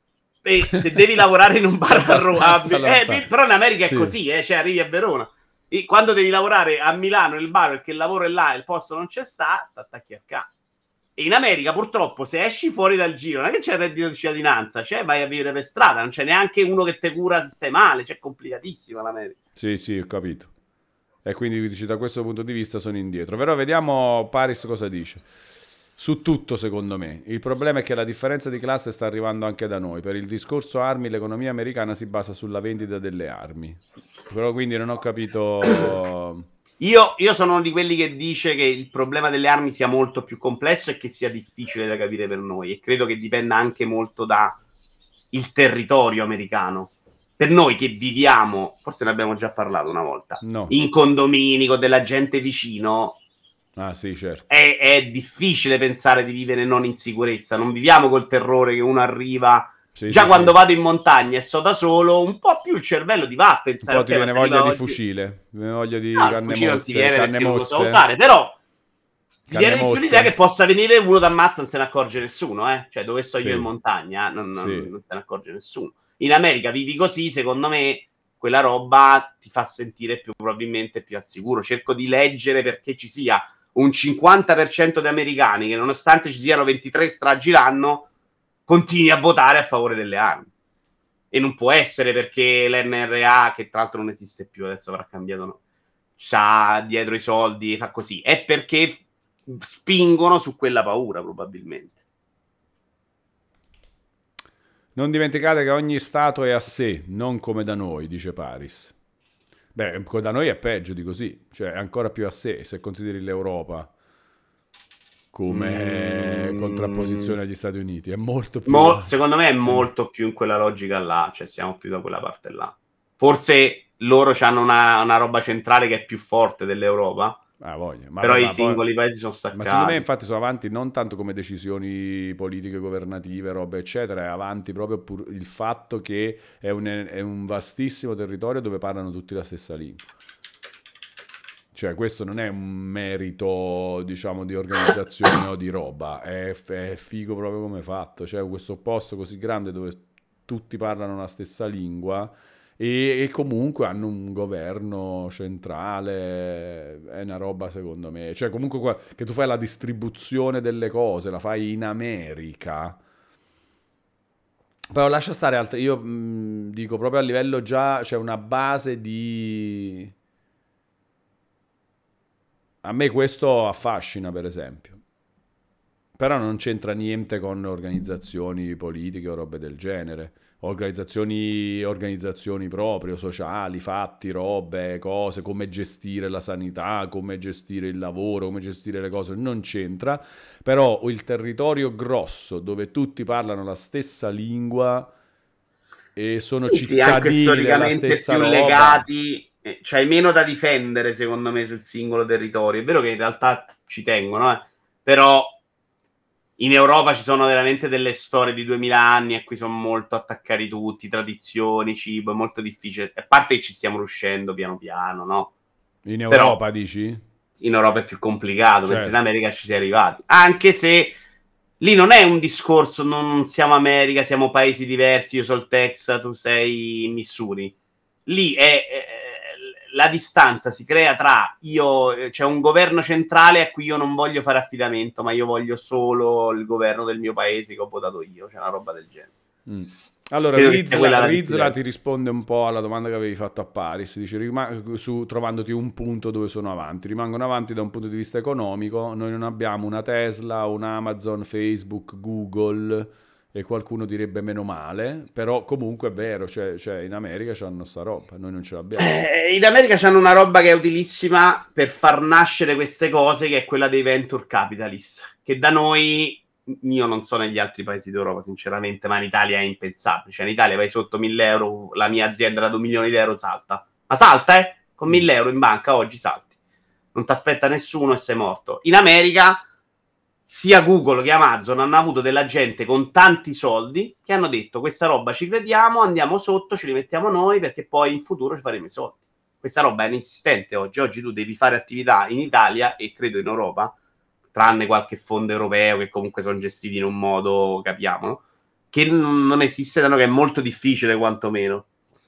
E se devi lavorare in un bar a Roma, Abbastanza eh, però in America Sì. è così, eh, cioè arrivi a Verona. E quando devi lavorare a Milano nel bar perché il lavoro è là e il posto non c'è sta, t'attacchi a ca. E in America purtroppo se esci fuori dal giro non è che c'è il reddito di cittadinanza, cioè vai a vivere per strada, non c'è neanche uno che te cura se stai male, cioè è complicatissima l'America. Sì, sì, ho capito. E quindi dici, da questo punto di vista sono indietro. Però vediamo Paris cosa dice. Su tutto, secondo me. Il problema è che la differenza di classe sta arrivando anche da noi. Per il discorso armi, l'economia americana si basa sulla vendita delle armi. Però quindi non ho capito... Io, io sono uno di quelli che dice che il problema delle armi sia molto più complesso e che sia difficile da capire per noi. E credo che dipenda anche molto da il territorio americano. Per noi che viviamo, forse ne abbiamo già parlato una volta, No. in condomini con della gente vicino, Ah, sì, certo. è, è difficile pensare di vivere non in sicurezza. Non viviamo col terrore che uno arriva. Sì, Già sì, quando sì. vado in montagna e so da solo, un po' più il cervello ti va a Un pensare. po' ti ok, ma viene se arriva voglia di oggi- fucile, ti viene voglia di No, il canne fucile non ti mozze, viene canne perché non lo so mozze. usare, però ti Canne viene di più mozze. l'idea che possa venire uno d'ammazza e non se ne accorge nessuno, eh? Cioè, dove sto Sì. io in montagna non, non- Sì. non se ne accorge nessuno. In America vivi così, secondo me quella roba ti fa sentire più probabilmente più al sicuro. Cerco di leggere perché ci sia un cinquanta per cento di americani che nonostante ci siano ventitré stragi l'anno continui a votare a favore delle armi. E non può essere perché l'N R A, che tra l'altro non esiste più, adesso avrà cambiato, no? C'ha dietro i soldi, fa così. È perché spingono su quella paura, probabilmente. Non dimenticate che ogni stato è a sé, non come da noi, dice Paris. Beh, da noi è peggio di così, cioè è ancora più a sé se consideri l'Europa come Mm. contrapposizione agli Stati Uniti. È molto più... Mo- secondo me è molto più in quella logica là, cioè siamo più da quella parte là. Forse loro hanno una, una roba centrale che è più forte dell'Europa, Ah, voglia. Ma, però ma i poi- singoli paesi sono Ma staccati. secondo me infatti sono avanti non tanto come decisioni politiche, governative, robe eccetera, è avanti proprio pur il fatto che è un, è un vastissimo territorio dove parlano tutti la stessa lingua. Cioè questo non è un merito, diciamo, di organizzazione o di roba, è, è figo proprio come è fatto. Cioè questo posto così grande dove tutti parlano la stessa lingua e, e comunque hanno un governo centrale, è una roba secondo me. Cioè comunque qua- che tu fai la distribuzione delle cose, la fai in America. Però lascia stare altre, io mh, dico proprio a livello già, c'è una base di... A me questo affascina, per esempio. Però non c'entra niente con organizzazioni politiche o robe del genere. Organizzazioni, organizzazioni proprio, sociali, fatti, robe, cose, come gestire la sanità, come gestire il lavoro, come gestire le cose, non c'entra. Però il territorio grosso, dove tutti parlano la stessa lingua e sono Sì, sì, anche cittadini della storicamente stessa più roba... legati, eh, c'hai meno da difendere secondo me sul singolo territorio. È vero che in realtà ci tengono, eh, però in Europa ci sono veramente delle storie di duemila anni a cui sono molto attaccati tutti, tradizioni, cibo, è molto difficile. A parte che ci stiamo riuscendo piano piano, no? In Però Europa, dici? in Europa è più complicato, mentre in Certo. America ci si è arrivati. Anche se lì non è un discorso, non siamo America, siamo paesi diversi, io sono il Texas, tu sei in Missouri. Lì è, è- la distanza si crea tra io, c'è un governo centrale a cui io non voglio fare affidamento, ma io voglio solo il governo del mio paese che ho votato io, c'è una roba del genere. Mm. Allora, Credo che sia quella Rizla, la Rizla differenza. ti risponde un po' alla domanda che avevi fatto a Paris, dice, rima- su, trovandoti un punto dove sono avanti. Rimangono avanti da un punto di vista economico, noi non abbiamo una Tesla, un Amazon, Facebook, Google, e qualcuno direbbe meno male, però comunque è vero, cioè, cioè in America c'hanno sta roba, noi non ce l'abbiamo. Eh, in America c'hanno una roba che è utilissima per far nascere queste cose, che è quella dei venture capitalist, che da noi, io non so negli altri paesi d'Europa sinceramente, ma in Italia è impensabile. Cioè in Italia vai sotto mille euro, la mia azienda da due milioni di euro salta. Ma salta, eh? Con mille euro in banca oggi salti. Non ti aspetta nessuno e sei morto. In America sia Google che Amazon hanno avuto della gente con tanti soldi che hanno detto questa roba ci crediamo, andiamo sotto, ce li mettiamo noi perché poi in futuro ci faremo i soldi. Questa roba è inesistente oggi. Oggi tu devi fare attività in Italia e credo in Europa, tranne qualche fondo europeo che comunque sono gestiti in un modo, capiamo, no? che n- non esiste, che è molto difficile quantomeno.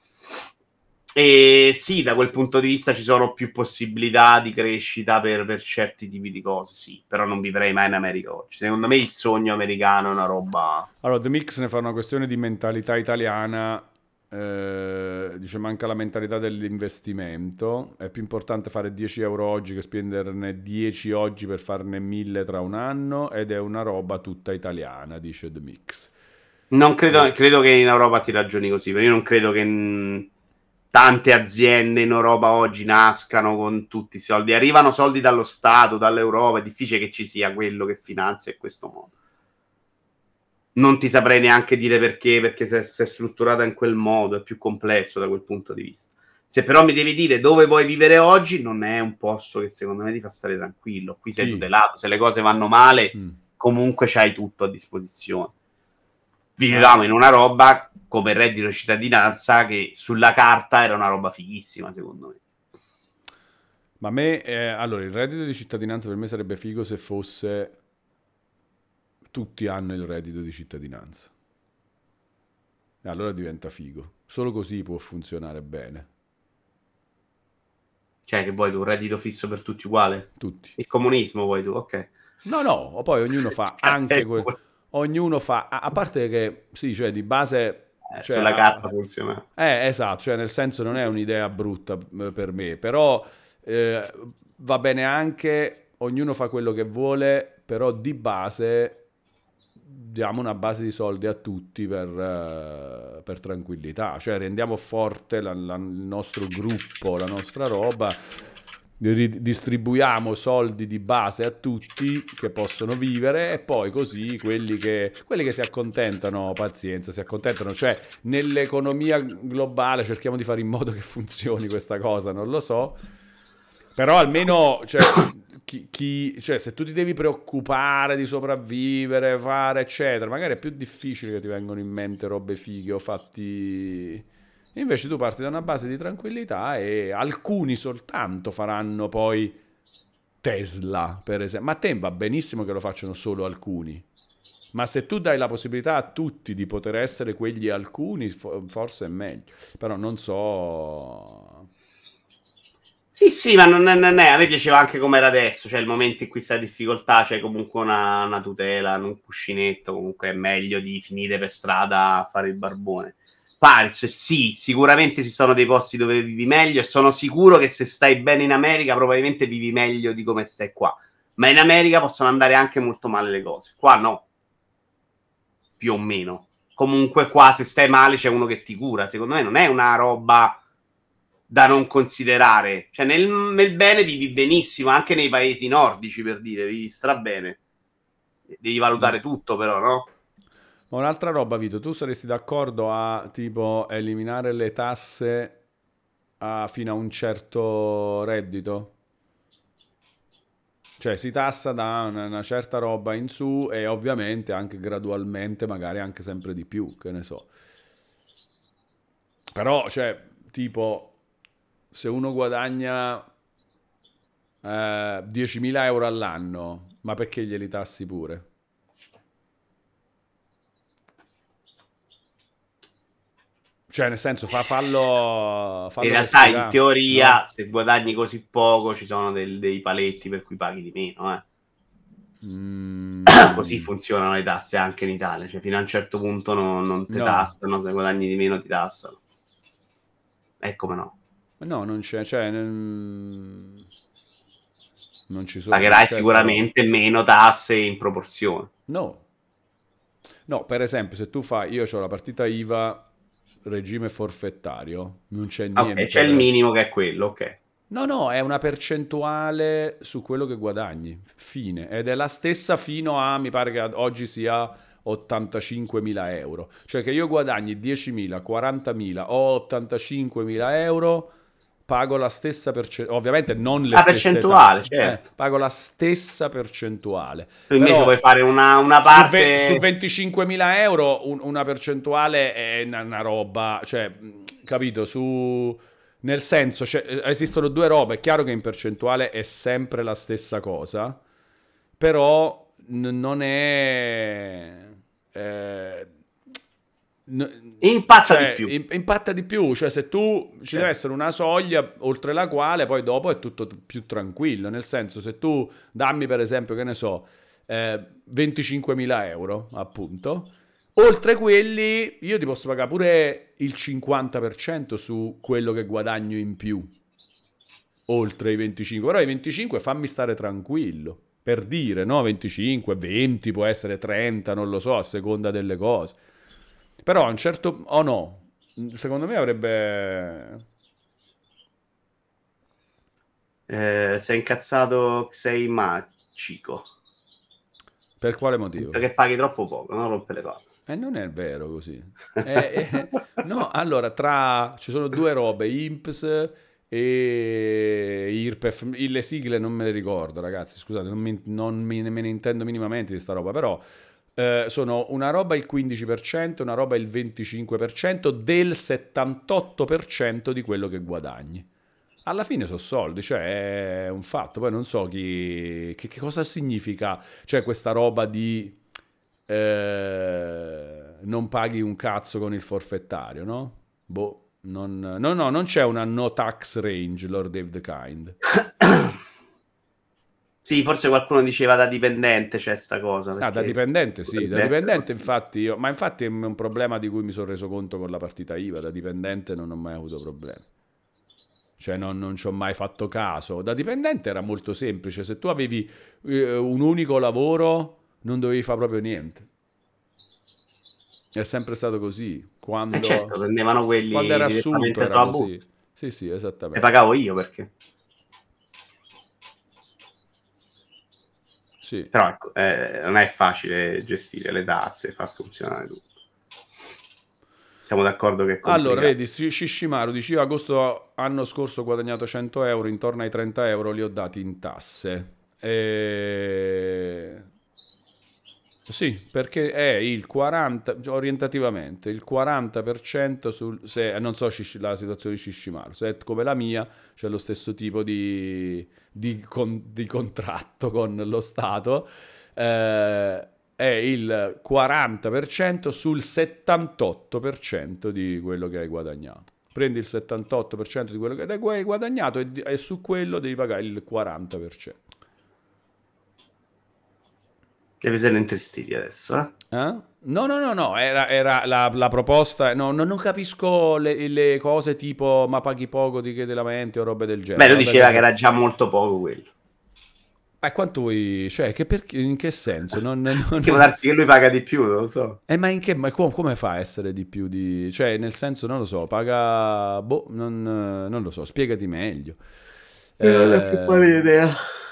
E sì, da quel punto di vista ci sono più possibilità di crescita per, per certi tipi di cose, sì, però non vivrei mai in America oggi. Secondo me il sogno americano è una roba... Allora, The Mix ne fa una questione di mentalità italiana, eh, dice manca la mentalità dell'investimento, è più importante fare dieci euro oggi che spenderne dieci oggi per farne mille tra un anno, ed è una roba tutta italiana, dice The Mix. Non credo, credo che in Europa si ragioni così, perché io non credo che mh, tante aziende in Europa oggi nascano con tutti i soldi. Arrivano soldi dallo Stato, dall'Europa, è difficile che ci sia quello che finanzia in questo modo. Non ti saprei neanche dire perché, perché se, se è strutturata in quel modo è più complesso da quel punto di vista. Se però mi devi dire dove vuoi vivere oggi, non è un posto che secondo me ti fa stare tranquillo. Qui sei Sì. tutelato, se le cose vanno male, Mm. comunque c'hai tutto a disposizione. Vivevamo in una roba come il reddito di cittadinanza che sulla carta era una roba fighissima, secondo me. Ma a me, eh, allora, il reddito di cittadinanza per me sarebbe figo se fosse tutti hanno il reddito di cittadinanza. E allora diventa figo. Solo così può funzionare bene. Cioè, che vuoi tu, un reddito fisso per tutti uguale? Tutti. Il comunismo vuoi tu, ok. No, no, poi ognuno fa anche quel... Ognuno fa... A a parte che, sì, cioè di base... Eh, cioè, sulla a- carta funziona. Eh, esatto, cioè nel senso non è un'idea brutta eh, per me, però eh, va bene anche, ognuno fa quello che vuole, però di base diamo una base di soldi a tutti per, eh, per tranquillità, cioè rendiamo forte la- la- il nostro gruppo, la nostra roba, ri- distribuiamo soldi di base a tutti che possono vivere, e poi così quelli che, quelli che si accontentano, pazienza, si accontentano, cioè nell'economia globale cerchiamo di fare in modo che funzioni questa cosa, non lo so, però almeno, cioè, chi, chi- cioè, se tu ti devi preoccupare di sopravvivere, fare, eccetera, magari è più difficile che ti vengano in mente robe fighe o fatti... Invece tu parti da una base di tranquillità e alcuni soltanto faranno poi Tesla, per esempio. Ma a te va benissimo che lo facciano solo alcuni. Ma se tu dai la possibilità a tutti di poter essere quegli alcuni, fo- forse è meglio. Però non so... Sì, sì, ma non è, non è- a me piaceva anche come era adesso, cioè il momento in cui stai in difficoltà c'è comunque una, una tutela, un cuscinetto, comunque è meglio di finire per strada a fare il barbone. Paris, sì, sicuramente ci sono dei posti dove vivi meglio e sono sicuro che se stai bene in America probabilmente vivi meglio di come stai qua, ma in America possono andare anche molto male le cose, qua no, più o meno. Comunque qua se stai male c'è uno che ti cura, secondo me non è una roba da non considerare, cioè nel, nel bene vivi benissimo, anche nei paesi nordici, per dire, vivi strabene. Devi valutare tutto però, no? Ma un'altra roba, Vito, tu saresti d'accordo a tipo eliminare le tasse a- fino a un certo reddito? Cioè si tassa da una, una certa roba in su e ovviamente anche gradualmente, magari anche sempre di più, che ne so. Però, cioè, tipo, se uno guadagna eh, diecimila euro all'anno, ma perché glieli tassi pure? Cioè, nel senso, fa, fallo, fallo In realtà, in respirare, teoria, no? se guadagni così poco, ci sono del- dei paletti per cui paghi di meno, eh. Mm, Così funzionano le tasse anche in Italia, cioè fino a un certo punto non, non ti no, tassano, se guadagni di meno ti tassano. E come no? no, non c'è, cioè, non, non ci sono, non Pagherai c'è sta roba. sicuramente meno tasse in proporzione. No, no, per esempio, se tu fai, io ho la partita I V A regime forfettario, non c'è Ok, niente c'è il per... minimo che è quello, ok. No, no, è una percentuale su quello che guadagni, fine, ed è la stessa fino a, mi pare che ad oggi sia ottantacinquemila euro, cioè che io guadagni diecimila, quarantamila o ottantacinquemila euro, pago la stessa percentuale, ovviamente non le La stesse percentuale, tasse, eh, certo. pago la stessa percentuale, Tu invece vuoi però fare una, una su, ve- su parte... venticinquemila euro un- una percentuale è una, una roba, cioè, mh, capito, su... Nel senso, cioè, eh, esistono due robe, è chiaro che in percentuale è sempre la stessa cosa, però n- non è... eh, Impatta cioè, di più. im- impatta di più, cioè se tu ci deve essere una soglia oltre la quale poi dopo è tutto t- più tranquillo, nel senso se tu dammi per esempio, che ne so, eh, venticinquemila euro appunto, oltre quelli io ti posso pagare pure il cinquanta per cento su quello che guadagno in più, oltre i venticinque, però i venticinque fammi stare tranquillo, per dire, no? venticinque, venti, può essere trenta, non lo so, a seconda delle cose. Però a un certo... o no, secondo me avrebbe... Eh, sei incazzato, sei magico. Per quale Penso motivo? che paghi troppo poco, non rompe le palle. E non è vero così. Eh, eh, no, allora, tra... ci sono due robe, I N P S e I R P E F, le sigle non me le ricordo, ragazzi, scusate, non, mi, non mi- me ne intendo minimamente di sta roba, però eh, sono una roba il quindici per cento, una roba il venticinque per cento del settantotto per cento di quello che guadagni. Alla fine sono soldi, cioè è un fatto. Poi non so chi, che, che cosa significa, cioè questa roba di eh, non paghi un cazzo con il forfettario, no? Boh, non, no, no, non c'è una no tax range, Lord Dave the Kind. Sì, forse qualcuno diceva da dipendente c'è sta cosa. Ah, da Perché dipendente sì, da potrebbe essere dipendente così. infatti io, ma infatti è un problema di cui mi sono reso conto con la partita I V A, da dipendente non ho mai avuto problemi. Cioè non, non ci ho mai fatto caso. Da dipendente era molto semplice, se tu avevi eh, un unico lavoro non dovevi fare proprio niente. È sempre stato così. E certo, Quando, prendevano quando quelli era assunto direttamente era sulla così. busta. Sì, sì, E esattamente. pagavo io perché. Sì. Però ecco, eh, non è facile gestire le tasse, far funzionare tutto. Siamo d'accordo che è Allora, complicato. vedi, Shi- Shishimaru dice io agosto anno scorso ho guadagnato cento euro, intorno ai trenta euro li ho dati in tasse. E... Sì, perché è il quaranta, cioè, orientativamente, il quaranta per cento sul... Se, non so Shish- la situazione di Shishimaru, se è come la mia, c'è lo stesso tipo di, di con- di contratto con lo Stato, eh, è il quaranta per cento sul settantotto per cento di quello che hai guadagnato. Prendi il settantotto per cento di quello che hai guadagnato e, di- e su quello devi pagare il quaranta per cento. Che vi siete intristiti adesso, eh? Eh? No, no, no, no, era, era la, la proposta. No, no, non capisco le, le cose tipo ma paghi poco, ti chiede la mente o robe del Beh, genere. lui Vabbè, diceva che comunque. era già molto poco quello. Ma quanto vuoi. Cioè, che perché, in che senso? Non, non- Che può darsi che lui paga di più, non lo so. Eh, ma in che. Ma com- come fa a essere di più di. Cioè, nel senso, non lo so, paga. Boh, non, non lo so, spiegati meglio. Io non ho più Eh. pari idea.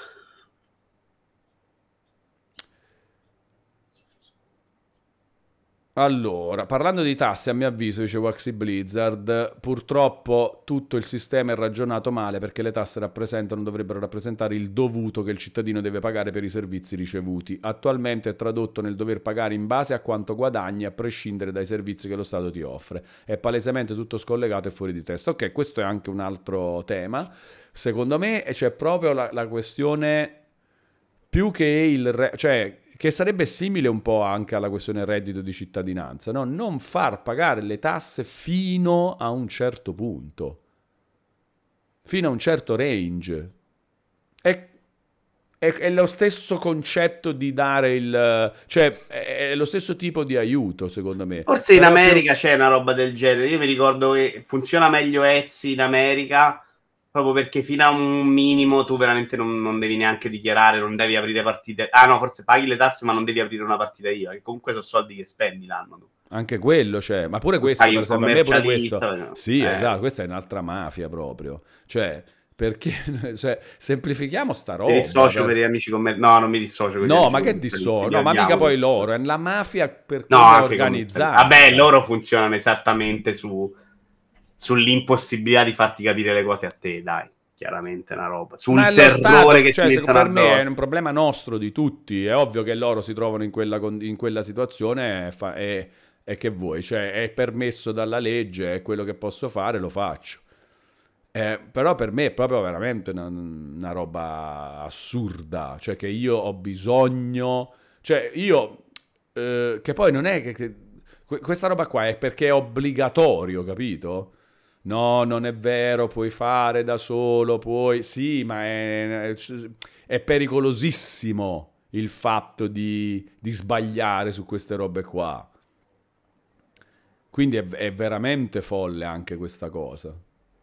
Allora, parlando di tasse, a mio avviso, dice Waxy Blizzard, purtroppo tutto il sistema è ragionato male perché le tasse rappresentano, dovrebbero rappresentare il dovuto che il cittadino deve pagare per i servizi ricevuti. Attualmente è tradotto nel dover pagare in base a quanto guadagni a prescindere dai servizi che lo Stato ti offre. È palesemente tutto scollegato e fuori di testa. Ok, questo è anche un altro tema. Secondo me c'è proprio la, la questione più che il... Re- cioè che sarebbe simile un po' anche alla questione reddito di cittadinanza, no? Non far pagare le tasse fino a un certo punto, fino a un certo range. È, è- è lo stesso concetto di dare il... cioè è, è lo stesso tipo di aiuto, secondo me. Forse in Però è più... America c'è una roba del genere. Io mi ricordo che funziona meglio Etsy in America proprio perché fino a un minimo tu veramente non, non devi neanche dichiarare, non devi aprire partite. Ah no, forse paghi le tasse ma non devi aprire una partita I V A, che comunque sono soldi che spendi l'anno tu. Anche quello c'è, ma pure Tu questo, fai per un esempio, a me pure questo, commercialista. No? sì, Eh, esatto, questa è un'altra mafia proprio, cioè, perché, cioè, semplifichiamo sta mi roba, dissocio per per... gli amici commerciali. No, non mi dissocio con gli No, amici ma che commercialisti, disso? li No, ma mica odiamo poi tutti. loro, è la mafia per No, come è anche commerciali. Vabbè, organizzata. loro funzionano esattamente su sull'impossibilità di farti capire le cose a te, dai. Chiaramente una roba. Ma è Sul lo terrore Stato, che ti cioè, se- mettono per me è un addosso. problema nostro di tutti, è ovvio che loro si trovano in quella, con- in quella situazione e, fa- e- e che vuoi, cioè è permesso dalla legge, è quello che posso fare, lo faccio. Eh, però per me è proprio veramente una, una roba assurda, cioè che io ho bisogno, cioè io, eh, che poi non è che, che- Que- questa roba qua è perché è obbligatorio, capito? No, non è vero, puoi fare da solo, puoi... Sì, ma è, è pericolosissimo il fatto di, di sbagliare su queste robe qua. Quindi è, è veramente folle anche questa cosa.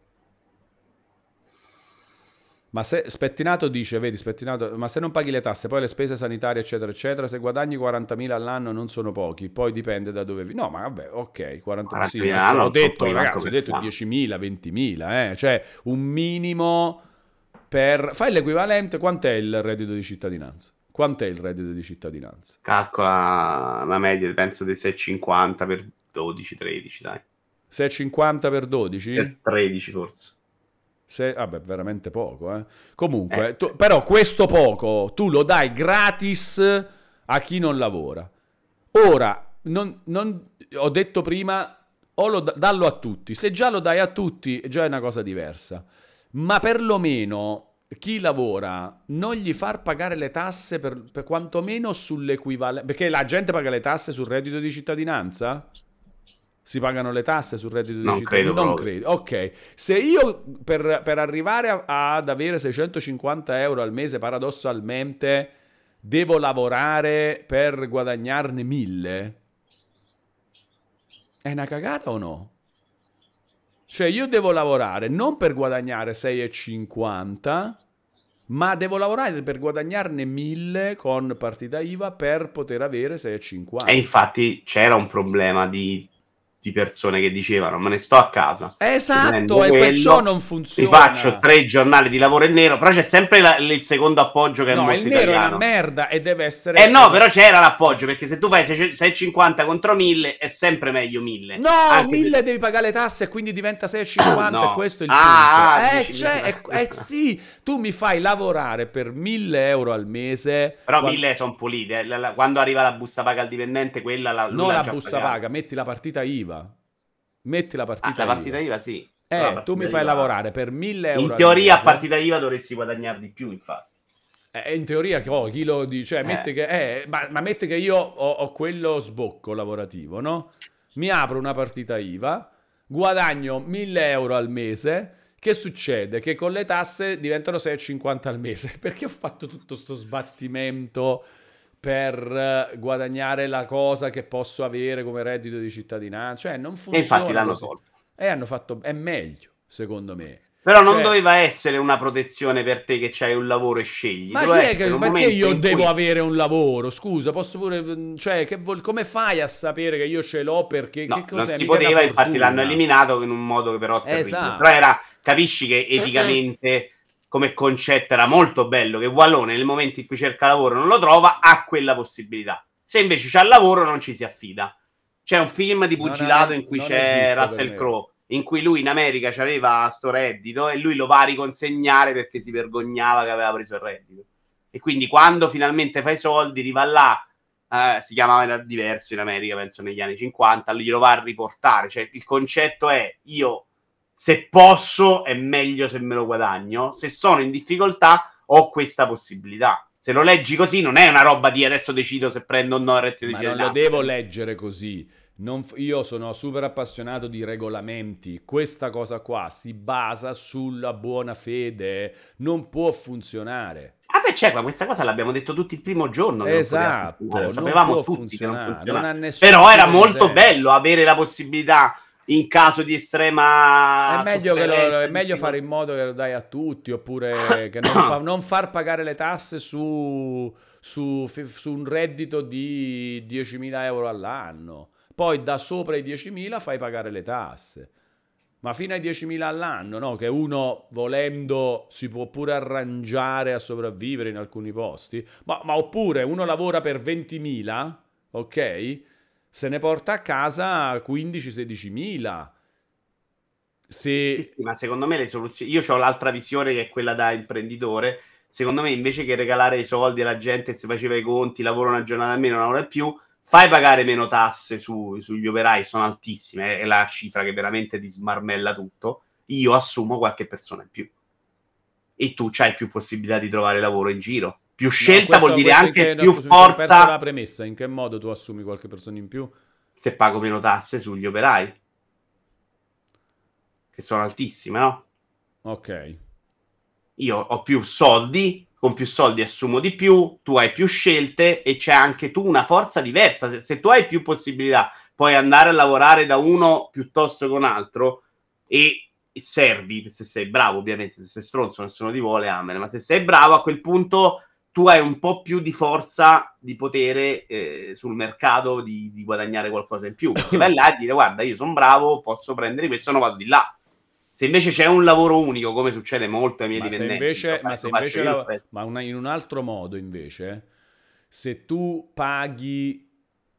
Ma se Spettinato dice, vedi Spettinato, ma se non paghi le tasse, poi le spese sanitarie, eccetera, eccetera, se guadagni quarantamila all'anno non sono pochi, poi dipende da dove vivi. No, ma vabbè, ok, quaranta, sì, quarantamila ho all'anno non sono detto, pochi manco ragazzi, ho per detto fare. diecimila, ventimila, eh, cioè un minimo per... Fai l'equivalente, quant'è il reddito di cittadinanza? Quant'è il reddito di cittadinanza? Calcola una media, penso di sei virgola cinquanta per dodici tredici, dai. sei virgola cinquanta per dodici? Per tredici forse. Se, vabbè, veramente poco, eh. Eh, Comunque, tu- però questo poco tu lo dai gratis a chi non lavora. Ora, non, non- ho detto prima, o lo, da- dallo a tutti. Se già lo dai a tutti, già è una cosa diversa. Ma perlomeno chi lavora non gli far pagare le tasse per, per quantomeno sull'equivalente. Perché la gente paga le tasse sul reddito di cittadinanza? Si pagano le tasse sul reddito di non credo cittadinanza? Non proprio. credo. Ok, se io per, per arrivare a- ad avere seicentocinquanta euro al mese, paradossalmente, devo lavorare per guadagnarne mille, è una cagata o no? Cioè io devo lavorare non per guadagnare sei e cinquanta, ma devo lavorare per guadagnarne mille con partita I V A per poter avere sei e cinquanta. E infatti c'era un problema di, di persone che dicevano: me ne sto a casa, Esatto, prendo e perciò quello, non mi funziona. faccio tre giornali di lavoro in nero, però c'è sempre la- il secondo appoggio che è No, molto il nero è una italiano. merda e deve essere... Eh no, però c'era l'appoggio, perché se tu fai sei e cinquanta contro mille è sempre meglio mille. No, Anche mille se- devi pagare le tasse e quindi diventa sei e cinquanta, No. e questo è il Ah, ah, punto. Eh, dici- cioè, eh, eh, sì, tu mi fai lavorare per mille euro al mese... Però quan- mille sono pulite. eh. La- la- Quando arriva la busta paga al dipendente, quella la, lui Non l'ha la già busta pagata. paga, metti la partita I V A. Metti la Ah, partita la partita I V A. I V A sì. Però la Eh, tu mi partita fai I V A lavorare per mille euro in al teoria a mese. partita I V A dovresti guadagnare di più, infatti. Eh, in teoria, che oh, chi lo dice? Cioè, Eh. mette che, eh, ma, ma mette che io ho, ho quello sbocco lavorativo, no? Mi apro una partita I V A, guadagno mille euro al mese. Che succede? Che con le tasse diventano sei e cinquanta al mese. Perché ho fatto tutto sto sbattimento per eh, guadagnare la cosa che posso avere come reddito di cittadinanza? Cioè, non E infatti funziona l'hanno così. tolto. E hanno fatto... È meglio, secondo me. Però non Cioè, doveva essere una protezione per te che c'hai un lavoro e scegli. ma chi Doveva è essere che, un perché momento io in devo cui- avere un lavoro? Scusa, posso pure, cioè, che vol- come fai a sapere che io ce l'ho? Perché No, che cos'è? non si Mica una poteva, infatti fortuna. l'hanno eliminato in un modo che però terribile. Esatto. Però era, capisci che eticamente come concetto era molto bello, che Wallone nel momento in cui cerca lavoro non lo trova, ha quella possibilità. Se invece c'ha il lavoro non ci si affida. C'è un film di Non pugilato è- in cui non è c'è giusto per Russell me. Crowe, in cui lui in America aveva sto reddito e lui lo va a riconsegnare perché si vergognava che aveva preso il reddito. E quindi quando finalmente fa i soldi, arriva là, eh, si chiamava era diverso in America, penso negli anni cinquanta, glielo va a riportare. Cioè il concetto è: io se posso è meglio se me lo guadagno, se sono in difficoltà ho questa possibilità. Se lo leggi così non è una roba di adesso decido se prendo o no il reddito di Ma non lo cittadinanza. devo leggere così. Non f- io sono super appassionato di regolamenti. Questa cosa qua si basa sulla buona fede. Non può funzionare. Ah beh, c'è, ma questa cosa l'abbiamo detto tutti il primo giorno che non poteva Esatto, funzionare. Lo non sapevamo può tutti che non funzionare, funzionava. non ha nessun Però era tipo di molto senso. bello avere la possibilità in caso di estrema È meglio, che lo- sofferenza, è meglio difficoltà. fare in modo che lo dai a tutti, oppure che non, fa- non far pagare le tasse su, su, su un reddito di diecimila euro all'anno. Poi da sopra i diecimila fai pagare le tasse. Ma fino ai diecimila all'anno, no? Che uno volendo si può pure arrangiare a sopravvivere in alcuni posti. Ma, ma oppure uno lavora per ventimila, ok? Se ne porta a casa quindici sedicimila. Se... Sì, sì, ma secondo me le soluzioni... Io ho l'altra visione che è quella da imprenditore. Secondo me invece che regalare i soldi alla gente che si faceva i conti, lavora una giornata almeno, non lavora più, fai pagare meno tasse su, sugli operai, sono altissime, è la cifra che veramente ti smarmella tutto. Io assumo qualche persona in più. E tu c'hai più possibilità di trovare lavoro in giro. Più scelta No, questo- vuol dire questo in anche che- no, più scusami, ho perso la forza. premessa. In che modo tu assumi qualche persona in più? se pago meno tasse sugli operai, che sono altissime, no? Ok. Io ho più soldi, con più soldi assumo di più, tu hai più scelte e c'è anche tu una forza diversa. Se, se tu hai più possibilità, puoi andare a lavorare da uno piuttosto che un altro e, e servi, se sei bravo ovviamente, se sei stronzo nessuno ti vuole, amen, ma se sei bravo a quel punto tu hai un po' più di forza, di potere eh, sul mercato di, di guadagnare qualcosa in più, perché vai là e dire guarda io sono bravo, posso prendere questo, non vado di là. Se invece c'è un lavoro unico, come succede molto ai miei Ma se dipendenti, invece, lo ma se faccio invece io, la- ma una- in un altro modo invece, se tu paghi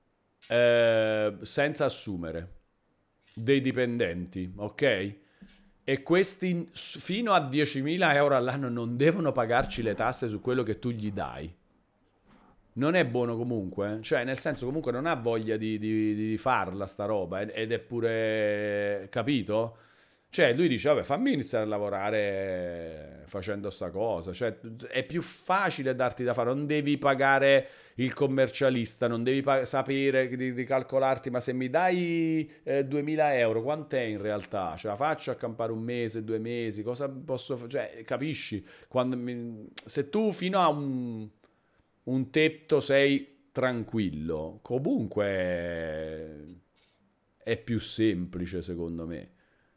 eh, senza assumere dei dipendenti, ok? E questi s- fino a diecimila euro all'anno non devono pagarci le tasse su quello che tu gli dai. Non è buono comunque, cioè nel senso comunque non ha voglia di, di- di farla sta roba ed ed è pure capito? Cioè lui dice vabbè fammi iniziare a lavorare facendo sta cosa, cioè è più facile darti da fare, non devi pagare il commercialista, non devi pa- sapere di, di calcolarti ma se mi dai eh, duemila euro quant'è in realtà? Ce la faccio a campare un mese, due mesi, cosa posso fare? Cioè capisci? Quando mi- se tu fino a un un tetto sei tranquillo, comunque è più semplice secondo me.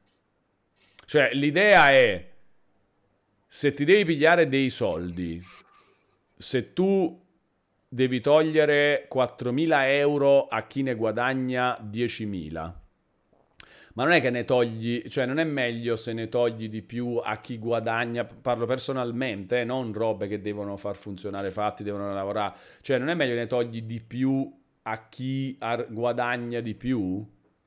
Cioè l'idea è se ti devi pigliare dei soldi, se tu devi togliere quattromila euro a chi ne guadagna diecimila, ma non è che ne togli, cioè non è meglio se ne togli di più a chi guadagna, parlo personalmente, eh, non robe che devono far funzionare fatti, devono lavorare, cioè non è meglio ne togli di più a chi ar- guadagna di più?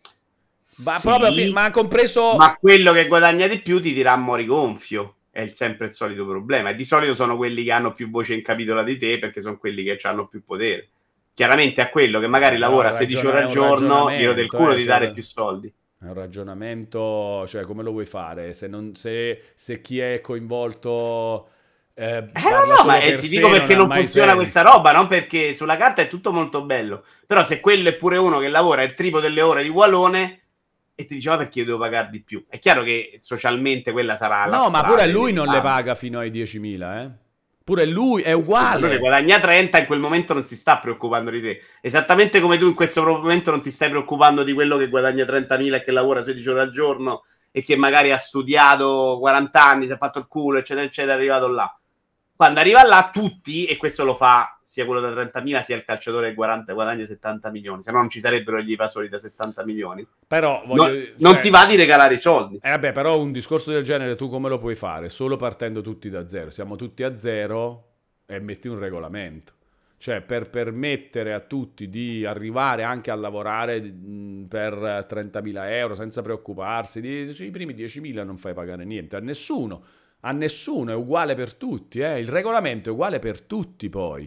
Ma proprio, fi- sì, ma compreso... ma quello che guadagna di più ti dirà a morigonfio. È il- sempre il solito problema. E di solito sono quelli che hanno più voce in capitola di te perché sono quelli che hanno più potere. Chiaramente a quello che magari Vabbè, però è un, lavora sedici ore ragiona- è al un giorno, glielo del ragionamento, culo eh, di cioè, dare da- più soldi. è un ragionamento, cioè come lo vuoi fare? Se, non, se, se chi è coinvolto eh, Eh parla no, no, ma solo eh, per ti dico sé non perché ha non mai funziona questa senso. roba, non perché sulla carta è tutto molto bello. Però se quello è pure uno che lavora il triplo delle ore di Walone e ti diceva perché io devo pagare di più. È chiaro che socialmente quella sarà la No, ma pure a strage lui dei non le matti. paga fino ai diecimila, eh. Pure lui è Sì, ma lui ne uguale. guadagna trenta, in quel momento non si sta preoccupando di te. Esattamente come tu in questo momento non ti stai preoccupando di quello che guadagna trentamila e che lavora sedici ore al giorno e che magari ha studiato quaranta anni, si è fatto il culo, eccetera, eccetera, è arrivato là. Quando arriva là, tutti, e questo lo fa sia quello da trentamila sia il calciatore che guarda- guadagna settanta milioni, se no non ci sarebbero gli evasori da settanta milioni. Però No- voglio, non ti cioè, va di regalare i soldi. eh vabbè, però un discorso del genere tu come lo puoi fare? Solo partendo tutti da zero. Siamo tutti a zero e metti un regolamento. Cioè, per permettere a tutti di arrivare anche a lavorare mh, per trentamila euro senza preoccuparsi, di, sui primi diecimila non fai pagare niente a nessuno. A nessuno, è uguale per tutti, eh. Il regolamento è uguale per tutti poi.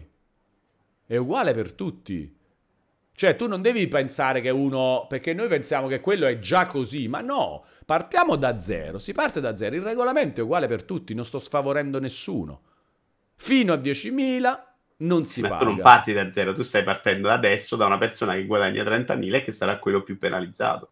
È uguale per tutti. Cioè, tu non devi pensare che uno... Perché noi pensiamo che quello è già così, ma no. Partiamo da zero, si parte da zero. Il regolamento è uguale per tutti, non sto sfavorendo nessuno. Fino a diecimila non Sì, si ma tu non paga. parti da zero, tu stai partendo da adesso da una persona che guadagna trentamila e che sarà quello più penalizzato.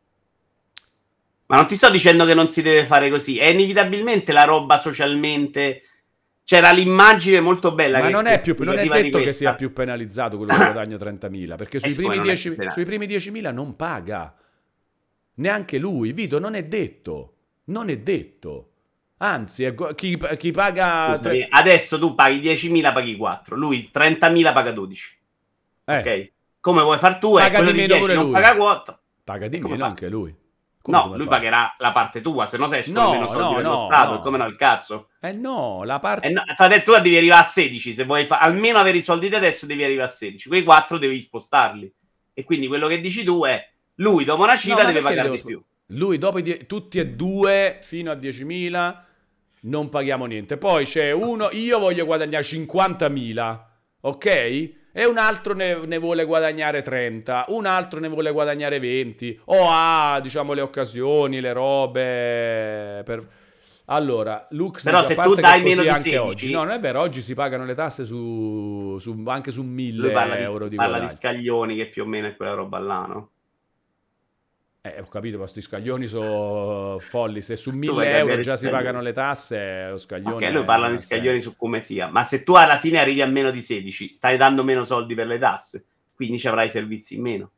Ma non ti sto dicendo che non si deve fare così, è inevitabilmente la roba socialmente. C'era l'immagine molto bella Ma che, non che è, più, non è esplicativa di detto che sia questa. più penalizzato quello che guadagna trentamila, perché E sui siccome primi, non è dieci, penale. sui primi diecimila non paga. Neanche lui. Vito, non è detto. Non è detto. Anzi, è gu- chi, chi paga... Scusami, tre- adesso tu paghi diecimila, paghi quattro, lui trentamila paga dodici. Eh, Ok? Come vuoi far tu? È paga quello di di meno dieci pure non lui. paga quattro. Paga di E come meno fa? anche lui. Come, No, come lui fa? pagherà la parte tua, se no se escono meno No, soldi no, per lo no, Stato, e come no no. il cazzo. Eh no, la E parte... no, adesso tu devi arrivare a sedici, se vuoi fa- almeno avere i soldi di adesso devi arrivare a sedici, quei quattro devi spostarli. E quindi quello che dici tu è, lui dopo una No, cifra ma deve perché li pagare devo... di sp- più. Lui dopo i die- tutti e due fino a diecimila non paghiamo niente. Poi c'è uno, io voglio guadagnare cinquantamila, ok? E un altro ne, ne vuole guadagnare trenta, un altro ne vuole guadagnare venti. O ha, diciamo, le occasioni, le robe per... Allora, Lux Però dice, se a tu parte dai che meno così di anche sedici, oggi. No, non è vero, oggi si pagano le tasse su, su- anche su lui mille parla di, euro di parla di guadagno. scaglioni, che più o meno è quella roba là, no? Eh, ho capito, ma questi scaglioni sono folli. Se su Tu vai mille a euro cambiare già si scaglioni. pagano le tasse, lo Ok, scaglione lui parla non di ha scaglioni senso. su come sia, ma se tu alla fine arrivi a meno di sedici, stai dando meno soldi per le tasse, quindi ci avrai servizi in meno.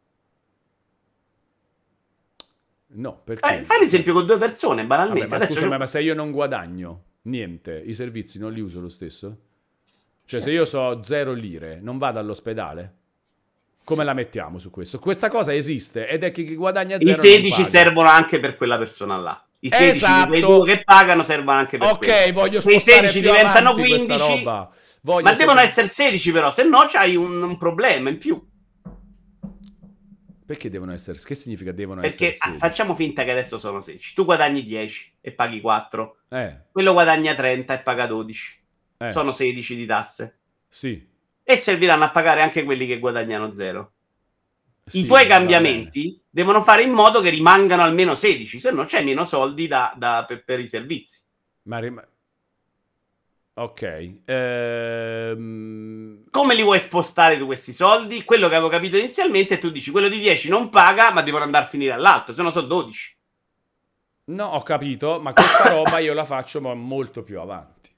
No, Eh, perché? fai l'esempio con due persone, Vabbè, banalmente. ma Adesso scusami, io- ma se io non guadagno niente, i servizi non li uso lo stesso? Cioè, se Certo. io so zero lire, non vado all'ospedale? Come Sì. la mettiamo su questo? Questa cosa esiste ed è che chi guadagna I zero non sedici paga. servono anche per quella persona là. I sedici di quei due Esatto. che pagano servono anche per quello. Ok, voglio Quei spostare sedici più diventano avanti questa quindici, roba. Voglio ma devono so- essere sedici però, se no c'hai un, un problema in più. Perché devono essere? Che significa devono Perché essere ah, sedici? facciamo finta che adesso sono sedici. Tu guadagni dieci e paghi quattro. Eh, Quello guadagna trenta e paga dodici. eh, Sono sedici di tasse. sì, E serviranno a pagare anche quelli che guadagnano zero. I sì, tuoi va bene. cambiamenti devono fare in modo che rimangano almeno sedici, se no c'è meno soldi da, da- per, per i servizi. Ma rim- ok. Ehm, Come li vuoi spostare tu questi soldi? Quello che avevo capito inizialmente, tu dici quello di dieci non paga, ma devono andare a finire all'alto, se no sono dodici. No, ho capito, ma questa roba io la faccio ma molto più avanti.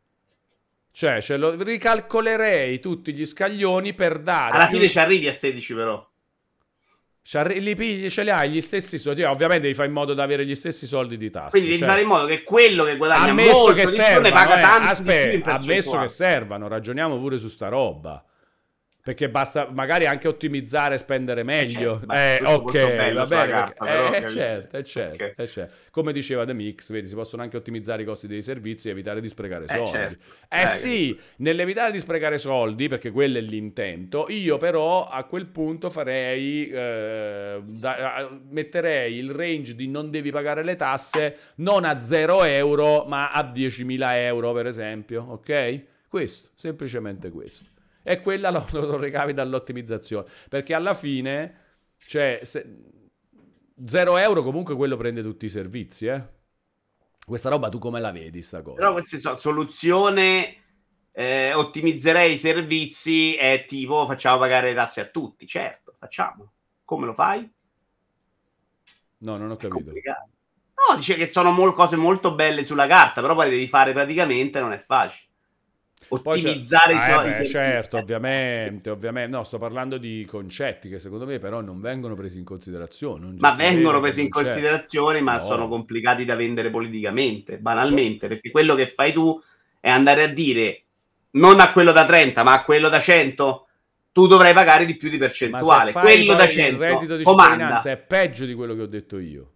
Cioè, ce lo ricalcolerei tutti gli scaglioni per dare Alla più- fine ci arrivi a sedici però. ci arri- li pigli, ce li hai gli stessi soldi. Cioè, ovviamente devi fare in modo da avere gli stessi soldi di tasse. Quindi devi certo. fare in modo che quello che guadagna Ammesso molto che di più ne servano, paga eh. tanto di più in Aspetta, ammesso percentuale. che servano, ragioniamo pure su sta roba. Perché basta magari anche ottimizzare e spendere meglio. certo, beh, Eh, tutto ok, molto bello va sulla bene. carta, perché- però, eh, capisci? certo, è certo, Ok. è certo. Come diceva The Mix, vedi, si possono anche ottimizzare i costi dei servizi e evitare di sprecare Eh, soldi. certo. Eh, Eh, sì, nell'evitare di sprecare soldi, perché quello è l'intento, io però a quel punto farei, eh, da- metterei il range di non devi pagare le tasse non a zero euro, ma a diecimila euro, per esempio, ok? Questo, semplicemente questo. E quella lo, lo ricavi dall'ottimizzazione, perché alla fine, cioè, se, zero euro comunque quello prende tutti i servizi, eh? Questa roba tu come la vedi, sta cosa? Però questa so- soluzione eh, ottimizzerei i servizi e tipo facciamo pagare le tasse a tutti. Certo, facciamo. Come lo fai? No, non ho È capito. complicato. No, dice che sono mol- cose molto belle sulla carta, però poi le devi fare praticamente, non è facile. Poi c'è- Ottimizzare i Ah, so- eh i beh, servizi. certo, ovviamente, ovviamente. No, sto parlando di concetti che secondo me però non vengono presi in considerazione. non Ma gestirei vengono perché presi in non c'è. considerazione, ma No. sono complicati da vendere politicamente, banalmente, perché quello che fai tu è andare a dire non a quello da trenta, ma a quello da cento, tu dovrai pagare di più di Ma percentuale. se fai Quello poi da il cento reddito di comanda, cittadinanza è peggio di quello che ho detto io.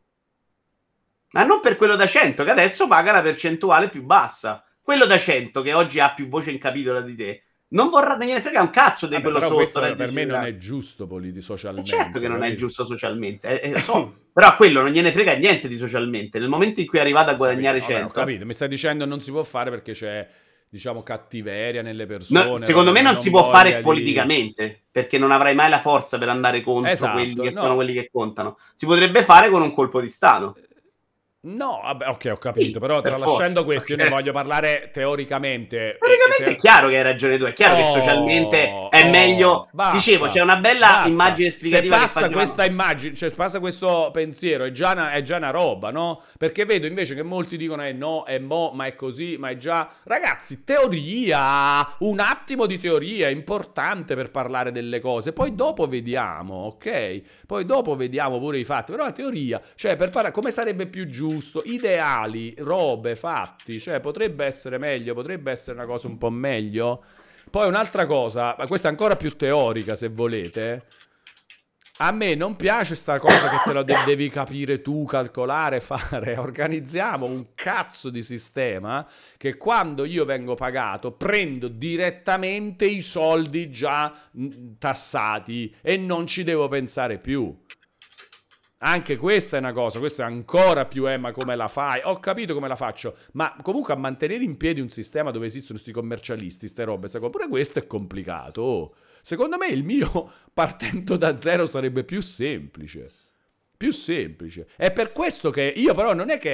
ma non per quello da cento che adesso paga la percentuale più bassa. Quello da cento che oggi ha più voce in capitolo di te, non vorrà, non gliene frega un cazzo di Vabbè, quello però sotto. questo reddito per di me non è cittadinanza. giusto politi- E socialmente. certo che non è capito? giusto socialmente, eh, eh, lo so. Però a quello non gliene frega niente di socialmente. Nel momento in cui è arrivato a guadagnare Capito? Vabbè, ho cento, capito, mi stai dicendo non si può fare perché c'è, diciamo, cattiveria nelle persone. no, secondo me roba- non si può fare voglia di- politicamente, perché non avrai mai la forza per andare contro Esatto, quelli che no. sono quelli che contano. Si potrebbe fare con un colpo di Stato. No, vabbè, ok, ho capito, Sì, però per tralasciando forza, questo, io perché- ne voglio parlare teoricamente. Praticamente E- e è chiaro che hai ragione tu, è chiaro che Oh, socialmente è oh, meglio. basta, Dicevo, c'è una bella basta. immagine esplicativa Se che passa facevamo- questa immagine, cioè passa questo pensiero, è già, una, è già una roba, no? Perché vedo invece che molti dicono eh no, è mo, ma è così, ma è già... Ragazzi, teoria, un attimo di teoria è importante per parlare delle cose, poi dopo vediamo, ok? Poi dopo vediamo pure i fatti, però la teoria, cioè per parlare come sarebbe più giusto, ideali, robe, fatti, cioè potrebbe essere meglio, potrebbe essere una cosa un po' meglio. Poi un'altra cosa, ma questa è ancora più teorica se volete. A me non piace sta cosa che te lo de- devi capire tu, calcolare, fare. Organizziamo un cazzo di sistema che quando io vengo pagato prendo direttamente i soldi già mh, tassati e non ci devo pensare più. Anche questa è una cosa, questa è ancora più, eh, ma come la fai? Ho capito come la faccio, ma comunque a mantenere in piedi un sistema dove esistono questi commercialisti, ste robe, secondo pure questo è complicato. Oh. Secondo me il mio, partendo da zero, sarebbe più semplice. Più semplice. È per questo che io però non è che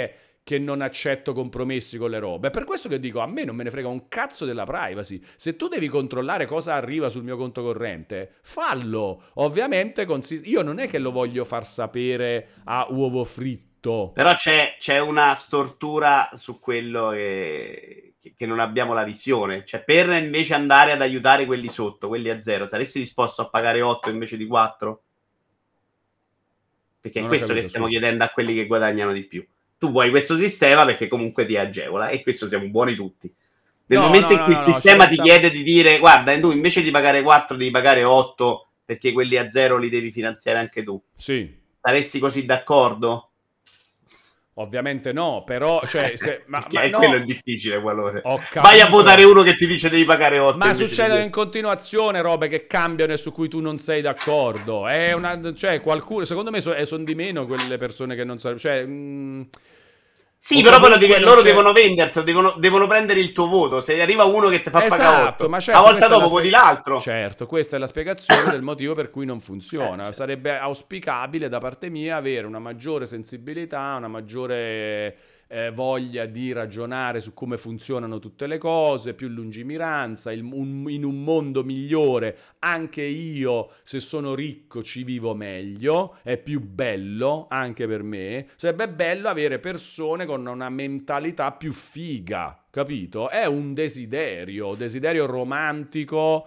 che non accetto compromessi con le robe. È per questo che dico, a me non me ne frega un cazzo della privacy. Se tu devi controllare cosa arriva sul mio conto corrente, fallo. Ovviamente consist- io non è che lo voglio far sapere a uovo fritto. Però c'è, c'è una stortura su quello che, che non abbiamo la visione. Cioè, per invece andare ad aiutare quelli sotto, quelli a zero, saresti disposto a pagare otto invece di quattro? Perché è Non ho questo capito, che stiamo scusa. chiedendo a quelli che guadagnano di più. Tu vuoi questo sistema perché comunque ti agevola, e questo siamo buoni tutti. Nel No, momento no, in no, cui no, il no, ci sistema ti pensavo- chiede di dire guarda, tu invece di pagare quattro devi pagare otto perché quelli a zero li devi finanziare anche tu, Sì, saresti così d'accordo? ovviamente no, però, cioè, se, ma, Perché ma è quello no, il difficile, valore. ho Vai a votare capito. uno che ti dice devi pagare otto Ma invece di succedono in dieci. continuazione robe che cambiano e su cui tu non sei d'accordo. È una, cioè, qualcuno, secondo me, so, eh, sono di meno quelle persone che non sanno. Cioè, mh, Sì, o però poi lo comunque devi- non loro c'è. devono venderti, devono, devono prendere il tuo voto. Se arriva uno che ti fa pagare Esatto, otto, ma la certo, volta questa è la dopo voti spie- l'altro. certo, questa è la spiegazione del motivo per cui non funziona. Eh, Sarebbe auspicabile da parte mia avere una maggiore sensibilità, una maggiore eh, voglia di ragionare su come funzionano tutte le cose, più lungimiranza, il- un- in un mondo migliore. Anche io, se sono ricco, ci vivo meglio, è più bello anche per me. Sarebbe bello avere persone con una mentalità più figa, capito? È un desiderio, desiderio romantico.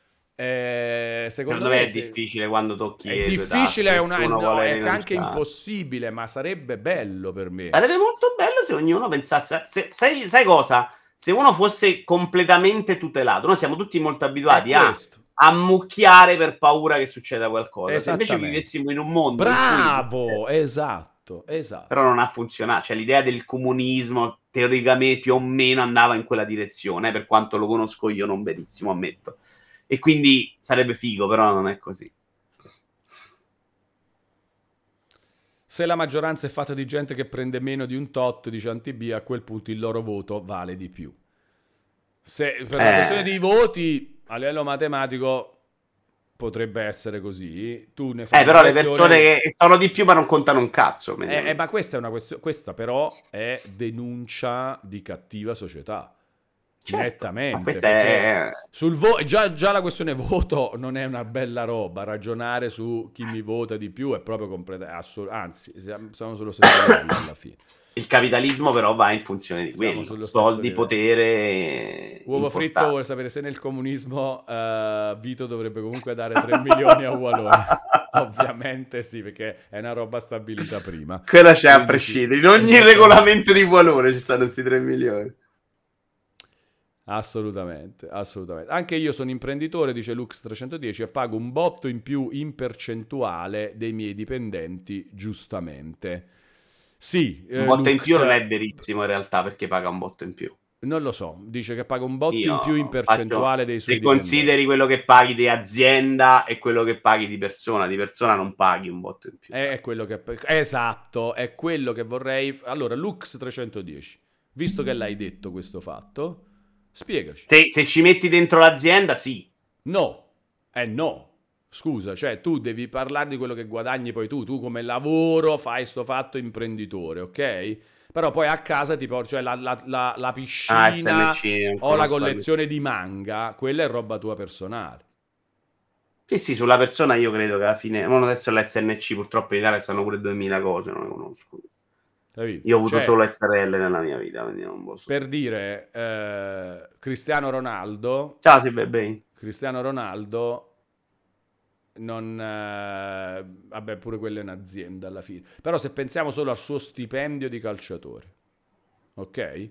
eh, secondo Secondo me me è se- difficile quando tocchi è le due difficile, è, taste, una- se uno no, vuole è anche rinunciare. impossibile, ma sarebbe bello per me. Sarebbe molto bello se ognuno pensasse. Se, sai, sai cosa? Se uno fosse completamente tutelato, noi siamo tutti molto È abituati a questo. ammucchiare per paura che succeda qualcosa. Se invece Esattamente. vivessimo in un mondo in cui Bravo, esatto, esatto. però non ha funzionato, cioè l'idea del comunismo teoricamente più o meno andava in quella direzione, eh, per quanto lo conosco io non benissimo, ammetto. E quindi sarebbe figo, però non è così. Se la maggioranza è fatta di gente che prende meno di un tot, dice Anti-B, a quel punto il loro voto vale di più. Se per una questione Eh, di voti, a livello matematico potrebbe essere così. Tu ne fai eh, una però le persone questione. che sono di più ma non contano un cazzo, Eh, eh, mediamente. ma questa è una questione. Questa però è denuncia di cattiva società. Certo, ma Nettamente, questa perché è... sul vo- già, già la questione voto non è una bella roba. Ragionare su chi mi vota di più è proprio completamente. Anzi, siamo, siamo sullo stesso livello alla fine. Il capitalismo però va in funzione di Siamo quello. sullo stesso Soldi, livello. potere, Uovo Fritto importante. vuole sapere se nel comunismo eh, Vito dovrebbe comunque dare tre milioni a Ualone. Ovviamente sì, perché è una roba stabilita prima. Quella c'è a Quindi sì, prescindere. In ogni esattamente. regolamento di valore ci stanno questi tre milioni. Assolutamente, assolutamente. Anche io sono imprenditore, dice Lux trecentodieci, e pago un botto in più in percentuale dei miei dipendenti, giustamente. Sì, Un eh, botto in Lux, più non è verissimo in realtà, perché paga un botto in più. non lo so, dice che paga un botto Io in più in faccio, percentuale dei suoi se consideri dipendenti. quello che paghi di azienda e quello che paghi di persona, di persona non paghi un botto in più. È, è quello che... Esatto, è quello che vorrei... Allora, Lux trecentodieci, visto che l'hai detto questo fatto, spiegaci. Se, se ci metti dentro l'azienda, sì. No, è no. Scusa, cioè tu devi parlare di quello che guadagni poi tu, tu come lavoro fai sto fatto imprenditore, ok? Però poi a casa ti porti, cioè la, la, la, la Ah, piscina S N C, non o la conosco la- collezione di manga, quella è roba tua personale. Sì, sì, sulla persona io credo che alla fine... Ma adesso l'S N C purtroppo in Italia stanno pure duemila cose, non le conosco. Capito? Io ho avuto Cioè, solo S R L nella mia vita, quindi non posso... per dire, eh, Cristiano Ronaldo, Ciao, sì, bene. Cristiano Ronaldo non eh, vabbè, pure quella è un'azienda alla fine. Però se pensiamo solo al suo stipendio di calciatore, ok?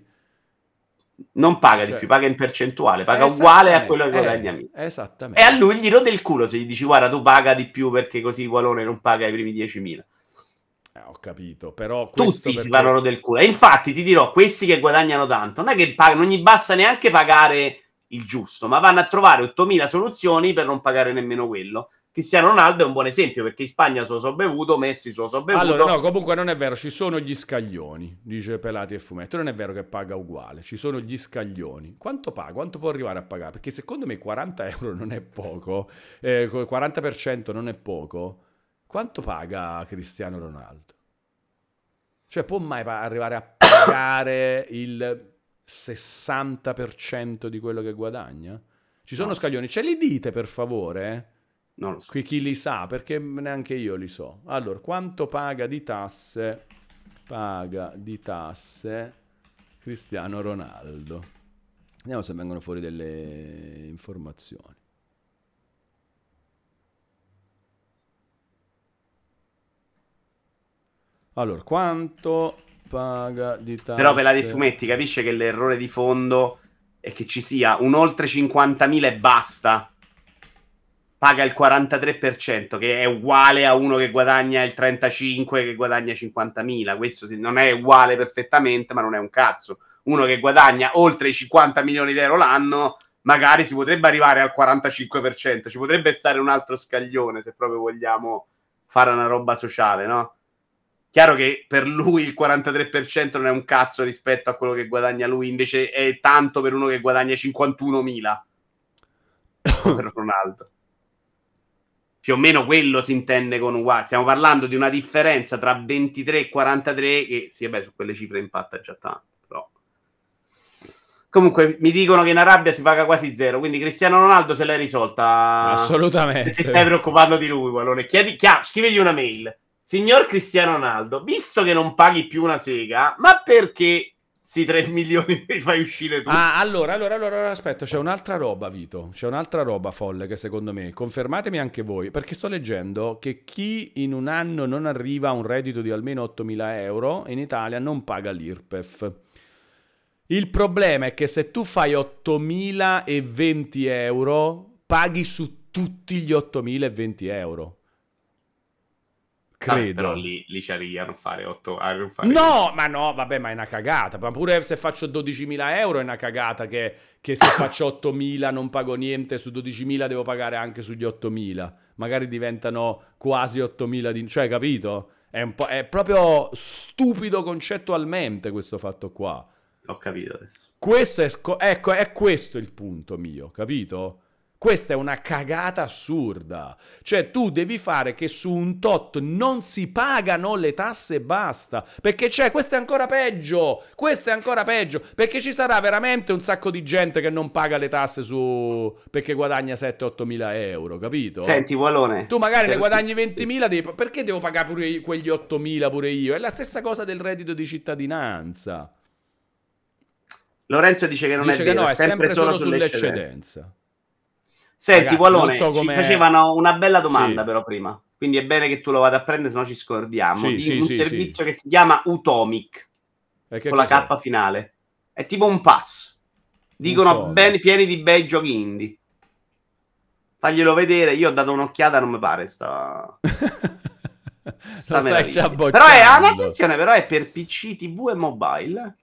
Non paga di Cioè, più, paga in percentuale, paga uguale a quello che esattamente, guadagna eh, meno. E a esattamente. lui gli rode il culo se gli dici guarda tu paga di più perché così il Valone non paga i primi diecimila. Eh, ho capito, però questo Tutti si perché fanno del culo. E infatti ti dirò, questi che guadagnano tanto, non è che pagano, non gli basta neanche pagare il giusto, ma vanno a trovare ottomila soluzioni per non pagare nemmeno quello. Cristiano Ronaldo è un buon esempio, perché in Spagna se lo so bevuto, Messi se lo so bevuto. allora, no, comunque non è vero, ci sono gli scaglioni, dice Pelati e Fumetto. Non è vero che paga uguale, ci sono gli scaglioni. Quanto paga? Quanto può arrivare a pagare? Perché secondo me quaranta euro non è poco, eh, quaranta per cento non è poco. Quanto paga Cristiano Ronaldo? Cioè, può mai pa- arrivare a pagare il sessanta per cento di quello che guadagna? Ci sono No. scaglioni, ce li dite per favore? eh? Non lo so. Qui chi li sa, perché neanche io li so. Allora, quanto paga di tasse? Paga di tasse Cristiano Ronaldo. Vediamo se vengono fuori delle informazioni. Allora, quanto paga di tasse? Però per la dei fumetti capisce che l'errore di fondo è che ci sia un oltre cinquantamila e basta. Paga il quarantatré per cento, che è uguale a uno che guadagna il trentacinque, che guadagna cinquantamila. Questo non è uguale perfettamente, ma non è un cazzo. Uno che guadagna oltre i cinquanta milioni di euro l'anno, magari si potrebbe arrivare al quarantacinque per cento. Ci potrebbe stare un altro scaglione, se proprio vogliamo fare una roba sociale, no? Chiaro che per lui il quarantatré per cento non è un cazzo rispetto a quello che guadagna lui, invece è tanto per uno che guadagna cinquantunomila. Per Ronaldo. Più o meno quello si intende con uguale. Stiamo parlando di una differenza tra ventitré e quarantatré che, sì, vabbè, su quelle cifre impatta già tanto. Però. Comunque mi dicono che in Arabia si paga quasi zero, quindi Cristiano Ronaldo se l'hai risolta. Assolutamente. Se ti stai preoccupando di lui, Wallone. Chiedi, chiam, scrivigli una mail. Signor Cristiano Ronaldo, visto che non paghi più una sega, ma perché sì tre milioni li fai uscire tu? Ah, allora, allora, allora, aspetta, c'è un'altra roba, Vito. C'è un'altra roba folle che secondo me, confermatemi anche voi, perché sto leggendo che chi in un anno non arriva a un reddito di almeno ottomila euro in Italia non paga l'I R P E F. Il problema è che se tu fai ottomilaventi euro, paghi su tutti gli ottomilaventi euro. Credo. Vabbè, però lì, lì ci arrivi a non fare otto a non fare No, ma no, vabbè, ma è una cagata. Ma pure se faccio dodicimila euro è una cagata che, che se faccio ottomila non pago niente, su dodicimila devo pagare anche sugli ottomila. Magari diventano quasi ottomila di... Cioè, capito? È, un po', è proprio stupido concettualmente questo fatto qua. Ho capito adesso. Questo è, sco- ecco, è questo il punto mio, capito? Questa è una cagata assurda. Cioè, tu devi fare che su un tot non si pagano le tasse e basta. Perché c'è, questo è ancora peggio. Questo è ancora peggio. Perché ci sarà veramente un sacco di gente che non paga le tasse su... perché guadagna sette otto mila euro, capito? Senti, Wallone. Tu magari ne guadagni ventimila, devi... perché devo pagare pure io, quegli ottomila pure io? È la stessa cosa del reddito di cittadinanza. Lorenzo dice che non Dice è che vero, no, è sempre, sempre solo sull'eccedenza. sull'eccedenza. Senti, Ragazzi, Wallone, non so ci come- facevano una bella domanda Sì. però prima. Quindi è bene che tu lo vada a prendere, se no ci scordiamo. Sì, Di sì, un sì, servizio sì. che si chiama Utomic, E che con la cos'è? K finale. È tipo un pass. Dicono Utomic. ben pieni di bei giochi indie. Faglielo vedere, io ho dato un'occhiata, non mi pare sta... Lo sta stai meraviglia. già Però è, ah, bocciando. attenzione, però è per P C, T V e mobile.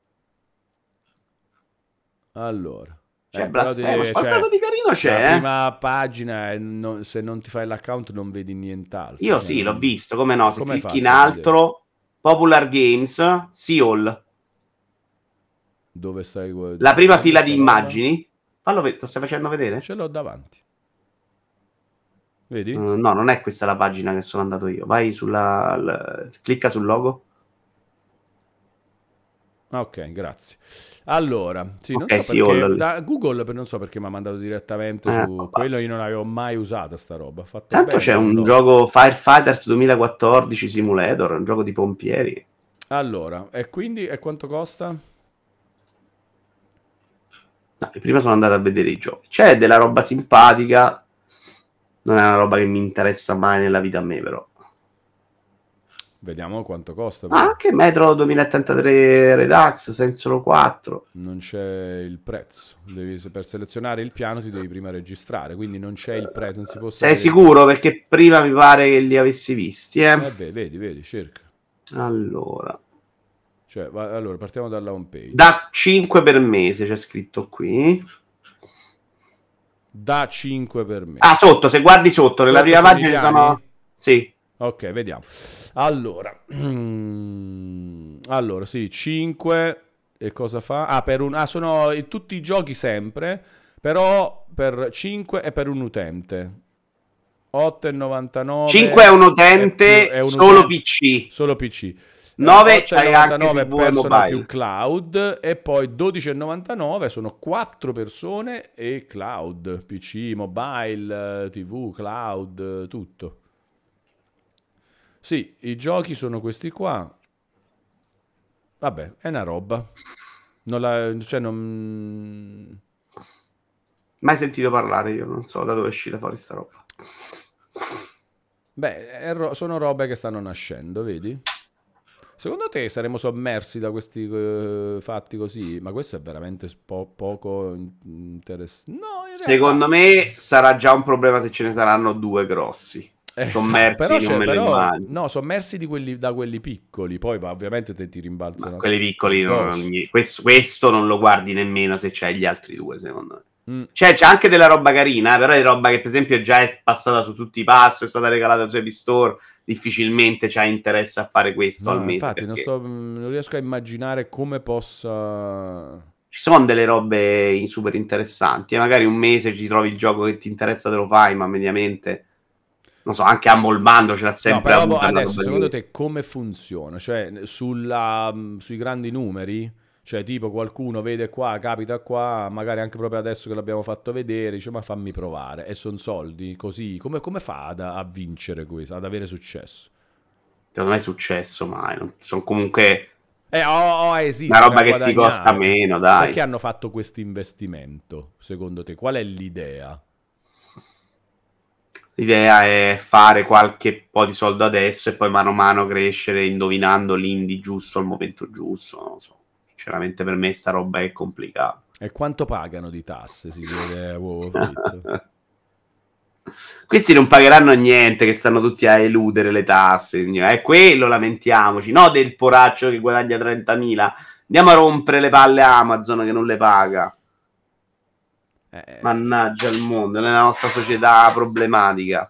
Allora. C'è Eh, però ti Blasphemous, deve- qualcosa cioè, di carino la c'è, eh. prima pagina, è no- se non ti fai l'account non vedi nient'altro. Io Cioè, sì, l'ho non- visto, come no, se Come hai clicchi in fatto a altro, Popular Games, Seoul, Dove stai? la prima dove fila sta di roba? immagini. Fallo vedere, lo stai facendo vedere? Ce l'ho davanti. Vedi? Uh, no, non è questa la pagina che sono andato io. Vai sulla... l- clicca sul logo. Ok, grazie. Allora, sì, non Ok, so sì, perché All- da Google per- non so perché mi ha mandato direttamente Eh, su può quello, darsi. io non avevo mai usato sta roba. Ho fatto Tanto bene, c'è non un l'ho. gioco Firefighters duemilaquattordici Simulator, un gioco di pompieri. Allora, e quindi e quanto costa? No, prima sono andato a vedere i giochi. C'è della roba simpatica. Non è una roba che mi interessa mai nella vita a me, però. Vediamo quanto costa. Ah, però. anche Metro duemilatrentatré Redux, Sensoro quattro. Non c'è il prezzo. Devi- per selezionare il piano ti devi prima registrare, quindi non c'è il prezzo, non si può Sei sapere. sicuro? Perché prima mi pare che li avessi visti, eh. Eh beh, vedi, vedi, cerca. Allora. Cioè, va- allora, partiamo dalla home page. Da cinque per mese c'è scritto qui. Da cinque per me. Ah, sotto, se guardi sotto, nella Sotto prima sono i pagina ci piani? sono... Sì. Ok, vediamo. Allora, allora sì, cinque e cosa fa? Ah, per un, ah, sono i- tutti i giochi sempre, però per cinque e per un utente. otto e novantanove. cinque è un utente, è più- è un solo utente- P C. Solo P C. nove c'hai anche otto e novantanove T V e personal mobile. più cloud e poi dodici e novantanove sono quattro persone e cloud, P C, mobile, T V, cloud, tutto. Sì, i giochi sono questi qua. Vabbè, è una roba. Non la, cioè non... Mai sentito parlare io, non so da dove è uscita fuori sta roba. Beh, è ro- sono robe che stanno nascendo, vedi? Secondo te saremo sommersi da questi eh, fatti così? Ma questo è veramente po- poco interessante. No, in realtà... Secondo me sarà già un problema se ce ne saranno due grossi. Eh, Sommersi però non c'è- me lo però- immagino. no, sommersi di quelli, da quelli piccoli, poi va- ovviamente te ti rimbalzano. Ma quelli piccoli, non- addosso. questo, questo non lo guardi nemmeno se c'hai gli altri due, secondo me. Mm. Cioè, c'è anche della roba carina, eh, però è roba che per esempio già è passata su tutti i pass, è stata regalata su App Store, difficilmente c'ha interesse a fare questo No, al mese. infatti non, perché sto- non riesco a immaginare come possa... ci sono delle robe in- super interessanti, e magari un mese ci trovi il gioco che ti interessa, te lo fai, ma mediamente, non so, anche Humble Bundle ce l'ha No, sempre però avuta una adesso roba secondo di te come funziona? Cioè, sulla, mh, sui grandi numeri? Cioè, tipo qualcuno vede qua, capita qua, magari anche proprio adesso che l'abbiamo fatto vedere, dice ma fammi provare, e sono soldi, così, come, come fa ad- a vincere questo, ad avere successo? Secondo me è successo mai, non- sono comunque Eh, oh, oh, esiste una roba a che ti costa guadagnare. meno, dai. Perché hanno fatto questo investimento, secondo te? Qual è l'idea? L'idea è fare qualche po' di soldo adesso e poi mano a mano crescere indovinando l'indie giusto al momento giusto, non lo so. Sinceramente per me sta roba è complicata. E quanto pagano di tasse, si vede a uovo fritto? Questi non pagheranno niente, che stanno tutti a eludere le tasse. È quello, lamentiamoci. No del poraccio che guadagna trentamila. Andiamo a rompere le palle a Amazon che non le paga. Eh, Mannaggia il mondo, nella nostra società problematica.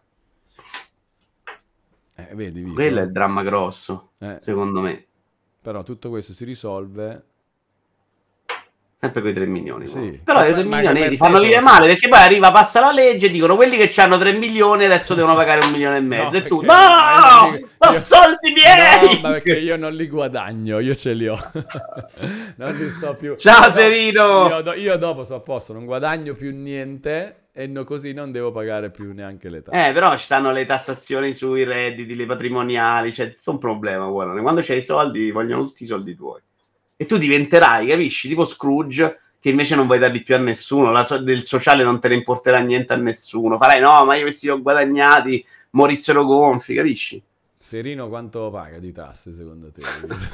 eh, vedi, Vito? Quello è il dramma grosso, Eh, secondo me. però tutto questo si risolve... Sempre quei tre milioni. Sì. Sì. Però Ma- i tre ma milioni per ti te fanno sono- vivere male, perché poi arriva, passa la legge e dicono quelli che hanno tre milioni adesso devono pagare un milione e mezzo. No, e tu, perché- no, ma io- sono io- soldi miei! No, ma perché io non li guadagno, io ce li ho. Non li sto più. Ciao, No, Serino! Io, do- io dopo so a posto, non guadagno più niente e no- così non devo pagare più neanche le tasse. Eh, però ci stanno le tassazioni sui redditi, le patrimoniali, c'è tutto un problema, guarda. Quando c'hai i soldi, vogliono tutti i soldi tuoi. E tu diventerai, capisci? Tipo Scrooge, che invece non vuoi darli più a nessuno, la so- del sociale non te ne importerà niente a nessuno. Farai, no, ma io questi li ho guadagnati, morissero gonfi, capisci? Serino quanto paga di tasse secondo te?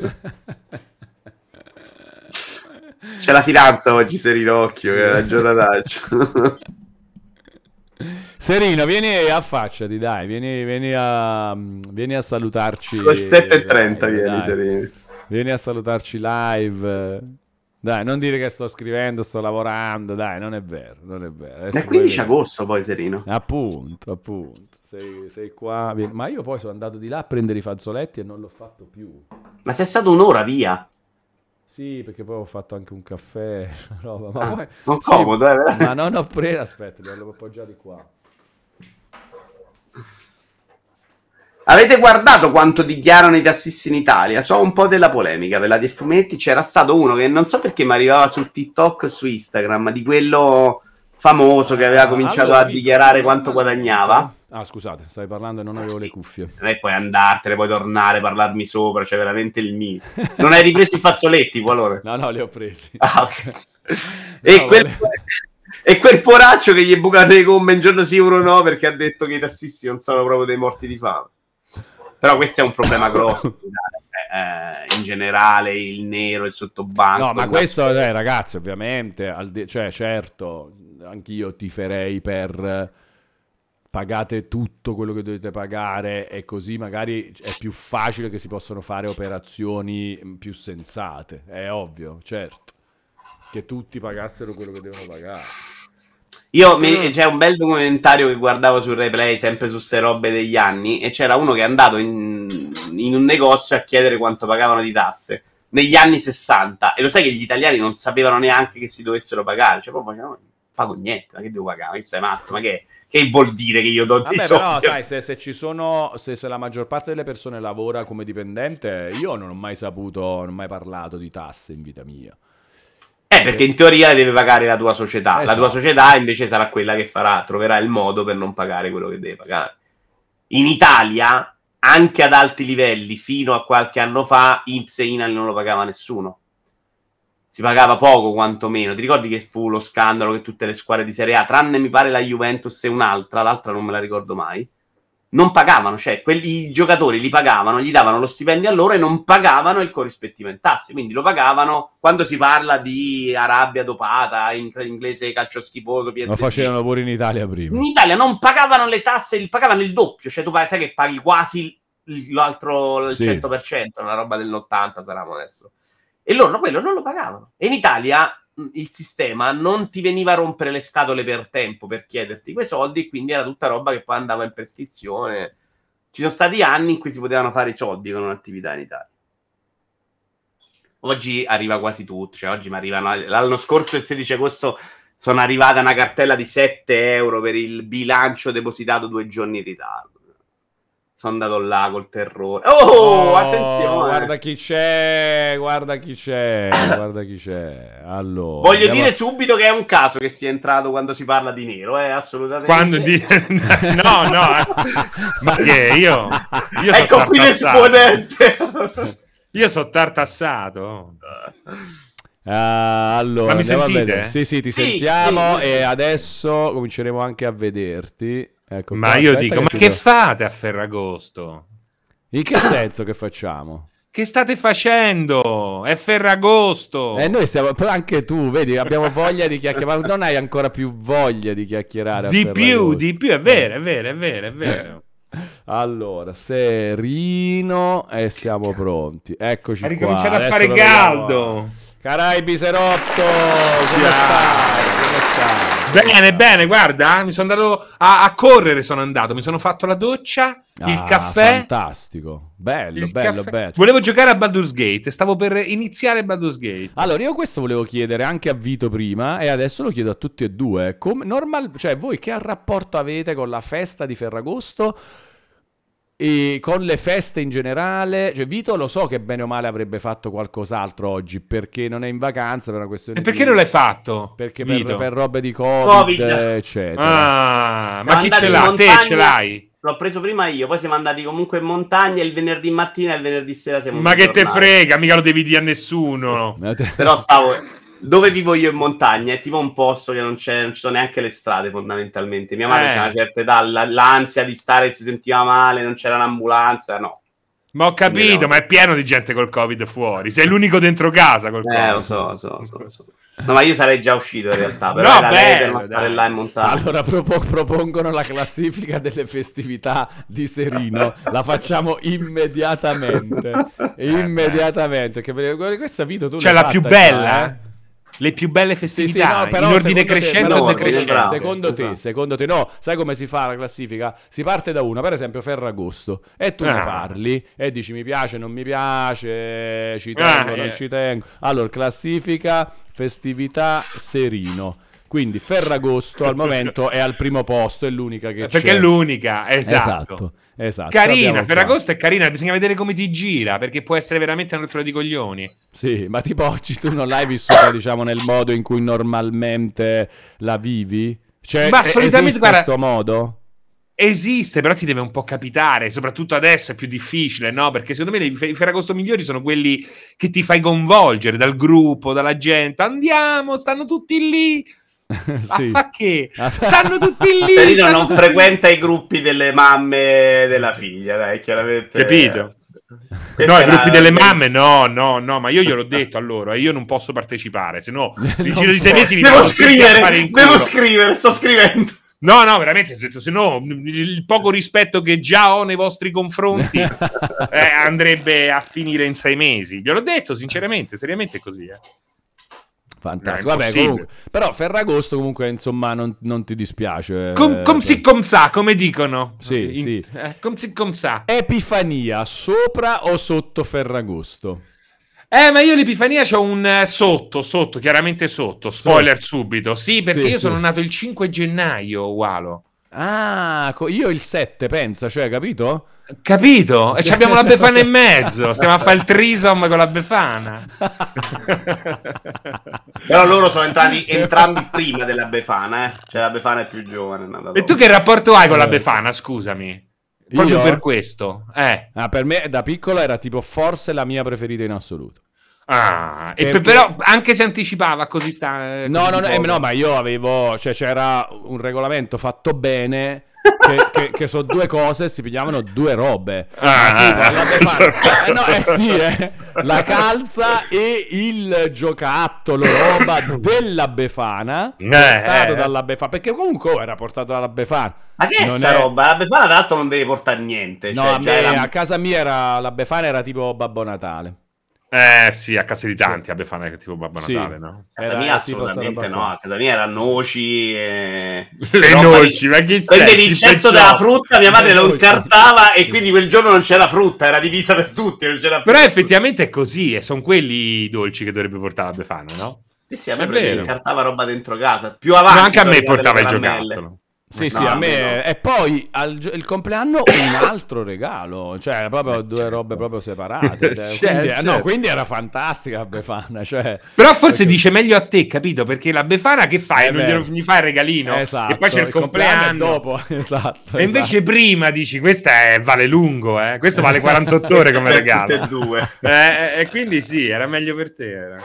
C'è la finanza oggi, Serinocchio, che è una giornataccia. Serino, vieni, affacciati, dai, vieni, vieni, a, vieni a salutarci. Col sette e trenta live, vieni, dai. Serino. Vieni a salutarci live. Dai, non dire che sto scrivendo, sto lavorando, dai, non è vero, non è vero. Adesso È quindici poi- agosto poi, Serino. Appunto, appunto. Sei, sei qua. vieni- Ma io poi sono andato di là a prendere i fazzoletti e non l'ho fatto più. Ma sei stato un'ora via. Sì, perché poi ho fatto anche un caffè, roba. Ma Ah, poi... non sì, comodo, eh. ma non ho preso. Aspetta, li ho appoggiati qua. Avete guardato quanto dichiarano i tassisti in Italia? So un po' della polemica, ve la dei fumetti. C'era stato uno che non so perché mi arrivava su TikTok e su Instagram, di quello famoso che aveva Ah, cominciato allora, a Vito, dichiarare non- quanto guadagnava. Ah, scusate, stai parlando e non avevo Sì. le cuffie. E poi andartene, poi tornare, parlarmi sopra, cioè veramente il mio. Non hai ripreso i fazzoletti, qualora? No, no, li ho presi. Ah, ok. E, No, quel, vole- e quel poraccio che gli è bucato le gomme un giorno sì, uno no, perché ha detto che i tassisti non sono proprio dei morti di fame. Però questo è un problema grosso. eh, in generale, il nero, il sottobanco. No, ma il- questo, eh, ragazzi, ovviamente, al di- cioè, certo, anch'io tiferei per eh, pagate tutto quello che dovete pagare e così magari è più facile che si possono fare operazioni mm, più sensate, è ovvio, certo, che tutti pagassero quello che devono pagare. Io mi- c'è un bel documentario che guardavo su Replay, sempre su ste robe degli anni, e c'era uno che è andato in, in un negozio a chiedere quanto pagavano di tasse negli anni sessanta, e lo sai che gli italiani non sapevano neanche che si dovessero pagare, cioè proprio facevano, pago niente, ma che devo pagare? Ma che sei matto? Ma che, che vuol dire che io do dei Vabbè, soldi? però, sai, se, se ci sono, se, se la maggior parte delle persone lavora come dipendente, io non ho mai saputo, non ho mai parlato di tasse in vita mia. Eh, perché in teoria deve pagare la tua società. Esatto. La tua società invece sarà quella che farà, troverà il modo per non pagare quello che deve pagare. In Italia, anche ad alti livelli, fino a qualche anno fa, I N P S e I N A L non lo pagava nessuno. Si pagava poco, quantomeno. Ti ricordi che fu lo scandalo che tutte le squadre di Serie A, tranne mi pare la Juventus e un'altra, l'altra non me la ricordo mai, non pagavano, cioè quelli i giocatori li pagavano, gli davano lo stipendio a loro e non pagavano il corrispettivo in tasse, quindi lo pagavano quando si parla di Arabia dopata, in inglese calcio schifoso, P S G. Lo facevano pure in Italia prima. In Italia non pagavano le tasse, pagavano il doppio, cioè tu sai che paghi quasi l'altro il Sì. cento per cento, una roba dell'ottanta saranno adesso. E loro quello non lo pagavano. E in Italia il sistema non ti veniva a rompere le scatole per tempo per chiederti quei soldi, quindi era tutta roba che poi andava in prescrizione. Ci sono stati anni in cui si potevano fare i soldi con un'attività in Italia. Oggi arriva quasi tutto, cioè oggi mi arrivano, l'anno scorso il sedici agosto sono arrivata una cartella di sette euro per il bilancio depositato due giorni in ritardo. Sono andato là col terrore. Oh, Oh, attenzione! Guarda chi c'è, guarda chi c'è, guarda chi c'è. Allora, Voglio andiamo dire a- subito che è un caso che sia entrato quando si parla di nero, eh, assolutamente. Quando di... no, no, eh. Ma che io, io Ecco so qui tartassato. l'esponente. Io so tartassato. Ah, allora, Ma mi andiamo a sentite? vedere. Sì, sì, ti Sì, sentiamo sì, sì. e adesso cominceremo anche a vederti. Ecco Ma qua, io aspetta dico, ma ti che do- fate a Ferragosto? In che senso che facciamo? Che state facendo? È Ferragosto. E noi siamo, però anche tu, vedi, abbiamo voglia di chiacchierare, ma non hai ancora più voglia di chiacchierare a Di più, Ferragosto. di più, è vero, è vero, è vero, è vero. Allora, Serino e siamo pronti. Eccoci Ha qua. ricominciato a Adesso fare lo vediamo. caldo. Caraibi Serotto, come stai? Come stai? Bene, bene, guarda, mi sono andato a, a correre, sono andato, mi sono fatto la doccia, il Ah, caffè. fantastico. Bello, il bello, caffè. bello. Volevo giocare a Baldur's Gate, stavo per iniziare Baldur's Gate. Allora, io questo volevo chiedere anche a Vito prima e adesso lo chiedo a tutti e due. Come normal, cioè voi che rapporto avete con la festa di Ferragosto e con le feste in generale? Cioè Vito lo so che bene o male avrebbe fatto qualcos'altro oggi perché non è in vacanza per una questione E perché di... non l'hai fatto? Perché per, Vito? per robe di Covid, Covid. eccetera. Ah, ma Siamo chi andati ce in l'ha? montagna. Te ce l'hai? L'ho preso prima io, poi siamo andati comunque in montagna il venerdì mattina e il venerdì sera siamo Ma che te ritornati. frega, mica lo devi dire a nessuno. Però stavo... Dove vivo io in montagna è tipo un posto che non, c'è, non ci sono neanche le strade fondamentalmente. Mia madre Eh. c'ha una certa età, la- l'ansia di stare, si sentiva male, non c'era un'ambulanza, no. Ma ho capito, No. ma è pieno di gente col Covid fuori. Sei l'unico dentro casa col Covid. Eh, lo so, lo so, lo so, lo so. No, ma io sarei già uscito in realtà, però No, era lei per bello, non stare dai. là in montagna. Allora propo- propongono la classifica delle festività di Serino, la facciamo immediatamente, immediatamente. Che per- questa Vito tu Cioè l'hai la più fatta bella, già, eh? Le più belle Sì, sì, festività, no, però in ordine secondo te- crescente però o no, secondo, bravo, decrescente? secondo te, esatto. secondo te, no, sai come si fa la classifica? Si parte da una, per esempio Ferragosto, e tu ne Ah. parli e dici mi piace, non mi piace, ci tengo, Ah, non eh. ci tengo. Allora, classifica festività Serino. Quindi Ferragosto al momento è al primo posto, è l'unica che Perché c'è. è l'unica, esatto. Esatto, esatto. Ce l'abbiamo Carina, qua. Ferragosto è carina, bisogna vedere come ti gira, perché può essere veramente una rottura di coglioni. Sì, ma tipo oggi tu non l'hai vissuta, diciamo, nel modo in cui normalmente la vivi? Cioè, Ma e- solitamente, esiste guarda- questo modo? Esiste, però ti deve un po' capitare, soprattutto adesso è più difficile, no? Perché secondo me i fe- i Ferragosto migliori sono quelli che ti fai coinvolgere dal gruppo, dalla gente. Andiamo, stanno tutti lì. Sì. A fa che? A fa- Stanno tutti lì. Serino stanno non tutti frequenta i gruppi delle mamme della figlia, dai, chiaramente. Capito? Questa No, i era- gruppi delle mamme, no, no, no, ma io gliel'ho detto allora, io non posso partecipare, se no nel Non giro di sei puoi. mesi mi Devo vanno tutti a fare scrivere, in devo culo. scrivere, sto scrivendo. No, no, veramente, ho detto, se no il poco rispetto che già ho nei vostri confronti eh, andrebbe a finire in sei mesi. Gliel'ho detto, sinceramente, seriamente è così, eh. Fantastico. No, è Vabbè, impossibile. comunque, però Ferragosto comunque, insomma, non, non ti dispiace. Com, com si com sa, come dicono. Sì, In- sì. eh, com si com sa. Epifania, sopra o sotto Ferragosto? Eh, ma io l'Epifania c'ho un eh, sotto, sotto, chiaramente sotto. Spoiler subito. Sì, perché Sì, io sì. sono nato il cinque gennaio, Walo. Ah, co- io il sette, pensa, cioè, capito? Capito? E ci abbiamo la Befana in mezzo. Stiamo a fare il trisom con la Befana. Però loro sono entrati entrambi prima della Befana, eh. Cioè la Befana è più giovane. è nata E tu dopo. che rapporto hai con la Eh. Befana, scusami? Proprio Io? per questo. Eh. Ah, per me da piccolo era tipo forse la mia preferita in assoluto. Ah, e Perché- per- però anche se anticipava così tanto. No, no, no, eh, no, ma io avevo, cioè c'era un regolamento fatto bene che, che, che sono due cose, si pigliavano due robe. Ah, Ma tipo, la Befana- eh, eh, no, eh sì, eh, la calza e il giocattolo roba della Befana, Eh. portato dalla Befana, perché comunque oh, era portato dalla Befana. Ma che è Non sta è- roba? La Befana tra l'altro non devi portare niente. No, cioè, a, già me, era- a casa mia era, la Befana era tipo Babbo Natale. Eh sì, a casa di tanti, a Befana che è tipo Babbo Sì. Natale, no? A casa Era mia tipo sta assolutamente roba no, qua. a casa mia erano noci e... Le roba noci, di- ma chi sei? Prendevi il cesto Cipecciotto. della frutta, mia madre Le lo noci. incartava e quindi quel giorno non c'era frutta, era divisa per tutti, non c'era più Però nessuno. effettivamente è così, e sono quelli i dolci che dovrebbe portare la Befana, no? Sì, sì, a me È perché vero. incartava roba dentro casa. Più avanti Ma anche a sono me arrivate portava le il caramelle. giocattolo. Sì, No, sì, a a me. me no. E poi al gio- il compleanno un altro regalo, cioè proprio due certo. robe proprio separate. Cioè, Certo, quindi, eh, no, certo. quindi era fantastica la Befana. Cioè, Però forse perché- dice meglio a te, capito? Perché la Befana che fai? Eh, non beh. glielo, gli fai il regalino Esatto, e poi c'è il, compleanno. è dopo. Esatto. E invece esatto. prima dici, questa è, vale lungo, eh? Questo vale quarantotto ore come Per regalo. tutte e due. Eh, e quindi sì, era meglio per te. Era.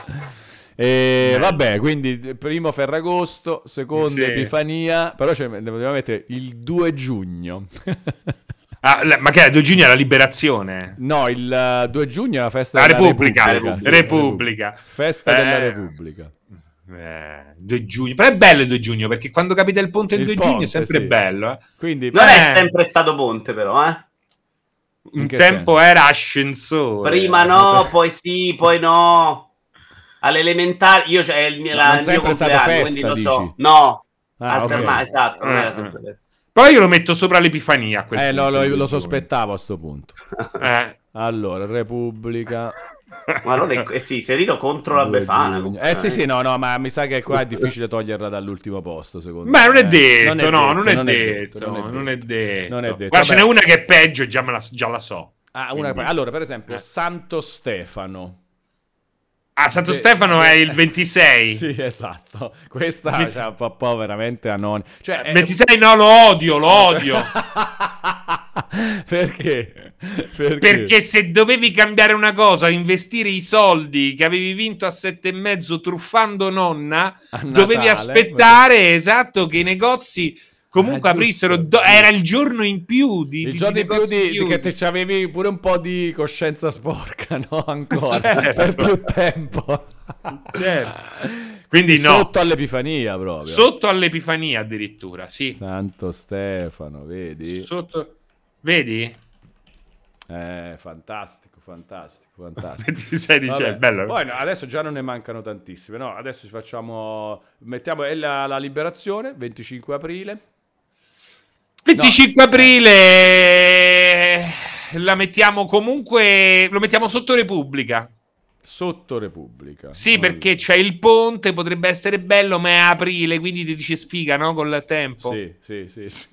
E vabbè, quindi primo Ferragosto, secondo Sì. Epifania, però cioè, ne dobbiamo mettere il due giugno. Ah, la- ma che è? due giugno è la liberazione? No, il eh, due giugno è la festa La della Repubblica. Repubblica. sì, Repubblica. Festa Eh. della Repubblica. Eh, due giugno. Però è bello il due giugno, perché quando capita il ponte il, Il due giugno è ponte, sempre sì. bello. Eh. Quindi Non Eh. è sempre stato ponte però, eh. In Un che tempo senso? era ascensore. Prima no, poi sì, poi no. All'elementare, io cioè, il mio, Ma la, non il mio sempre è stato compleanno, festa, quindi lo dici? so. No, Ah, alterna- ok. esatto, non Eh, era eh. sempre festa. Poi io lo metto sopra l'Epifania a quel Eh, punto, no, lo, il lo due sospettavo a sto punto. giugno. Eh. Allora, Repubblica. Ma allora è- eh sì, Serino contro la due Befana. giugno. comunque, Eh sì, sì, no, no, ma mi sa che qua è difficile toglierla dall'ultimo posto, secondo Beh, me. non è eh. detto, no, non è detto, non è detto. non è detto. Non è detto. Guarda, ce n'è Vabbè. una che è peggio e già, me la, già la so. Ah, una- Quindi- allora, per esempio, Eh. Santo Stefano. Ah, Santo De- Stefano de- è il ventisei. Sì, esatto. Questa venti- cioè, un po', po' veramente anonima. Cioè, è- ventisei no, lo odio, lo odio. Perché? Perché? Perché se dovevi cambiare una cosa, investire i soldi che avevi vinto a sette e mezzo truffando nonna, A dovevi Natale, aspettare, esatto, che i negozi comunque Ah, aprissero. giusto. do- era il giorno in più di, il di- giorno di in più negozi di, di che chiusi. te avevi pure un po' di coscienza sporca, no? Ancora Certo. per più tempo. Certo. Quindi no, Sotto all'Epifania proprio. sotto all'Epifania addirittura, sì. Santo Stefano, vedi? Sotto, vedi? Eh, fantastico, fantastico, fantastico. ventisei dice, Vabbè. è bello. Poi no, adesso già non ne mancano tantissime, no? Adesso ci facciamo, mettiamo è la, la liberazione, venticinque aprile. venticinque aprile la mettiamo comunque, lo mettiamo sotto Repubblica. Sotto Repubblica. Sì, No, perché c'è il ponte, potrebbe essere bello, ma è aprile, quindi ti dice sfiga, no? Col tempo. Sì, sì, sì, sì.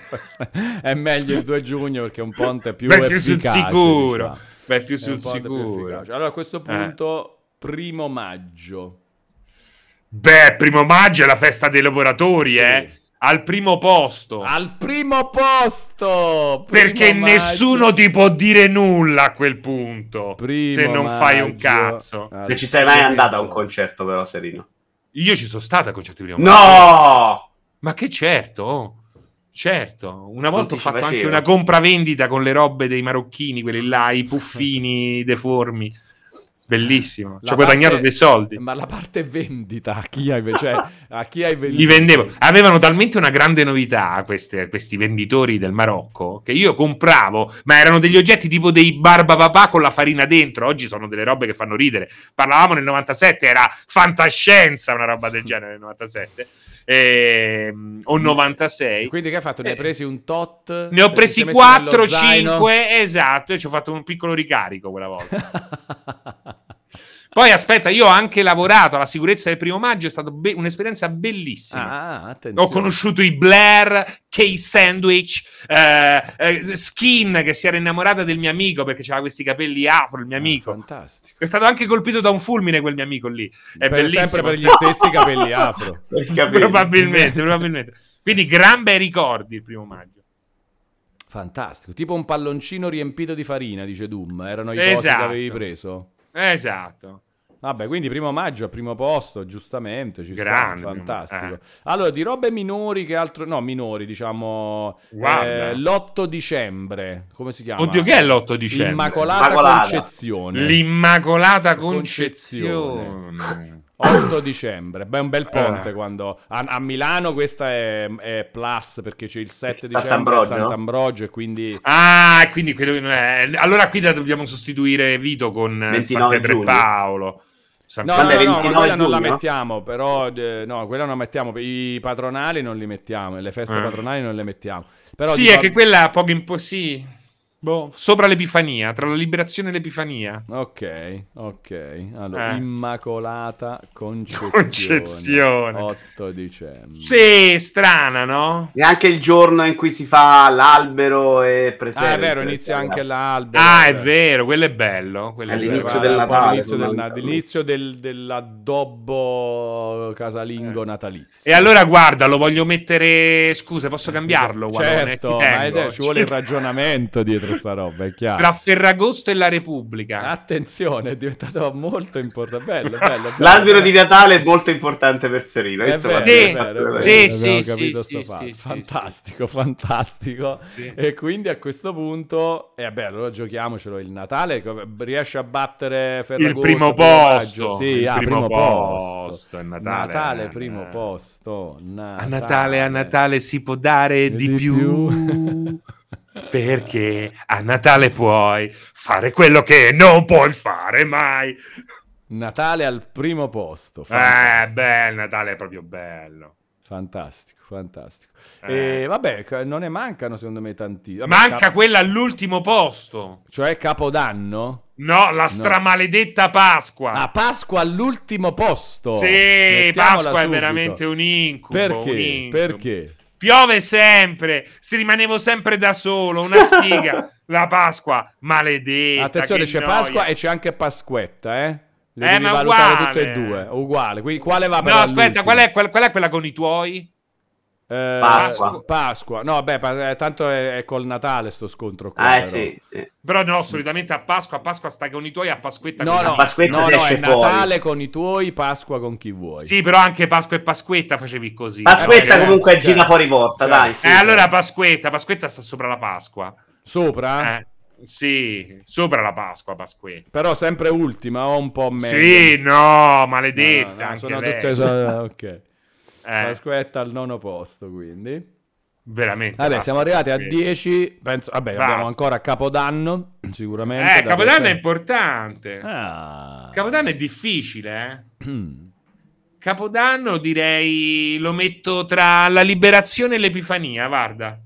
È meglio il due giugno perché è un ponte più Beh, più sul efficace, sicuro. diciamo. Beh, più È sul un ponte più sicuro. efficace. Allora a questo punto, primo maggio. Beh, primo maggio è la festa dei lavoratori, Sì. eh. Al primo posto. Al primo posto! Primo Perché maggio. nessuno ti può dire nulla a quel punto. Primo se non fai un maggio, cazzo. al Non ci sei mai primo andato a un posto. concerto però, Serino. Io ci sono stato a concerti prima maggio. No! Ma che certo, oh. Certo, una volta ti ho ci fatto anche facevo. una compravendita con le robe dei marocchini, quelli là, i puffini deformi. Bellissimo, ci La ho guadagnato parte- dei soldi. Ma la parte vendita, a chi hai, cioè, a chi hai venduto? Li vendevo. Avevano talmente una grande novità queste- questi venditori del Marocco che io compravo, ma erano degli oggetti tipo dei barbapapà con la farina dentro. Oggi sono delle robe che fanno ridere. Parlavamo nel novantasette, era fantascienza una roba del genere nel novantasette. Ehm, o novantasei. Quindi che hai fatto? Ne hai Eh, presi un tot? Ne ho Ti presi sei messo quattro nello zaino? cinque, esatto, e ci ho fatto un piccolo ricarico quella volta. Poi aspetta, io ho anche lavorato alla sicurezza del primo maggio, è stata be- un'esperienza bellissima. Ah, attenzione. Ho conosciuto i Blair, Kay Sandwich, eh, eh, Skin, che si era innamorata del mio amico perché aveva questi capelli afro, il mio amico. Ah, fantastico. È stato anche colpito da un fulmine quel mio amico lì. È Per- bellissimo. sempre per gli stessi capelli afro. probabilmente, probabilmente. Quindi gran bei ricordi il primo maggio. Fantastico. Tipo un palloncino riempito di farina, dice Doom. Erano i cosi Esatto. che avevi preso. Esatto. Vabbè, quindi primo maggio al primo posto, giustamente, ci Grande, sta, fantastico. primo- eh. Allora, di robe minori che altro... No, minori, diciamo... Guarda. eh, l'otto dicembre, come si chiama? Oddio, che è l'otto dicembre? Immacolata, Immacolata. Concezione. L'Immacolata Concezione. Concezione. otto dicembre, beh, un bel ponte Eh. quando... A, a Milano questa è, è plus, perché c'è il sette dicembre a Sant'Ambrogio. Sant'Ambrogio e quindi... Ah, quindi quello che non è... Allora qui la dobbiamo sostituire Vito con eh, San ventinove Pietro e giugno. Paolo. San No, Quando no, è no, ma ventinove quella non la giugno? mettiamo, però eh, no, quella non la mettiamo, i patronali non li mettiamo, e le feste Eh. patronali non le mettiamo. Però sì, dico- è che quella poco in po' sì. Boh, sopra l'Epifania, tra la liberazione e l'Epifania. Ok, ok. Allora, Eh. Immacolata Concezione. Concezione. otto dicembre. Sì, strana, no? E anche il giorno in cui si fa l'albero e preserve. Ah, è vero, inizia anche l'albero. Ah, è vabbè. vero, quello è bello. Quello È è l'inizio bello. del Un po' Natale, l'inizio del, fondamentalmente. l'inizio del- dell'addobbo casalingo Eh. natalizio. E allora guarda, lo voglio mettere. Scusa, posso cambiarlo? Gualone? Certo, Ti ma tengo. è- ci vuole il ragionamento dietro sta roba, è chiaro. Tra Ferragosto e la Repubblica. Attenzione, è diventato molto importante. Bello, bello, bello. L'albero di Natale è molto importante per Serino. È questo vero, va Sì, bene, è vero, è vero, sì, abbiamo sì, capito sì, sto sì, fatto. sì, sì, Fantastico, fantastico. Sì. E quindi a questo punto, e vabbè, allora giochiamocelo il Natale. co- Riesce a battere Ferragosto? Il primo maggio? posto. Sì, il ah, primo, primo posto. posto. È Natale. Natale, eh. primo posto. A Natale, a Natale si può dare di, Di più. più. Perché a Natale puoi fare quello che non puoi fare mai. Natale al primo posto. Eh, Fantastico, beh, il Natale è proprio bello. fantastico. fantastico. Eh. E vabbè, ca- non ne mancano secondo me tanti. Vabbè, Manca cap- quella all'ultimo posto. Cioè Capodanno? No, la stramaledetta Pasqua. Ah, Pasqua all'ultimo posto. sì, Mettiamola Pasqua è subito. veramente un incubo. Perché? un incubo. Perché? Piove sempre, si rimanevo sempre da solo, una sfiga. La Pasqua, maledetta. Attenzione, che c'è noia. Pasqua e c'è anche Pasquetta, eh? Le Eh, devi ma valutare uguale. tutte e due, uguale. Quindi quale va per No, aspetta, all'ultimo? qual è, qual, qual è quella con i tuoi? Eh, Pasqua. Pasqua. No, beh, pa- eh, tanto è, è col Natale sto scontro qua. Ah, eh, però. sì, sì. Però no, solitamente a Pasqua, a Pasqua stai con i tuoi, a Pasquetta No, con no, i Pasquetta no, si no, esce è fuori. Natale con i tuoi, Pasqua con chi vuoi. Sì, però anche Pasqua e Pasquetta facevi così. Pasquetta Eh, comunque certo, gira fuori porta, certo. dai. sì. Eh, allora Pasquetta, Pasquetta sta sopra la Pasqua. Sopra? Eh, sì, sopra la Pasqua, Pasquetta. Però sempre ultima o un po' meglio? Sì, no, No, no, maledetta. no, anche sono lei. tutte... so- ok. Eh, Pasquetta al nono posto, quindi. veramente. Vabbè, basta, siamo arrivati a Pasquetta. dieci. Penso, vabbè, abbiamo Basta. ancora Capodanno, sicuramente. Eh, da Capodanno è pensare. importante. Ah. Capodanno è difficile, eh. Mm. Capodanno direi lo metto tra la liberazione e l'Epifania, guarda.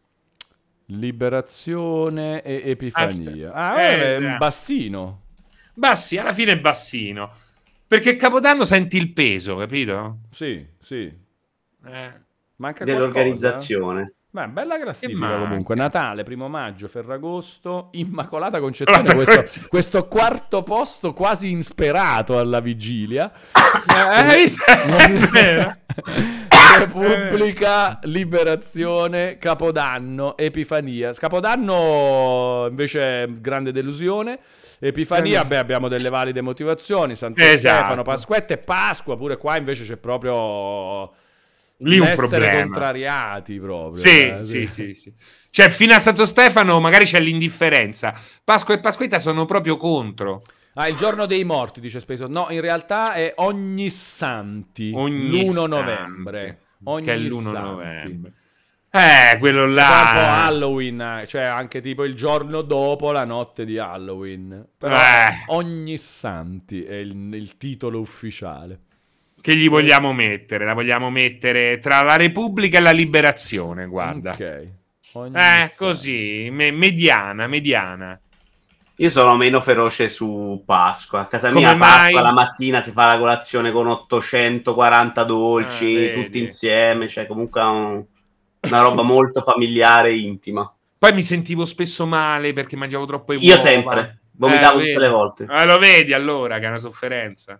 Liberazione e Epifania. Ah, Ah, eh, vabbè, sì. un bassino. Bassi, alla fine è bassino. Perché Capodanno senti il peso, capito? Sì, sì. Eh. Manca qualcosa? Dell'organizzazione. Beh, bella classifica manca? comunque. Natale, primo maggio, Ferragosto, Immacolata Concezione. questo, questo quarto posto quasi insperato alla vigilia. Eh, è vero. Repubblica, Liberazione, Capodanno, Epifania. Capodanno invece grande delusione. Epifania, beh, abbiamo delle valide motivazioni. Santo Esatto. Stefano, Pasquetta e Pasqua. Pure qua invece c'è proprio Lì un essere problema. contrariati proprio. Sì, eh, sì, sì, sì. Cioè, fino a Santo Stefano magari c'è l'indifferenza. Pasqua e Pasquetta sono proprio contro. Ah, il giorno dei morti, dice Speso. No, in realtà è ogni santi, Ogni l'primo santi, novembre. Ogni che è l'primo santi. novembre. Eh, quello Poi un po' là. Halloween, cioè anche tipo il giorno dopo la notte di Halloween. Però Eh. ogni santi è il, il titolo ufficiale. Che gli vogliamo mettere? La vogliamo mettere tra la Repubblica e la Liberazione, guarda. Ok. Ogni Eh, santi. così, me- mediana, mediana. Io sono meno feroce su Pasqua. A casa Come mia mai? Pasqua la mattina si fa la colazione con ottocentoquaranta dolci, Ah, vedi. tutti insieme, cioè comunque un- una roba molto familiare e intima. Poi mi sentivo spesso male perché mangiavo troppe Io uova. sempre, vomitavo Eh, tutte vedi? le volte. Eh, lo vedi allora che è una sofferenza.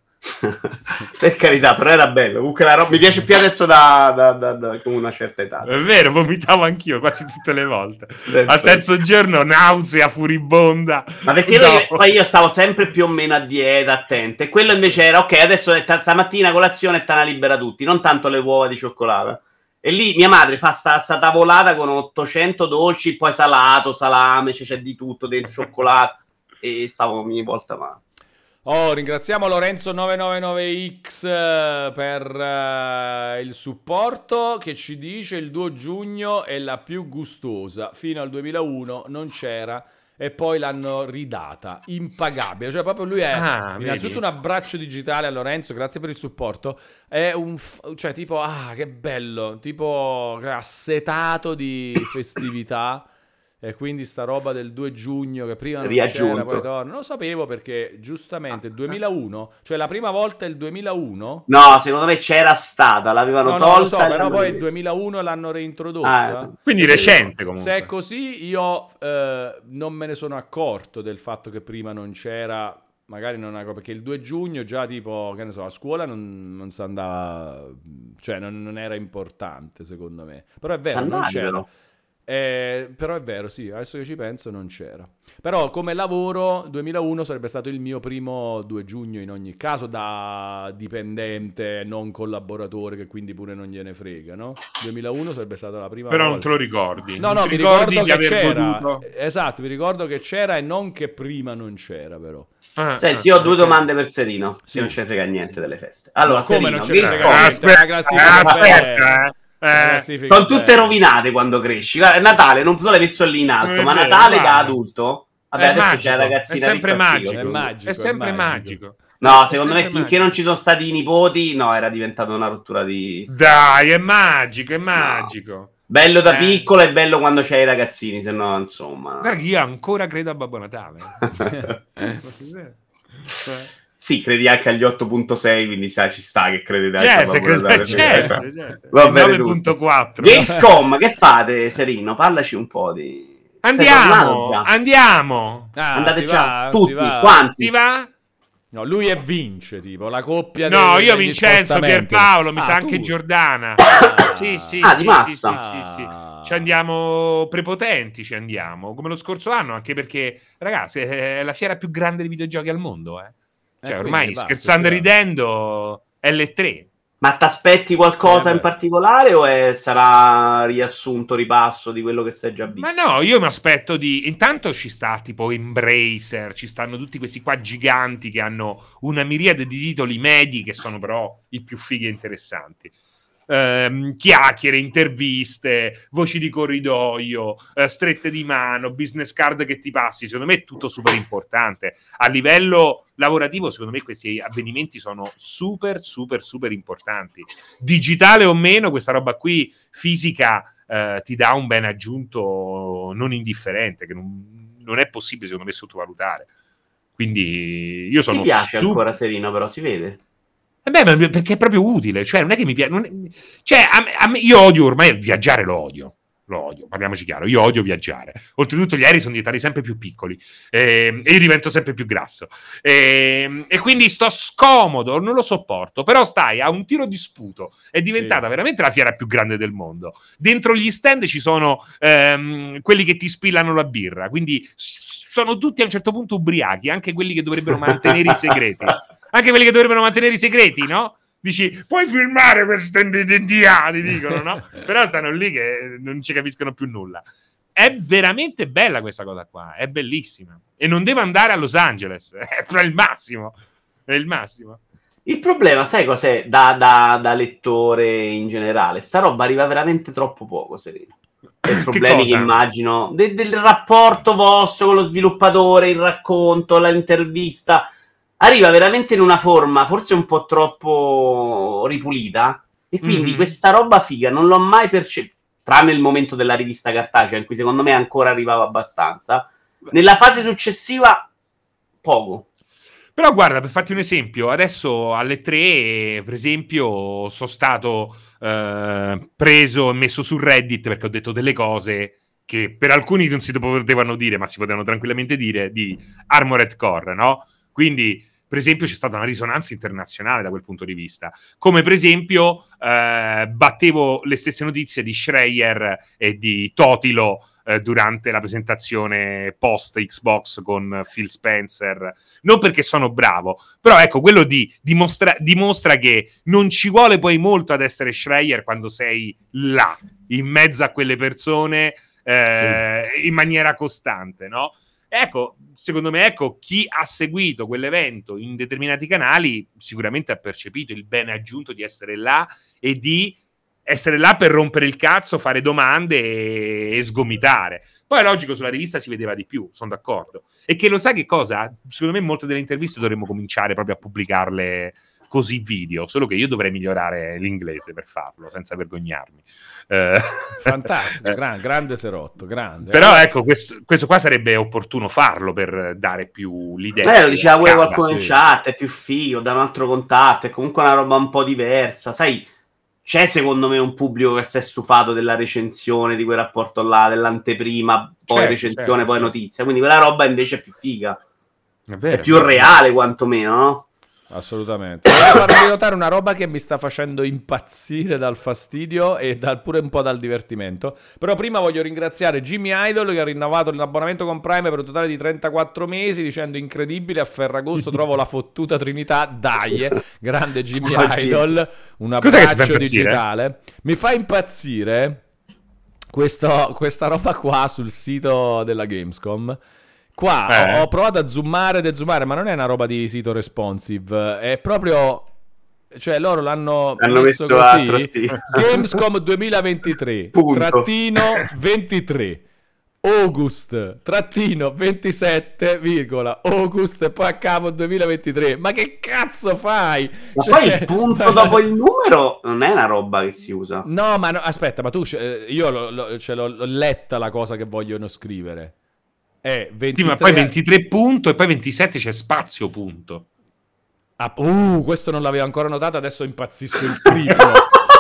Per carità, però era bello. Comunque la roba mi piace più adesso da, da, da, da- con una certa età. È vero, vomitavo anch'io quasi tutte le volte. Sempre. Al terzo giorno nausea furibonda. Ma perché Dopo- noi- poi io stavo sempre più o meno a dieta, attento. E quello invece era, ok, adesso è ta- stamattina colazione e tana libera tutti, non tanto le uova di cioccolata. E lì mia madre fa sta, sta tavolata con ottocento dolci, poi salato, salame, c'è, c'è di tutto dentro, cioccolato. E stavo ogni volta male. Oh, ringraziamo Lorenzo nove nove nove X eh, per eh, il supporto, che ci dice il due giugno è la più gustosa, fino al duemilauno non c'era e poi l'hanno ridata, impagabile, cioè proprio lui è Ah, innanzitutto vedi? un abbraccio digitale a Lorenzo, grazie per il supporto, è un, f- cioè tipo, ah che bello, tipo assetato di festività. E quindi sta roba del due giugno che prima non Riaggiunto. c'era, poi torna. Non lo sapevo perché giustamente il duemilauno, cioè la prima volta il duemilauno. No, secondo me c'era stata, l'avevano No, tolta. no, lo so, e però l'hanno poi il rimessa. duemilauno l'hanno reintrodotta. Ah, Quindi eh, recente Se comunque. è così, io eh, non me ne sono accorto del fatto che prima non c'era, magari non è perché il due giugno già tipo, che ne so, a scuola non, non si andava, cioè non, non era importante secondo me. Però è vero, non Andavi, c'era. però. Eh, però è vero, sì, adesso che ci penso non c'era. Però come lavoro duemilauno sarebbe stato il mio primo due giugno in ogni caso, da dipendente, non collaboratore, che quindi pure non gliene frega, no? duemilauno sarebbe stata la prima Però non volta. te lo ricordi. No, Non no, ti mi ricordi ricordo di che aver c'era. goduto? Esatto, mi ricordo che c'era e non che prima non c'era, però. Ah, Senti, ah, io ho due ok. domande per Serino, Sì. che non ce ne frega niente delle feste. Allora, No, come Serino, non ce ne frega Gamescom, niente? La classifica aspetta, bella. eh. La Eh, classifica sono tutte bella. rovinate quando cresci. Guarda, Natale, non tu l'hai messo lì in alto, Non è ma vero, Natale da guarda. adulto? Vabbè, È adesso magico, c'è la ragazzina è sempre ricca figo, magico. È secondo me. magico, È sempre è magico. No, È secondo me sempre finché magico. non ci sono stati i nipoti, no, era diventata una rottura di... Dai, è magico, è magico. Bello da Eh. piccolo e bello quando c'hai i ragazzini, se no, insomma... Guarda che io ancora credo a Babbo Natale. Sì, credi anche agli otto punto sei, quindi sai, ci sta che credi anche Certo, a Babbo Natale, certo, certo, sì, certo. Va Il bene nove tutto. punto quattro. Gamescom, che fate, Serino? Parlaci un po' di... Sei tornato Andiamo, già? andiamo. Ah, Andate si già va, tutti, si va. quanti? Si va? No, lui è vince, tipo, la coppia No, dei- io degli Vincenzo, spostamenti. Pierpaolo, mi Ah, sa tu? anche Giordana. Ah. Sì, sì, Ah, sì, di sì, massa. sì, sì, sì. Ah. Ci andiamo prepotenti, ci andiamo. Come lo scorso anno, anche perché, ragazzi, è la fiera più grande di videogiochi al mondo, eh. Cioè, Eh, ormai, quindi basta, scherzando e si va. ridendo, è l'E tre. Ma ti aspetti qualcosa Eh, in beh. particolare o è- sarà riassunto, ripasso di quello che sei già visto? Ma no, io mi aspetto di... Intanto ci sta tipo Embracer, ci stanno tutti questi qua giganti che hanno una miriade di titoli medi che sono però i più fighi e interessanti. Ehm, chiacchiere, interviste, voci di corridoio, eh, strette di mano, business card che ti passi, secondo me è tutto super importante. A livello lavorativo, secondo me questi avvenimenti sono super, super, super importanti. Digitale o meno, questa roba qui, fisica, eh, ti dà un ben aggiunto non indifferente, che non, non è possibile, secondo me, sottovalutare. Quindi io sono Ti piace super... ancora Serino, però si vede. Eh beh, ma perché è proprio utile, cioè non è che mi piace, non è- cioè a me, a me- io odio ormai viaggiare, lo odio, lo odio, parliamoci chiaro, io odio viaggiare, oltretutto gli aerei sono diventati sempre più piccoli ehm, e io divento sempre più grasso Ehm, e quindi sto scomodo, non lo sopporto, però stai a un tiro di sputo, è diventata Sì. veramente la fiera più grande del mondo, dentro gli stand ci sono ehm, quelli che ti spillano la birra, quindi s- sono tutti a un certo punto ubriachi, anche quelli che dovrebbero mantenere i segreti. Anche quelli che dovrebbero mantenere i segreti, no? Dici, puoi firmare questa identità, ti dicono, no? Però stanno lì che non ci capiscono più nulla. È veramente bella questa cosa qua, è bellissima. E non deve andare a Los Angeles, è il massimo, è il massimo. Il problema, sai cos'è da, da, da lettore in generale? Sta roba arriva veramente troppo poco, Serino. Per problemi che, cosa? immagino, de- del rapporto vostro con lo sviluppatore, il racconto, l'intervista, arriva veramente in una forma forse un po' troppo ripulita e quindi Mhm. questa roba figa non l'ho mai percepita, tranne il momento della rivista cartacea in cui secondo me ancora arrivava abbastanza. Nella fase successiva poco. Però guarda, per farti un esempio, adesso alle tre, per esempio, sono stato eh, preso e messo su Reddit perché ho detto delle cose che per alcuni non si potevano dire, ma si potevano tranquillamente dire, di Armored Core, no? Quindi, per esempio, c'è stata una risonanza internazionale da quel punto di vista. Come, per esempio, eh, battevo le stesse notizie di Schreier e di Totilo eh, durante la presentazione post Xbox con Phil Spencer. Non perché sono bravo, però ecco, quello di dimostra, dimostra che non ci vuole poi molto ad essere Schreier quando sei là, in mezzo a quelle persone, eh, sì. in maniera costante, no? Ecco, secondo me, ecco, chi ha seguito quell'evento in determinati canali sicuramente ha percepito il bene aggiunto di essere là e di essere là per rompere il cazzo, fare domande e, e sgomitare. Poi è logico, sulla rivista si vedeva di più, sono d'accordo. E che lo sai che cosa? Secondo me molte delle interviste dovremmo cominciare proprio a pubblicarle così video, solo che io dovrei migliorare l'inglese per farlo, senza vergognarmi. Eh, Fantastico, gran, grande Serotto, grande. Però ecco, questo, questo qua sarebbe opportuno farlo per dare più l'idea. Eh, lo diceva pure qualcuno sì. in chat, è più figo, da un altro contatto, è comunque una roba un po' diversa, sai, c'è secondo me un pubblico che si è stufato della recensione, di quel rapporto là, dell'anteprima, poi certo, recensione, certo, poi certo. notizia, quindi quella roba invece è più figa, È, vero, è più è reale quantomeno, no? Assolutamente. Voglio farvi notare una roba che mi sta facendo impazzire dal fastidio e dal, pure un po' dal divertimento. Però prima voglio ringraziare Jimmy Idol che ha rinnovato l'abbonamento con Prime per un totale di trentaquattro mesi, dicendo incredibile, a Ferragosto trovo la fottuta trinità, dai, grande Jimmy Idol, un abbraccio digitale. Mi fa impazzire questo, questa roba qua sul sito della Gamescom. Qua eh. ho, ho provato a zoomare ed zoomare, ma non è una roba di sito responsive, è proprio, cioè loro l'hanno hanno messo, messo così, Gamescom duemilaventitré, Punto. trattino ventitré, August, trattino ventisette, virgola, August e poi a capo duemilaventitré, ma che cazzo fai? Ma cioè, poi il punto dopo il numero non è una roba che si usa. No, ma no, aspetta, ma tu, io l'ho, l'ho, cioè, l'ho, l'ho letta la cosa che vogliono scrivere. È ventitré... Sì, ma poi ventitré punto e poi ventisette c'è spazio punto. Ah, uh, questo non l'avevo ancora notato, adesso impazzisco il triplo.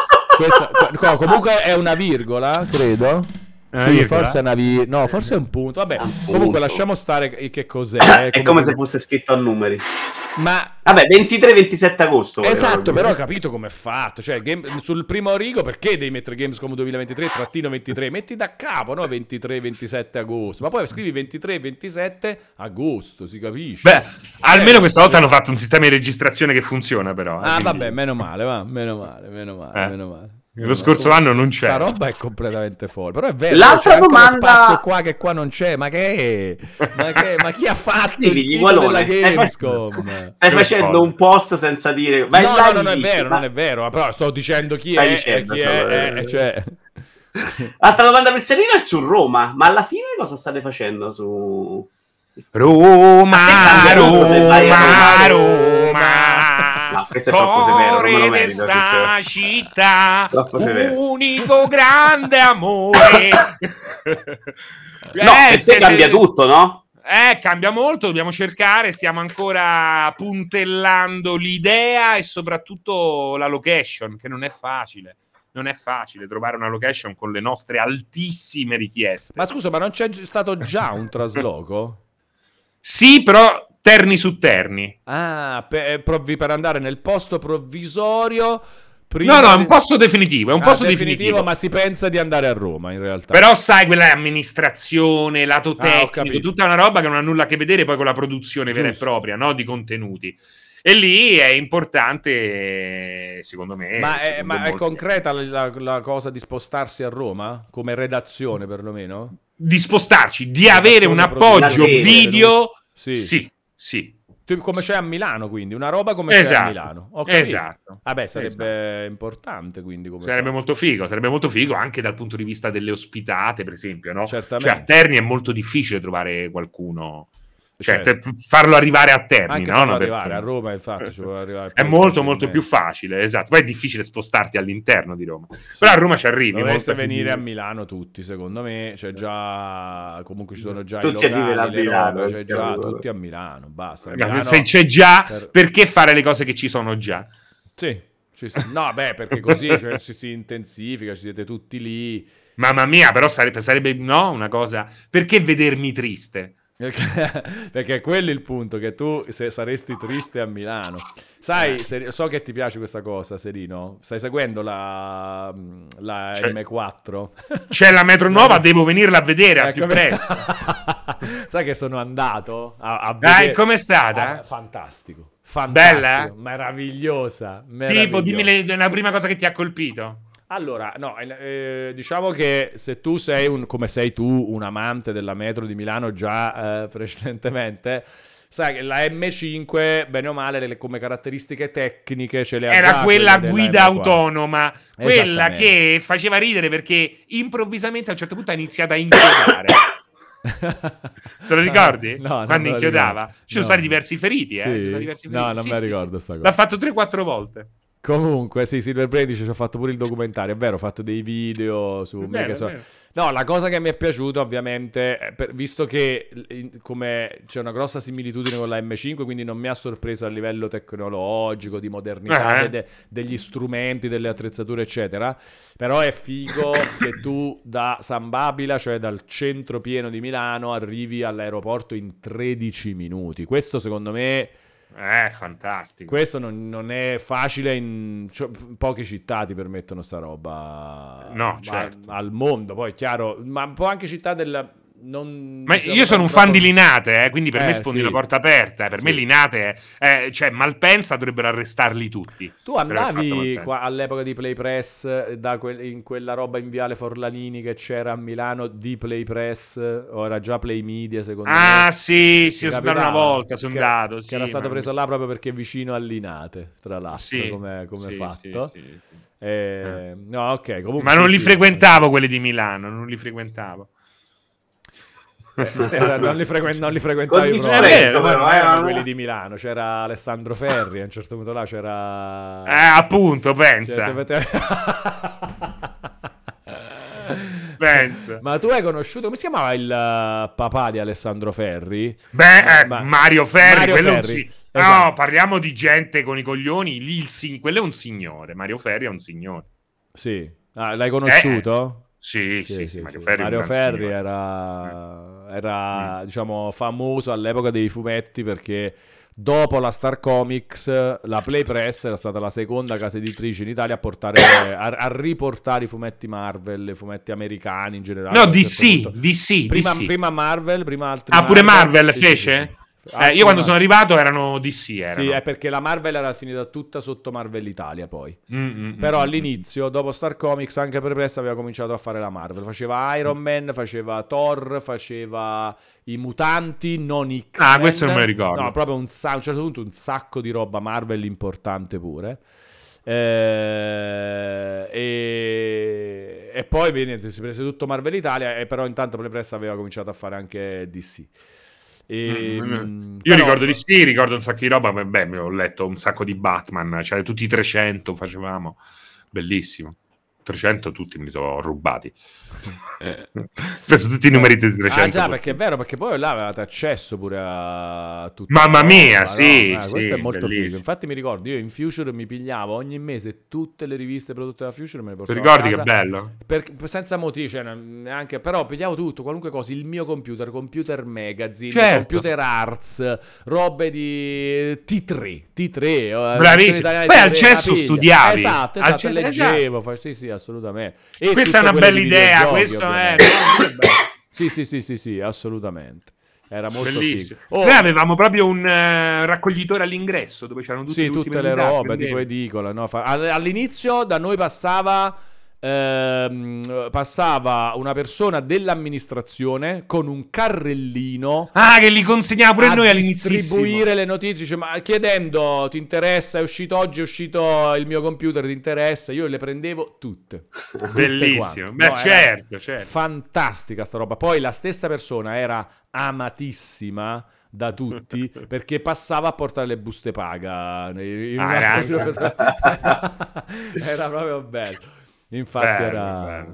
Questo, comunque è una virgola, credo. Una sì, virgola? forse è una vi- no, forse è un punto. Vabbè, un punto. Comunque lasciamo stare che cos'è. È come, come se fosse scritto a numeri. Ma vabbè, ventitré ventisette agosto. esatto, però ho capito come è fatto. Cioè, game... sul primo rigo, perché devi mettere Gamescom duemilaventitré, trattino ventitré? Metti da capo, no? ventitré ventisette agosto. Ma poi scrivi ventitré ventisette agosto, si capisce. Beh, almeno questa volta hanno fatto un sistema di registrazione che funziona, però. Ah, quindi... vabbè, meno male, va. Meno male, meno male, Eh. meno male. Lo scorso anno non c'era. La roba è completamente fuori. Però è vero, L'altra c'è anche domanda... uno spazio qua che qua non c'è. Ma che è? Ma, che... ma chi ha fatto Sì, il sito gualone. della Stai Gamescom? facendo, stai facendo un post senza dire... Vai No, là no, no, non è dici, vero, ma... non è vero. Però sto dicendo chi Stai è, dicendo, e chi è, cioè... eh, cioè... Altra domanda per Serino è su Roma. Ma alla fine cosa state facendo su... Roma, Roma, Roma, Roma, no, questo è troppo severo, non me lo merito, sta città, troppo severo. unico grande amore. No, eh, per te cambia se... tutto, no? Eh, cambia molto, dobbiamo cercare, stiamo ancora puntellando l'idea e soprattutto la location, che non è facile. Non è facile trovare una location con le nostre altissime richieste. Ma scusa, ma non c'è stato già un trasloco? Sì, però terni su terni. Ah, per, per andare nel posto provvisorio. Prima No, no, è di... un posto definitivo, è un ah, posto definitivo, definitivo. Ma si pensa di andare a Roma, in realtà. Però sai, quella è amministrazione, lato Ah, tecnico, tutta una roba che non ha nulla a che vedere poi con la produzione vera e Giusto. propria, no? Di contenuti. E lì è importante, secondo me. Ma, è, secondo ma è molti... concreta la, la cosa di spostarsi a Roma? Come redazione, perlomeno? Di spostarci, di avere un appoggio provvisorio. video. Sì. Sì, sì. Come c'è a Milano, quindi una roba come c'è Esatto. a Milano. Ho capito. Esatto. Vabbè, sarebbe Esatto. importante, quindi come Sarebbe fa. molto figo, sarebbe molto figo anche dal punto di vista delle ospitate, per esempio, no? Certamente. Cioè a Terni è molto difficile trovare qualcuno Cioè, certo. te- farlo arrivare a Termini, Anche no? farlo No, per- arrivare a Roma, infatti, ci può arrivare è più molto molto facilmente. più facile, esatto. Poi è difficile spostarti all'interno di Roma. Sì. Però a Roma ci arrivi. Dovreste molta più venire di- a Milano tutti, secondo me. C'è già, comunque ci sono già Tutti i a vivere a locali, le Milano, robe, c'è già cavolo. tutti a Milano, basta. A Ma Milano- se c'è già, per- perché fare le cose che ci sono già? Sì, ci sta- no, beh, perché così cioè, ci si intensifica, ci siete tutti lì. Mamma mia, però sarebbe, sarebbe no, una cosa... Perché vedermi triste? Perché, perché quello è il punto, che tu se saresti triste a Milano. Sai, se- so che ti piace questa cosa, Serino. Stai seguendo la, la Cioè- M quattro? C'è la metro nuova, devo venirla a vedere al Ecco, più presto. Sai che sono andato a, a Dai, vedere... com'è stata? Ah, fantastico. Fantastico. Bella? Meravigliosa. Tipo, meravigliosa. dimmi le- la prima cosa che ti ha colpito. Allora, no, eh, diciamo che se tu sei un, come sei tu, un amante della metro di Milano già eh, precedentemente, sai che la M cinque, bene o male, le- come caratteristiche tecniche ce le ha Era già quella della guida M quattro. autonoma, quella Esattamente. che faceva ridere perché improvvisamente a un certo punto ha iniziato a inchiodare. Te lo ricordi? No, non Quando me lo inchiodava? ricordo. Ci sono No. stati diversi feriti, eh? Sì? Ci sono stati diversi No, feriti. non Sì, me la sì, ricordo sì. sta cosa. L'ha fatto tre quattro volte. Comunque, sì, Silver Brain dice ci ho fatto pure il documentario, è vero, ho fatto dei video su È me vero, che è so- vero. No, la cosa che mi è piaciuta ovviamente, è per- visto che in- come c'è una grossa similitudine con la M cinque, quindi non mi ha sorpreso a livello tecnologico, di modernità, Eh. de- degli strumenti, delle attrezzature, eccetera, però è figo che tu da San Babila, cioè dal centro pieno di Milano, arrivi all'aeroporto in tredici minuti. Questo secondo me... Eh, fantastico. Questo non, non è facile, in cioè, poche città ti permettono sta roba No, ma- certo. al mondo, poi è chiaro, ma un po' anche città del... Non, Ma diciamo, io sono un troppo- fan di Linate, eh, quindi per Eh, me sfondi sì. una porta aperta. eh. Per me Sì. Linate, è- eh, cioè Malpensa dovrebbero arrestarli tutti. Tu per aver fatto andavi Malpensa. qua, all'epoca di Play Press eh, da quel- in quella roba in Viale Forlanini che c'era a Milano di Play Press, o era già Play Media secondo Ah, me? sì, Ti sì, io sono andato capitava? una volta, sono Che- andato. Che sì, era stato ma- preso là proprio perché è vicino a Linate, tra l'altro, Sì, come, come sì, fatto. sì, sì, sì. Eh, no, ok, comunque Ma non sì, li sì. frequentavo quelli di Milano, non li frequentavo. Era- non li, frequen- non li frequentavi Con proprio. disprezzo, Ma però, non eh, erano non- quelli di Milano, c'era Alessandro Ferri, a un certo punto là c'era... Eh, appunto, pensa. Cioè, te- te- Pensa. Ma tu hai conosciuto, come si chiamava il eh, papà di Alessandro Ferri? Beh, eh, Ma- Mario Ferri, Mario quello è un Ferri, si- esatto. No, parliamo di gente con i coglioni. Lì il sig- quello è un signore. Mario Ferri è un signore. Sì. Ah, l'hai conosciuto? Sì, sì, sì, Mario sì. Ferri, è un Mario gran Ferri signore. era, era diciamo, famoso all'epoca dei fumetti perché dopo la Star Comics, la Play Press era stata la seconda casa editrice in Italia a, portare, a, a riportare i fumetti Marvel, i fumetti americani in generale. No, A un certo D C, punto. D C, Prima, D C. prima Marvel, prima altri Ah, pure Marvel Sì, sì, fece? sì, sì. Eh, Altri io quando Mar- sono arrivato erano D C. Erano. Sì, è perché la Marvel era finita tutta sotto Marvel Italia poi. Mm, mm, Però mm, all'inizio, dopo Star Comics, anche per Press aveva cominciato a fare la Marvel. Faceva Iron Man, faceva Thor, faceva i mutanti, non X-Men. Ah, questo non me lo ricordo. No, proprio un sa- a un certo punto un sacco di roba Marvel importante pure. Eh, e, e poi niente, si prese tutto Marvel Italia, e però intanto Play Press aveva cominciato a fare anche D C. E, Mm, mm. mh, Io però- ricordo di sì, ricordo un sacco di roba. Beh, ho letto un sacco di Batman, cioè tutti i trecento facevamo. Bellissimo. trecento tutti me li sono rubati. Ho preso tutti i numeri di trecento. Ah già, perché è vero, perché poi là avevate accesso pure a tutti. Mamma mia, sì, questo sì, è molto bellissimo. figo. Infatti mi ricordo, io in Future mi pigliavo ogni mese tutte le riviste prodotte da Future, me le Ti portavo ricordi a che casa, bello? per- senza motivo, cioè, neanche, però pigliavo tutto, qualunque cosa, il mio computer, Computer Magazine, Certo. Computer Arts, robe di T tre, T tre, eh, Bravissimo. edizioni italiane Poi di al T tre, cesso la piglia. studiavi. Esatto, Al esatto, cesso- leggevo, fa- sì sì, assolutamente. E Questa è tutte una quelle bella di idea, videogiochi, questo è... ovviamente. no, Sì, sì, sì, sì, sì, assolutamente. Era molto bellissimo. figo. Oh, Noi avevamo proprio un eh, raccoglitore all'ingresso dove c'erano tutte sì, le ultime tutte le novità, robe, prendevi. tipo edicola, no? Fa- all- All'inizio da noi passava ehm, passava una persona dell'amministrazione con un carrellino Ah, che li consegnava pure a noi all'inizio. distribuire le notizie, cioè, ma chiedendo ti interessa, è uscito oggi, è uscito il mio computer, ti interessa? Io le prendevo tutte. Tutte Bellissimo. quante. Beh, No, era certo, certo. fantastica sta roba. Poi la stessa persona era amatissima da tutti perché passava a portare le buste paga in un Ah, altro era- gioco. Era proprio bello. Infatti Bello, era... bello.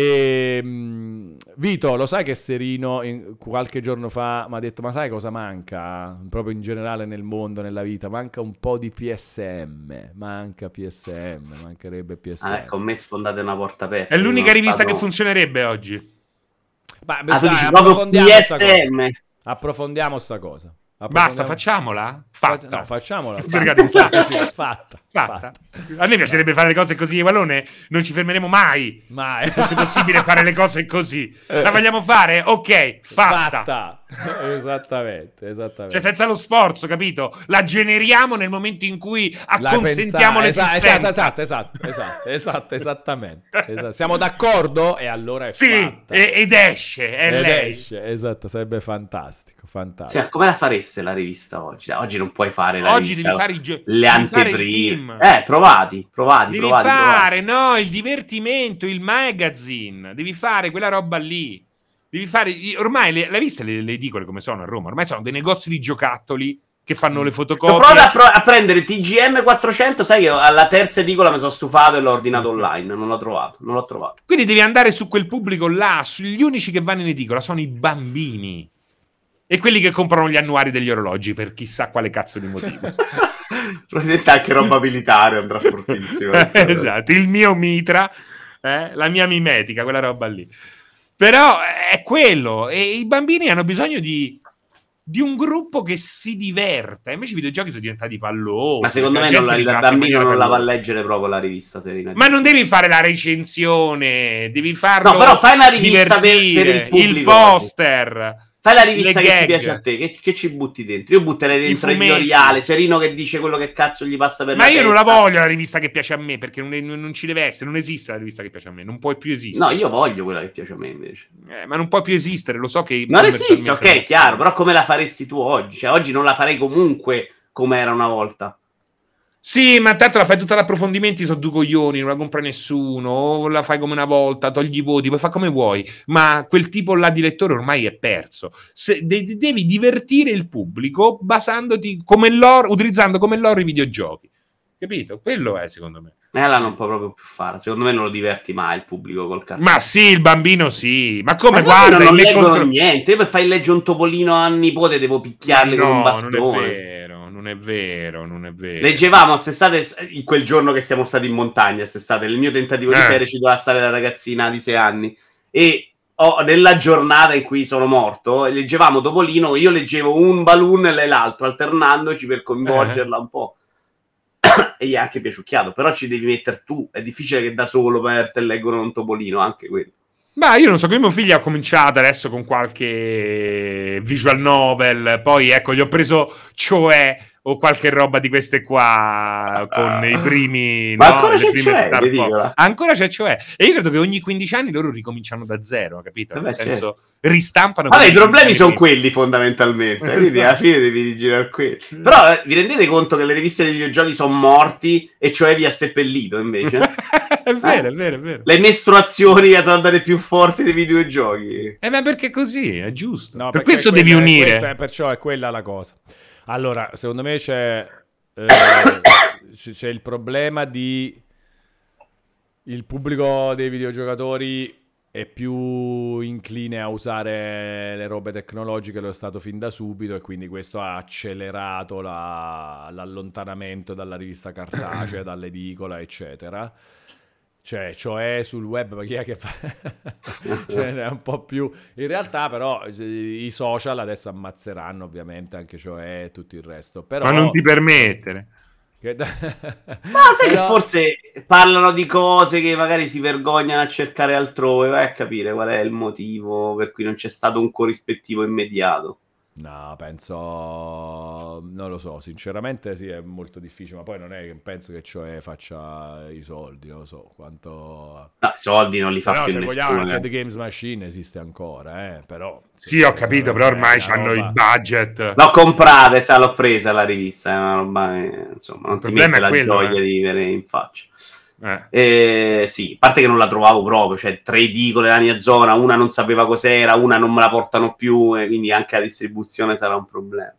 E, mh, Vito, lo sai che Serino in- qualche giorno fa mi ha detto: ma sai cosa manca? Proprio in generale nel mondo, nella vita, manca un po' di P S M. Manca P S M, mancherebbe P S M. Ah, ecco, a me sfondate una porta aperta. È l'unica Sono rivista stato- che funzionerebbe oggi. Ma, Ah, tu dai, dici proprio approfondiamo sta cosa. P S M. Approfondiamo sta cosa. Basta, Approfondiamo- facciamola? Fa- Fatta. No, facciamola. Cercate di Fatta. fare. Sì, sì, fatta. Fatta. Fatta. A noi piacerebbe fare le cose così, Wallone, non ci fermeremo mai. Ma Se fosse possibile fare le cose così. La vogliamo fare? Ok, fatta. fatta. Esattamente, esattamente. Cioè senza lo sforzo, capito? La generiamo nel momento in cui La acconsentiamo pensa- l'esistenza. esatto, esatto, esatto, esatto, esatto, esattamente. Esatto. Siamo d'accordo e allora è Sì, fatta. e- ed esce, è Ed lei. esce, esatto, sarebbe fantastico, fantastico. Sì, come la fareste la rivista oggi? Oggi non puoi fare la Oggi rivista, devi fare i gio- le devi fare il anteprime. team. Eh, provati, provati, Devi provati, provati. fare, no, il divertimento, il magazine. Devi fare quella roba lì. Devi fare... Ormai, le, l'hai viste le, le edicole come sono a Roma? Ormai sono dei negozi di giocattoli che fanno le fotocopie. Provate a, pro- a prendere T G M quattrocento, sai che alla terza edicola mi sono stufato e l'ho ordinato online, non l'ho trovato, non l'ho trovato. Quindi devi andare su quel pubblico là, sugli unici che vanno in edicola sono i bambini e quelli che comprano gli annuari degli orologi per chissà quale cazzo di motivo. Probabilmente anche roba militare andrà fortissimo. Esatto, il mio mitra, eh, la mia mimetica, quella roba lì. Però è quello, e i bambini hanno bisogno di, di un gruppo che si diverta. Invece i videogiochi sono diventati pallosi. Ma secondo la me gente non la- li il tratta in bambino maniera non la va a pallosa. leggere proprio la rivista, Serena. Ma non devi fare la recensione, devi farlo No, però fai una rivista per- per il divertire, pubblico il poster. Fai la rivista le che ti gag. piace a te, che, che ci butti dentro. Io butterei dentro fumetti. editoriale, Serino che dice quello che cazzo gli passa per Ma la io non la testa. voglio la rivista che piace a me, perché non, è- non ci deve essere, non esiste la rivista che piace a me, non può più esistere. No, io voglio quella che piace a me invece. Eh, ma non può più esistere, lo so che... Non esiste, commercialmente ok, non chiaro, però come la faresti tu oggi? Cioè, oggi non la farei comunque come era una volta. Sì, ma tanto la fai tutta l'approfondimenti, sono due coglioni, non la compra nessuno, o la fai come una volta, togli i voti, puoi fare come vuoi, ma quel tipo là di lettore ormai è perso. Se, de- devi divertire il pubblico basandoti come lore, utilizzando come lore i videogiochi. Capito? Quello è, secondo me. E allora non può proprio più fare. Secondo me non lo diverti mai il pubblico col cartone. Ma sì, il bambino sì, ma come Ma guarda, non il leggono contro- niente. Io per fare leggere un topolino a nipote devo picchiarli con un No, bastone. non è vero, non è vero, non è vero. Leggevamo quest'estate, in quel giorno che siamo stati in montagna, quest'estate, nel mio tentativo di Eh. serie ci doveva stare la ragazzina di sei anni. E oh, nella giornata in cui sono morto, leggevamo Topolino, io leggevo un balloon e lei l'altro, alternandoci per coinvolgerla un po'. E gli è anche piaciucchiato, però ci devi mettere tu. È difficile che da solo per te leggono un Topolino, anche quello. Ma io non so, che mio figlio ha cominciato adesso con qualche visual novel, poi ecco, gli ho preso Cioè o qualche roba di queste qua con i primi, Ma no, ancora le c'è prime Cioè, Star vedicola. Pop. Ancora c'è Cioè, e io credo che ogni quindici anni loro ricominciano da zero, capito? Nel Vabbè, senso, ristampano. Vabbè, i quelli problemi che- sono quelli fondamentalmente, quindi alla fine devi girare quelli. Però eh, vi rendete conto che le riviste dei videogiochi sono morti e Cioè vi ha seppellito invece? È vero, è vero, è vero. Le mestruazioni sono andate più forti dei videogiochi. Eh, ma perché così? È giusto. No, per perché questo quella- devi unire. questa è- perciò è quella la cosa. Allora, secondo me c'è, eh, c- c'è il problema di il pubblico dei videogiocatori è più incline a usare le robe tecnologiche, lo è stato fin da subito, e quindi questo ha accelerato la- l'allontanamento dalla rivista cartacea, dall'edicola, eccetera. Cioè, cioè sul web, ma chi è che fa? Ce n'è un po' più. In realtà, però, i social adesso ammazzeranno ovviamente anche cioè e tutto il resto. Però, Ma non ti permettere. che- Ma sai che Però- forse parlano di cose che magari si vergognano a cercare altrove, vai a capire qual è il motivo per cui non c'è stato un corrispettivo immediato. No, penso, non lo so, sinceramente sì, è molto difficile, ma poi non è che penso che cioè faccia i soldi, non lo so quanto... No, i soldi non li fa Però più se vogliamo nessuno. anche eh. The Games Machine esiste ancora, eh, però... Sì, ho capito, però ormai c'hanno hanno il budget. L'ho comprata, sa, l'ho presa la rivista, è una roba, eh, insomma, non Il ti problema mette è la quello, gioia eh. di vivere in faccia. Eh. Eh, sì, a parte che non la trovavo proprio, cioè tre edicole nella mia zona, una non sapeva cos'era, una non me la portano più, e quindi anche la distribuzione sarà un problema.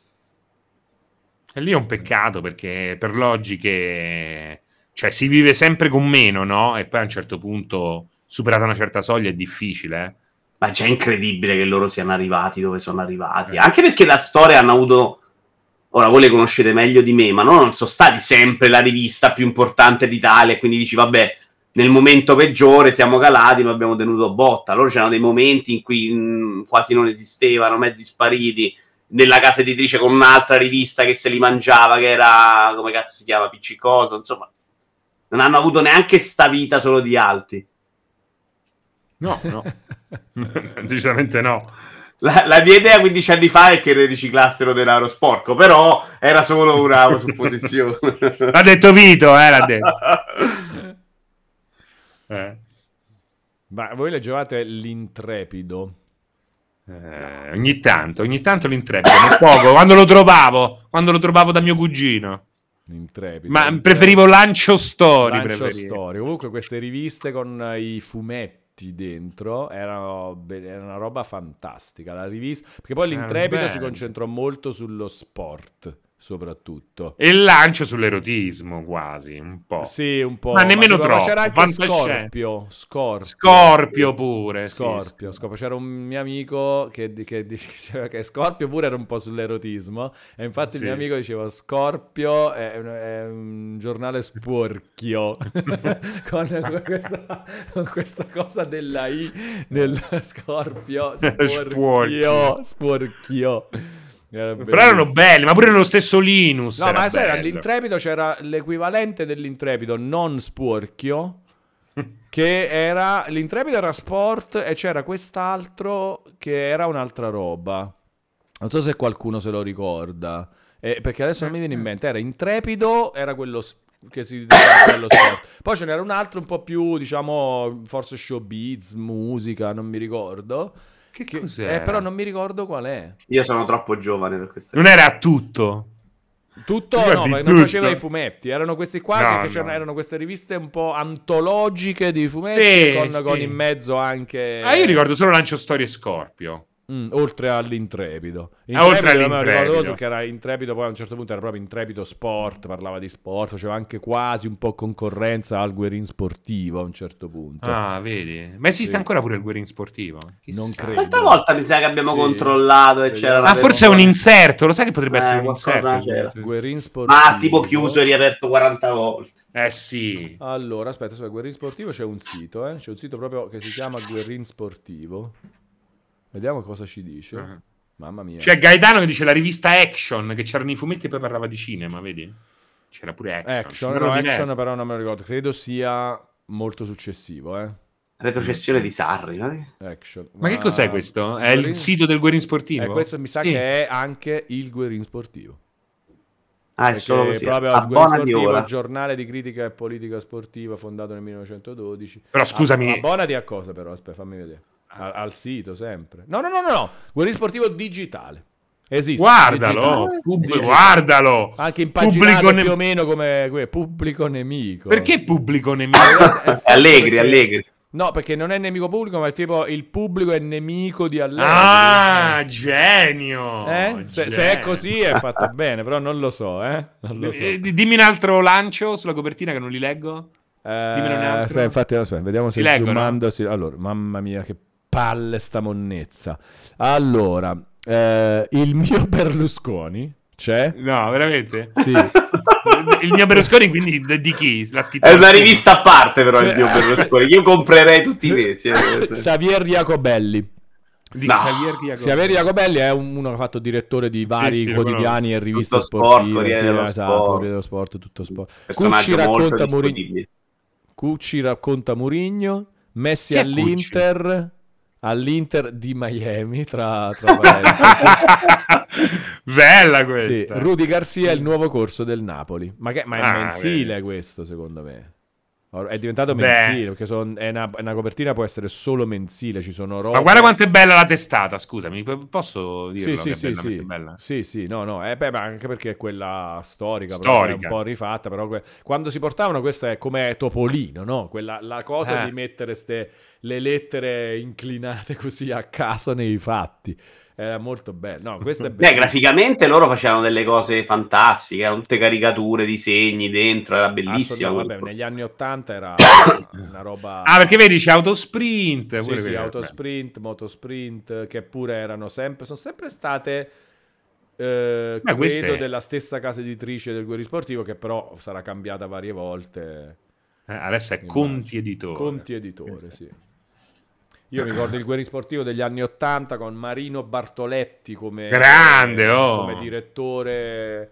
E lì è un peccato perché per logiche, cioè si vive sempre con meno, no? E poi a un certo punto, superata una certa soglia, è difficile, eh? Ma è già incredibile che loro siano arrivati dove sono arrivati, anche perché la storia hanno avuto... Ora voi le conoscete meglio di me, ma no, non sono stati sempre la rivista più importante d'Italia, e quindi dici, vabbè, nel momento peggiore siamo calati, ma abbiamo tenuto botta. Loro c'erano dei momenti in cui mh, quasi non esistevano, mezzi spariti, nella casa editrice con un'altra rivista che se li mangiava, che era, come cazzo si chiama, Piccicoso, insomma. Non hanno avuto neanche sta vita solo di alti. No, no. Decisamente no. La, la mia idea quindici anni fa è che riciclassero denaro sporco, però era solo una supposizione. L'ha detto Vito, eh, l'ha detto. eh. Ma voi leggevate l'Intrepido? Eh, ogni tanto, ogni tanto l'Intrepido, ma poco, quando lo trovavo, quando lo trovavo da mio cugino. L'Intrepido. Ma l'Intrepido. preferivo Lancio Story. Lancio preferivo. Story. Comunque queste riviste con i fumetti dentro erano be- era una roba fantastica. La rivista, perché poi l'Intrepido bello. si concentrò molto sullo sport, soprattutto. E il lancio sull'erotismo, quasi, un po'. Sì, un po'. Ma nemmeno tipo- troppo, c'era anche fantascienza. Scorpio, Scorpio. Scorpio pure. sì, Scorpio, sì. Scorpio. C'era un mio amico che, che diceva che Scorpio pure era un po' sull'erotismo, e infatti Sì. il mio amico diceva Scorpio è, un- è un giornale sporchio con, con questa, con questa cosa della I nel Scorpio, sporchio, sporchio. Era Però erano bellissimo. belli, ma pure nello stesso Linus. No, era ma c'era bello. l'Intrepido, c'era l'equivalente dell'Intrepido non sporchio, che era l'Intrepido era sport, e c'era quest'altro che era un'altra roba. Non so se qualcuno se lo ricorda, eh, perché adesso non mi viene in mente. Era Intrepido, era quello s- che si dedicava allo sport. Poi ce n'era un altro un po' più, diciamo, forse showbiz, musica, non mi ricordo. Che Che- cos'era? eh, però non mi ricordo qual è. Io sono troppo giovane per queste Non era tutto. Tutto Tu no, guardi ma non tutto. faceva i fumetti. Erano questi qua No, che c'erano, no. erano queste riviste un po' antologiche di fumetti, Sì, con, sì. con in mezzo anche Ah, io ricordo solo Lancio Storie e Scorpio. Mm, oltre all'Intrepido. Ah, oltre Intrepido, me lo all'Intrepido. ricordo perché era Intrepido, poi a un certo punto era proprio Intrepido Sport, parlava di sport, faceva anche quasi un po' concorrenza al Guerin Sportivo a un certo punto. Ah, vedi? Ma esiste Sì. ancora pure il Guerin Sportivo? Chissà. Non credo. L'altra volta mi sa che abbiamo Sì. controllato e Vediamo. c'era una Ah, forse è un persona- inserto. Lo sai che potrebbe Eh, essere un qualcosa inserto? c'era. Guerin Sportivo. Ma tipo chiuso e riaperto quaranta volte. Eh sì. Allora, aspetta, su Guerin Sportivo c'è un sito, eh? C'è un sito proprio che si chiama Guerin Sportivo. Vediamo cosa ci dice. Uh-huh. Mamma mia. C'è Gaetano che dice la rivista Action, che c'erano i fumetti e poi parlava di cinema, vedi? C'era pure Action. Action, Numero no, di Action net. però non me lo ricordo. Credo sia molto successivo, eh. Retrocessione di Sarri, no? Action. Ma che cos'è questo? È Guerin- il sito del Guerin Sportivo? Eh, questo mi sa Sì. che è anche il Guerin Sportivo. Ah, è Perché solo così. proprio il Guerin Abbonati Sportivo, ora. il giornale di critica e politica sportiva fondato nel millenovecentododici. Però scusami- Ah, abbonati a cosa però? Aspetta, fammi vedere. Al, al sito sempre. No, no, no, no, no. Guerin Sportivo digitale. Esiste. Guardalo, digitale. pub- Digitale. guardalo. Anche impaginato Pubblico ne- più o meno come que- pubblico nemico. Perché pubblico nemico? È fatto Allegri, perché- allegri. No, perché non è nemico pubblico, ma è tipo il pubblico è nemico di Allegri. Ah, genio. Eh? Se, se è così è fatto bene, però non lo so, eh? Non lo so. Eh, dimmi un altro lancio sulla copertina che non li leggo. Eh, dimmene un altro. aspetta, infatti, aspetta, vediamo Si se leggono? zoomando si- Allora, mamma mia, che palle sta monnezza. Allora, eh, il mio Berlusconi c'è? No, veramente? Sì. Il mio Berlusconi, quindi di di chi? L'ha scritto È una qualcuno? rivista a parte, però, il mio Berlusconi. Io comprerei tutti i mesi. eh. Xavier Jacobelli. Di No. Xavier Diago. Xavier Jacobelli è un- uno che ha fatto direttore di vari sì, lo quotidiani e riviste Tutto sport, sportive. Corriere Sì, dello esatto, Sport. Corriere dello Sport, tutto sport. Personaggio Cucci molto racconta, Mourinho, disponibile. Cucci racconta Mourinho, Messi Chi è all'Inter, all'Inter di Miami, tra, tra parentesi. Bella Sì, questa. Rudy Garcia è il nuovo corso del Napoli. Ma, che, ma è Ah, mensile questo, secondo me. È diventato Beh. mensile, perché son- è, una, è una copertina, può essere solo mensile, ci sono robe... Ma guarda quanto è bella la testata, scusami, p- posso dirlo Sì, che sì, è sì, veramente sì. bella? Sì, sì, no, no, eh, beh, ma anche perché è quella storica, però è un Storica. po' rifatta, però que- quando si portavano questa è come Topolino, no? Quella, la cosa Eh. di mettere ste, le lettere inclinate così a caso nei fatti. Era molto bello. No, questo è Beh, bello. graficamente loro facevano delle cose fantastiche, erano tutte caricature, disegni dentro, era bellissimo. No, quel vabbè, po'. negli anni ottanta era una roba... Ah, perché vedi, c'è Autosprint. Sì, pure sì, quello, autosprint, motosprint, che pure erano sempre, sono sempre state, eh, Ma queste- credo, della stessa casa editrice del Guerri Sportivo, che però sarà cambiata varie volte. beh. Eh, adesso è Immagino. Conti Editore. Conti Editore, sì. Io mi ricordo il Guerri Sportivo degli anni ottanta con Marino Bartoletti come, Grande, oh! come direttore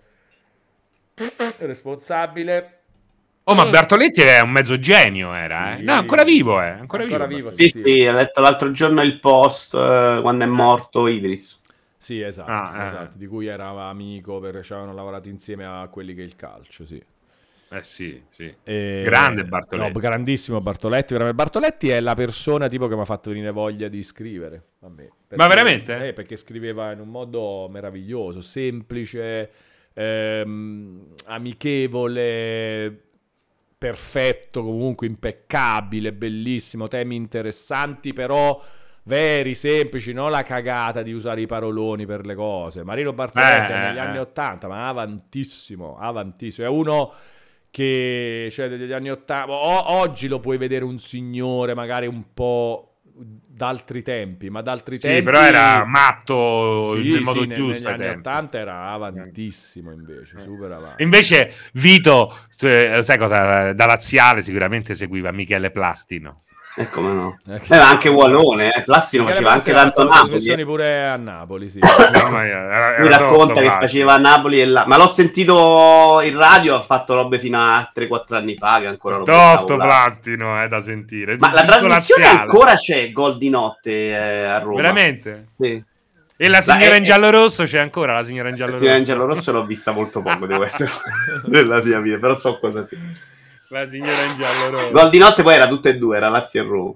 responsabile. Oh, ma Bertoletti è un mezzo genio, era, eh? Sì. No, è ancora vivo, eh. Ancora, Ancora vivo. vivo, Sì, sì, ho letto l'altro giorno il post eh, quando è morto Idris. Sì, esatto, Ah, eh. esatto, di cui era amico perché ci avevano lavorato insieme a quelli che è il calcio, sì. Eh sì, sì. E- Grande Bartoletti. No, grandissimo Bartoletti. veramente. Bartoletti è la persona tipo che mi ha fatto venire voglia di scrivere a me. Perché- Ma veramente? Eh, perché scriveva in un modo meraviglioso, semplice, ehm, amichevole, perfetto, comunque impeccabile, bellissimo, temi interessanti, però veri, semplici, non la cagata di usare i paroloni per le cose. Marino Bartoletti Eh, è negli eh, anni eh. ottanta, ma avantissimo, avantissimo. È uno che, cioè, degli anni ottanta, o- oggi lo puoi vedere un signore magari un po' d'altri tempi, ma d'altri Sì, tempi... però era matto Sì, nel modo sì, ne- giusto ai negli anni tempi. ottanta era avantissimo invece, super avanti. Invece Vito, tu, eh, sai cosa? Da laziale sicuramente seguiva Michele Plastino. E come no? Eh, Eh, ma anche Wallone, eh. Plastino Michele faceva Plassi anche ha tanto fatto Napoli. trasmissioni eh. pure a Napoli, sì. Mamma mia, era- Lui era racconta tosto, che Plastino. faceva a Napoli e là. Ma l'ho sentito in radio, ha fatto robe fino a tre quattro anni fa, che ancora lo Tosto beccavo là. Plastino, è da sentire. Ma la Giusto trasmissione laziale. ancora c'è, Gol di notte eh, a Roma. Veramente? Sì. E la signora è- in giallo rosso c'è ancora, la signora in giallo Sì, rosso. Angelo Rosso l'ho vista molto poco, devo essere nella mia vita, però so cosa sia. La signora in giallo rosso. Gol di notte poi era tutte e due, era Lazio e Roma.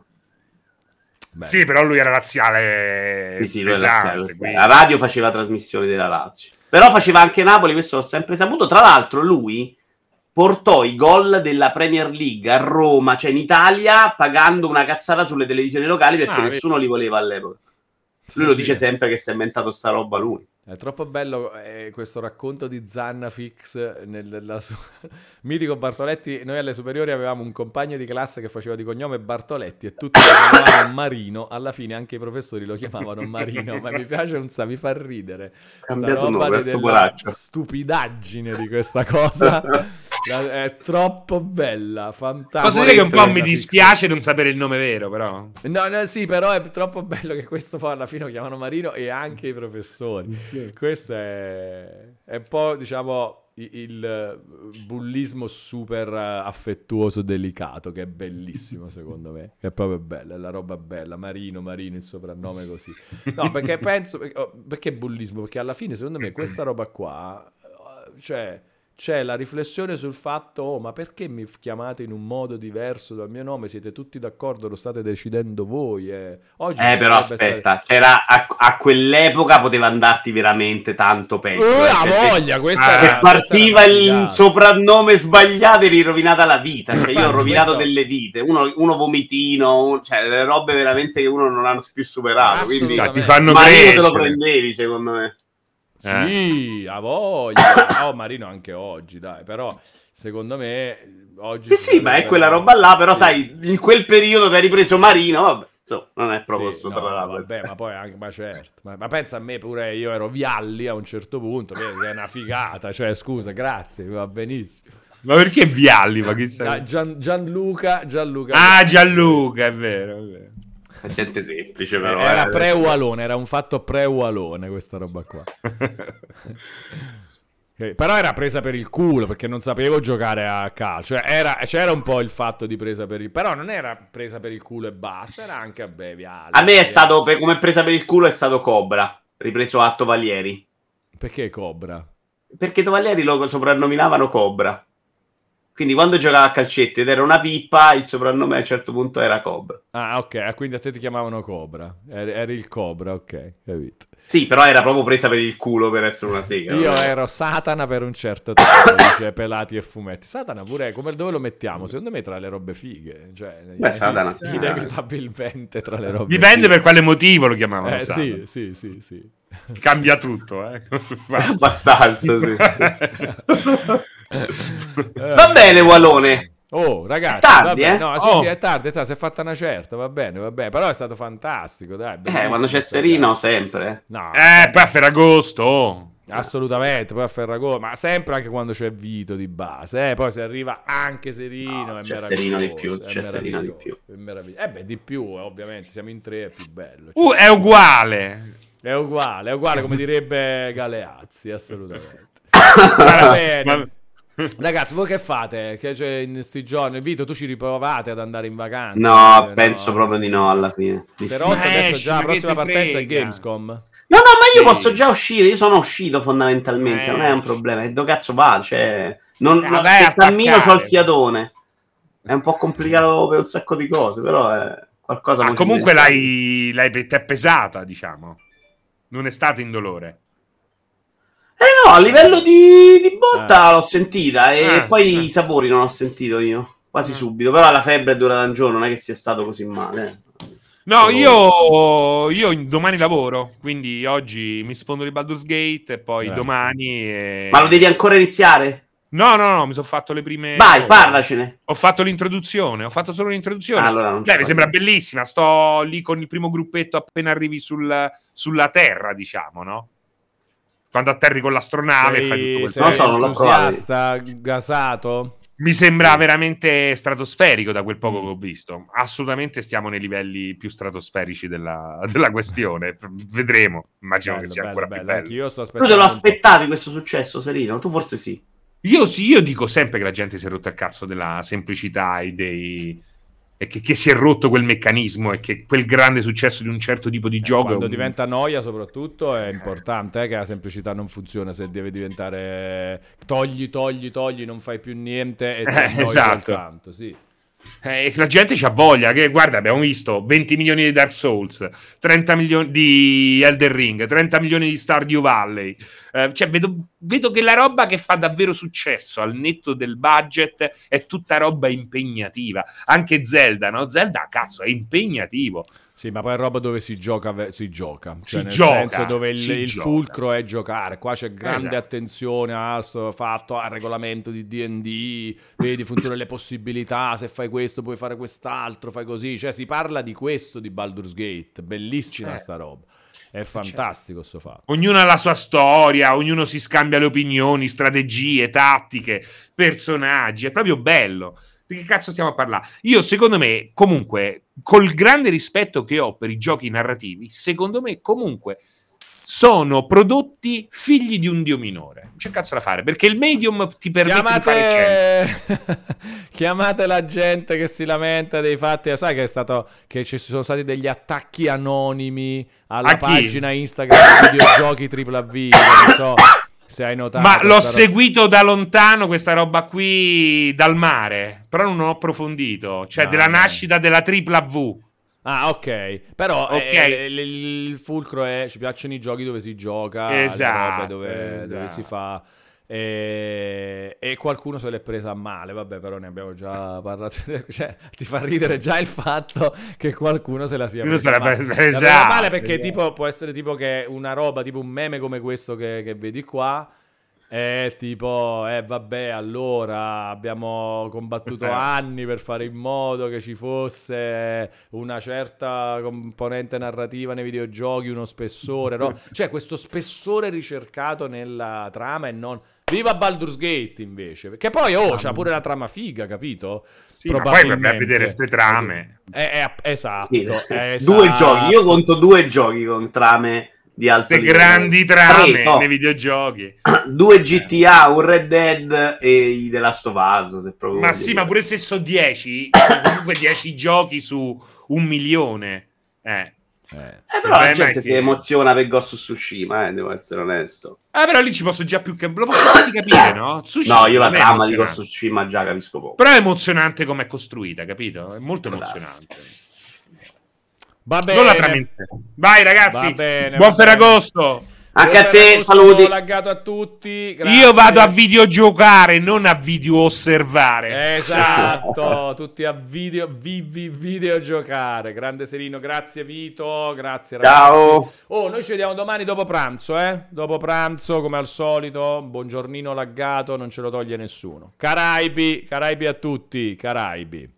Beh, Sì, però lui era laziale Sì, sì, lui è pesante, Lazio, Lazio. quindi- La radio faceva trasmissioni della Lazio. Però faceva anche Napoli, questo l'ho sempre saputo. Tra l'altro lui portò i gol della Premier League a Roma, cioè in Italia, pagando una cazzata sulle televisioni locali perché Ah, vedi. nessuno li voleva all'epoca. Lui lo dice sempre che si è inventato sta roba lui. È troppo bello eh, questo racconto di Zannafix nel- nella sua... Mitico Bartoletti. Noi alle superiori avevamo un compagno di classe che faceva di cognome Bartoletti e tutti lo chiamavano Marino. Alla fine anche i professori lo chiamavano Marino, ma mi piace un sa, mi fa ridere sta Cambiato roba nome, di- adesso della poraccio. stupidaggine di questa cosa. La- è troppo bella, fantastica. Posso dire che un po' mi Zannafix. dispiace non sapere il nome vero, però. No, no, sì, però è troppo bello che questo poi alla fine lo chiamano Marino e anche i professori. Questo è, è un po', diciamo, i- il bullismo super eh, affettuoso, delicato, che è bellissimo secondo me. Che è proprio bello, è la roba bella. Marino, Marino, il soprannome così. No, perché penso, oh, perché bullismo? Perché alla fine secondo me questa roba qua, eh, cioè... C'è la riflessione sul fatto, oh, ma perché mi chiamate in un modo diverso dal mio nome? Siete tutti d'accordo, lo state decidendo voi. Eh, Oggi Eh, ci però potrebbe aspetta, c'era a, a quell'epoca poteva andarti veramente tanto peggio. stare- eh, Uh, cioè, la se- voglia, questa Ah, era, se questa partiva era una il figata. soprannome sbagliato eri rovinata la vita. Cioè, io ho Infatti, rovinato questo- delle vite. Uno, uno vomitino, un- cioè le robe veramente che uno non ha più superato. Quindi Assolutamente. Ti fanno Marino te crescere. lo prendevi, secondo me. Sì, a voglia. Oh, Marino anche oggi, dai, però secondo me oggi... Sì, si sì, ma è potrebbe- quella roba là. Però, Sì. sai, in quel periodo ti hai ripreso Marino. Vabbè, insomma, non è proprio Sì, sopra no, la vabbè, ma poi anche, ma certo, ma, ma pensa a me pure, io ero Vialli a un certo punto, che che è una figata, cioè scusa, grazie, va benissimo. Ma perché Vialli? Ma chi sei? Ah, Gian- Gianluca, Gianluca. Ah, Vialli. Gianluca, è vero, è vero. È gente semplice, però. Era eh. pre-Ualone, era un fatto pre-Ualone questa roba qua. Ok, però era presa per il culo perché non sapevo giocare a calcio. Cioè, era- c'era un po' il fatto di presa per il... Però non era presa per il culo e basta, era anche a Vialli. A me è stato, per- come presa per il culo, è stato Cobra, ripreso a Tovalieri. Perché Cobra? Perché Tovalieri lo soprannominavano Cobra. Quindi quando giocava a calcetto ed era una pippa, il soprannome a un certo punto era Cobra. Ah, ok, quindi a te ti chiamavano Cobra. Eri, eri il Cobra, ok, capito. Sì, però era proprio presa per il culo per essere una sega. Io no? ero Satana per un certo tempo, dice Pelati e Fumetti. Satana pure, come, dove lo mettiamo? Secondo me tra le robe fighe. Cioè, Beh, Satana, sì, sì. inevitabilmente tra le robe Dipende fighe. per quale motivo lo chiamavano. Eh, Satana. sì, sì, sì, sì. Cambia tutto, eh. Abbastanza, sì. Eh, Va bene, Walone. Oh, ragazzi, È tardi, vabbè, eh? no, sì, Oh. sì, è tardi, è tardi, si è fatta una certa, va bene, va bene, però è stato fantastico, dai. Eh, bellissimo quando c'è sta Serino, gara. sempre. No, Eh, poi a Ferragosto. oh. assolutamente, poi a Ferragosto, ma sempre anche quando c'è Vito di base, eh, poi se arriva anche Serino, No, è c'è meraviglioso, Serino di più, è c'è Serino di meraviglioso, più. è meraviglioso. Eh beh, di più, eh, ovviamente, siamo in tre, è più bello. Uh, cioè, è uguale. è uguale, è uguale come direbbe Galeazzi, assolutamente. Va bene. Ma- Ragazzi, voi che fate? Che c'è in sti giorni? Vito, tu ci riprovate ad andare in vacanza? No, Eh, penso proprio di no alla fine. Si è No, rotto Ma adesso esci, già, la ma che prossima te partenza è frega? Gamescom. no, ma io Sì. posso già uscire. Io sono uscito fondamentalmente. Eh. Non è un problema. E do cazzo va? Cioè, non, Eh, non- vai se a cammino c'ho attaccare. il fiatone. È un po' complicato per un sacco di cose, però è qualcosa. Ah, mo ci comunque inventiamo. l'hai, l'hai pe- t'è pesata, diciamo. Non è stata indolore. Eh no, a livello di, di botta Ah. l'ho sentita e Ah, poi ah. i sapori non ho sentito io, quasi Ah. subito, però la febbre è durata un giorno, non è che sia stato così male. eh. No, Solo- io, io domani lavoro, quindi oggi mi sfondo di Baldur's Gate e poi Eh. domani... eh, Ma lo devi ancora iniziare? No, no, no, mi sono fatto le prime... Vai, ore. parlacene. Ho fatto l'introduzione, ho fatto solo l'introduzione. Ah, allora non Beh, ce mi la sembra vedo. bellissima. Sto lì con il primo gruppetto appena arrivi sul- sulla Terra, diciamo, no? Quando atterri con l'astronave e fai tutto Sei, quel sei Non so, non l'ho provato. entusiasta, gasato? Mi sembra veramente stratosferico da quel poco Mm. che ho visto. Assolutamente stiamo nei livelli più stratosferici della, della questione. Vedremo. Immagino Bello, che sia bello, ancora bello. più bello. Anch'io sto Tu te aspettando lo un po'. aspettavi questo successo, Serino? Tu forse sì. Io sì, io dico sempre che la gente si è rotta il cazzo della semplicità e dei... e che, che si è rotto quel meccanismo e che quel grande successo di un certo tipo di Eh, gioco quando è un- diventa noia soprattutto è importante eh, che la semplicità non funziona, se deve diventare togli, togli, togli, non fai più niente e ti Eh, annoi esatto. soltanto, sì. Eh, la gente c'ha voglia, che guarda, abbiamo visto venti milioni di Dark Souls, trenta milioni di Elden Ring, trenta milioni di Stardew Valley. Eh, cioè, vedo, vedo che la roba che fa davvero successo al netto del budget è tutta roba impegnativa. Anche Zelda, no? Zelda, cazzo, è impegnativo. Sì, ma poi è roba dove si gioca, ve- si gioca, cioè Si nel gioca, senso dove il, si il gioca. fulcro è giocare. Qua c'è grande Esatto. attenzione al sto fatto, al regolamento di D and D, vedi, funzionano le possibilità, se fai questo puoi fare quest'altro, fai così, cioè si parla di questo di Baldur's Gate, bellissima Certo. sta roba, è fantastico sto fatto. Ognuno ha la sua storia, ognuno si scambia le opinioni, strategie, tattiche, personaggi, è proprio bello. Di che cazzo stiamo a parlare? Io, secondo me, comunque, col grande rispetto che ho per i giochi narrativi, secondo me, comunque, sono prodotti figli di un dio minore. Non c'è cazzo da fare, perché il medium ti permette di fare cento. Chiamate... Chiamate la gente che si lamenta dei fatti, sai che è stato che ci sono stati degli attacchi anonimi alla A chi? pagina Instagram di videogiochi tripla V, non so se hai notato. Ma l'ho sta roba. seguito da lontano questa roba qui dal mare, però non ho approfondito. Cioè, No, della no. nascita della tripla V. Ah, ok. Però Ok. eh, il, il fulcro è ci piacciono i giochi dove si gioca, le Esatto, robe dove, esatto. dove si fa. E, e qualcuno se l'è presa a male, vabbè, però ne abbiamo già parlato. Cioè, ti fa ridere già il fatto che qualcuno se la sia Uno presa se a la male. presa- La presa a esatto, male perché esatto. tipo può essere tipo che una roba, tipo un meme come questo che, che vedi qua. È tipo, eh vabbè, allora abbiamo combattuto Eh. anni per fare in modo che ci fosse una certa componente narrativa nei videogiochi, uno spessore, no? Cioè questo spessore ricercato nella trama e non... Viva Baldur's Gate invece, che poi oh, c'ha pure la trama figa, capito? Sì, ma poi vai a Probabilmente. vedere queste trame. Eh, eh, esatto, Sì. eh, Due esatto. giochi. Io conto due giochi con trame di alto Queste livello. grandi trame Tre, no. nei videogiochi. Due G T A, un Red Dead e i The Last of Us, se proprio Ma voglio sì, dire. ma pure se so dieci, sono comunque dieci giochi su un milione. Eh. Eh. Eh, però Beh, la gente ma si che- emoziona per Ghost of Tsushima, eh, devo essere onesto. Ah, però lì ci posso già più che... Lo posso quasi capire, no? Tsushima No, io la non è trama di emozionante. Ghost of Tsushima già capisco poco. Però è emozionante come è costruita, capito? È molto Può darsi. emozionante. Va bene. Non la tramite. Vai ragazzi, Va bene, buon va bene. Ferragosto. Anche a Buon te, Ferragosto, saluti. laggato a tutti. Grazie. Io vado a videogiocare, non a video osservare. Esatto, tutti a video, vi, vi, videogiocare. Grande Serino, grazie Vito, grazie ragazzi. Ciao. Oh, noi ci vediamo domani dopo pranzo, eh? Dopo pranzo, come al solito, buongiornino laggato, non ce lo toglie nessuno. Caraibi, Caraibi a tutti, Caraibi.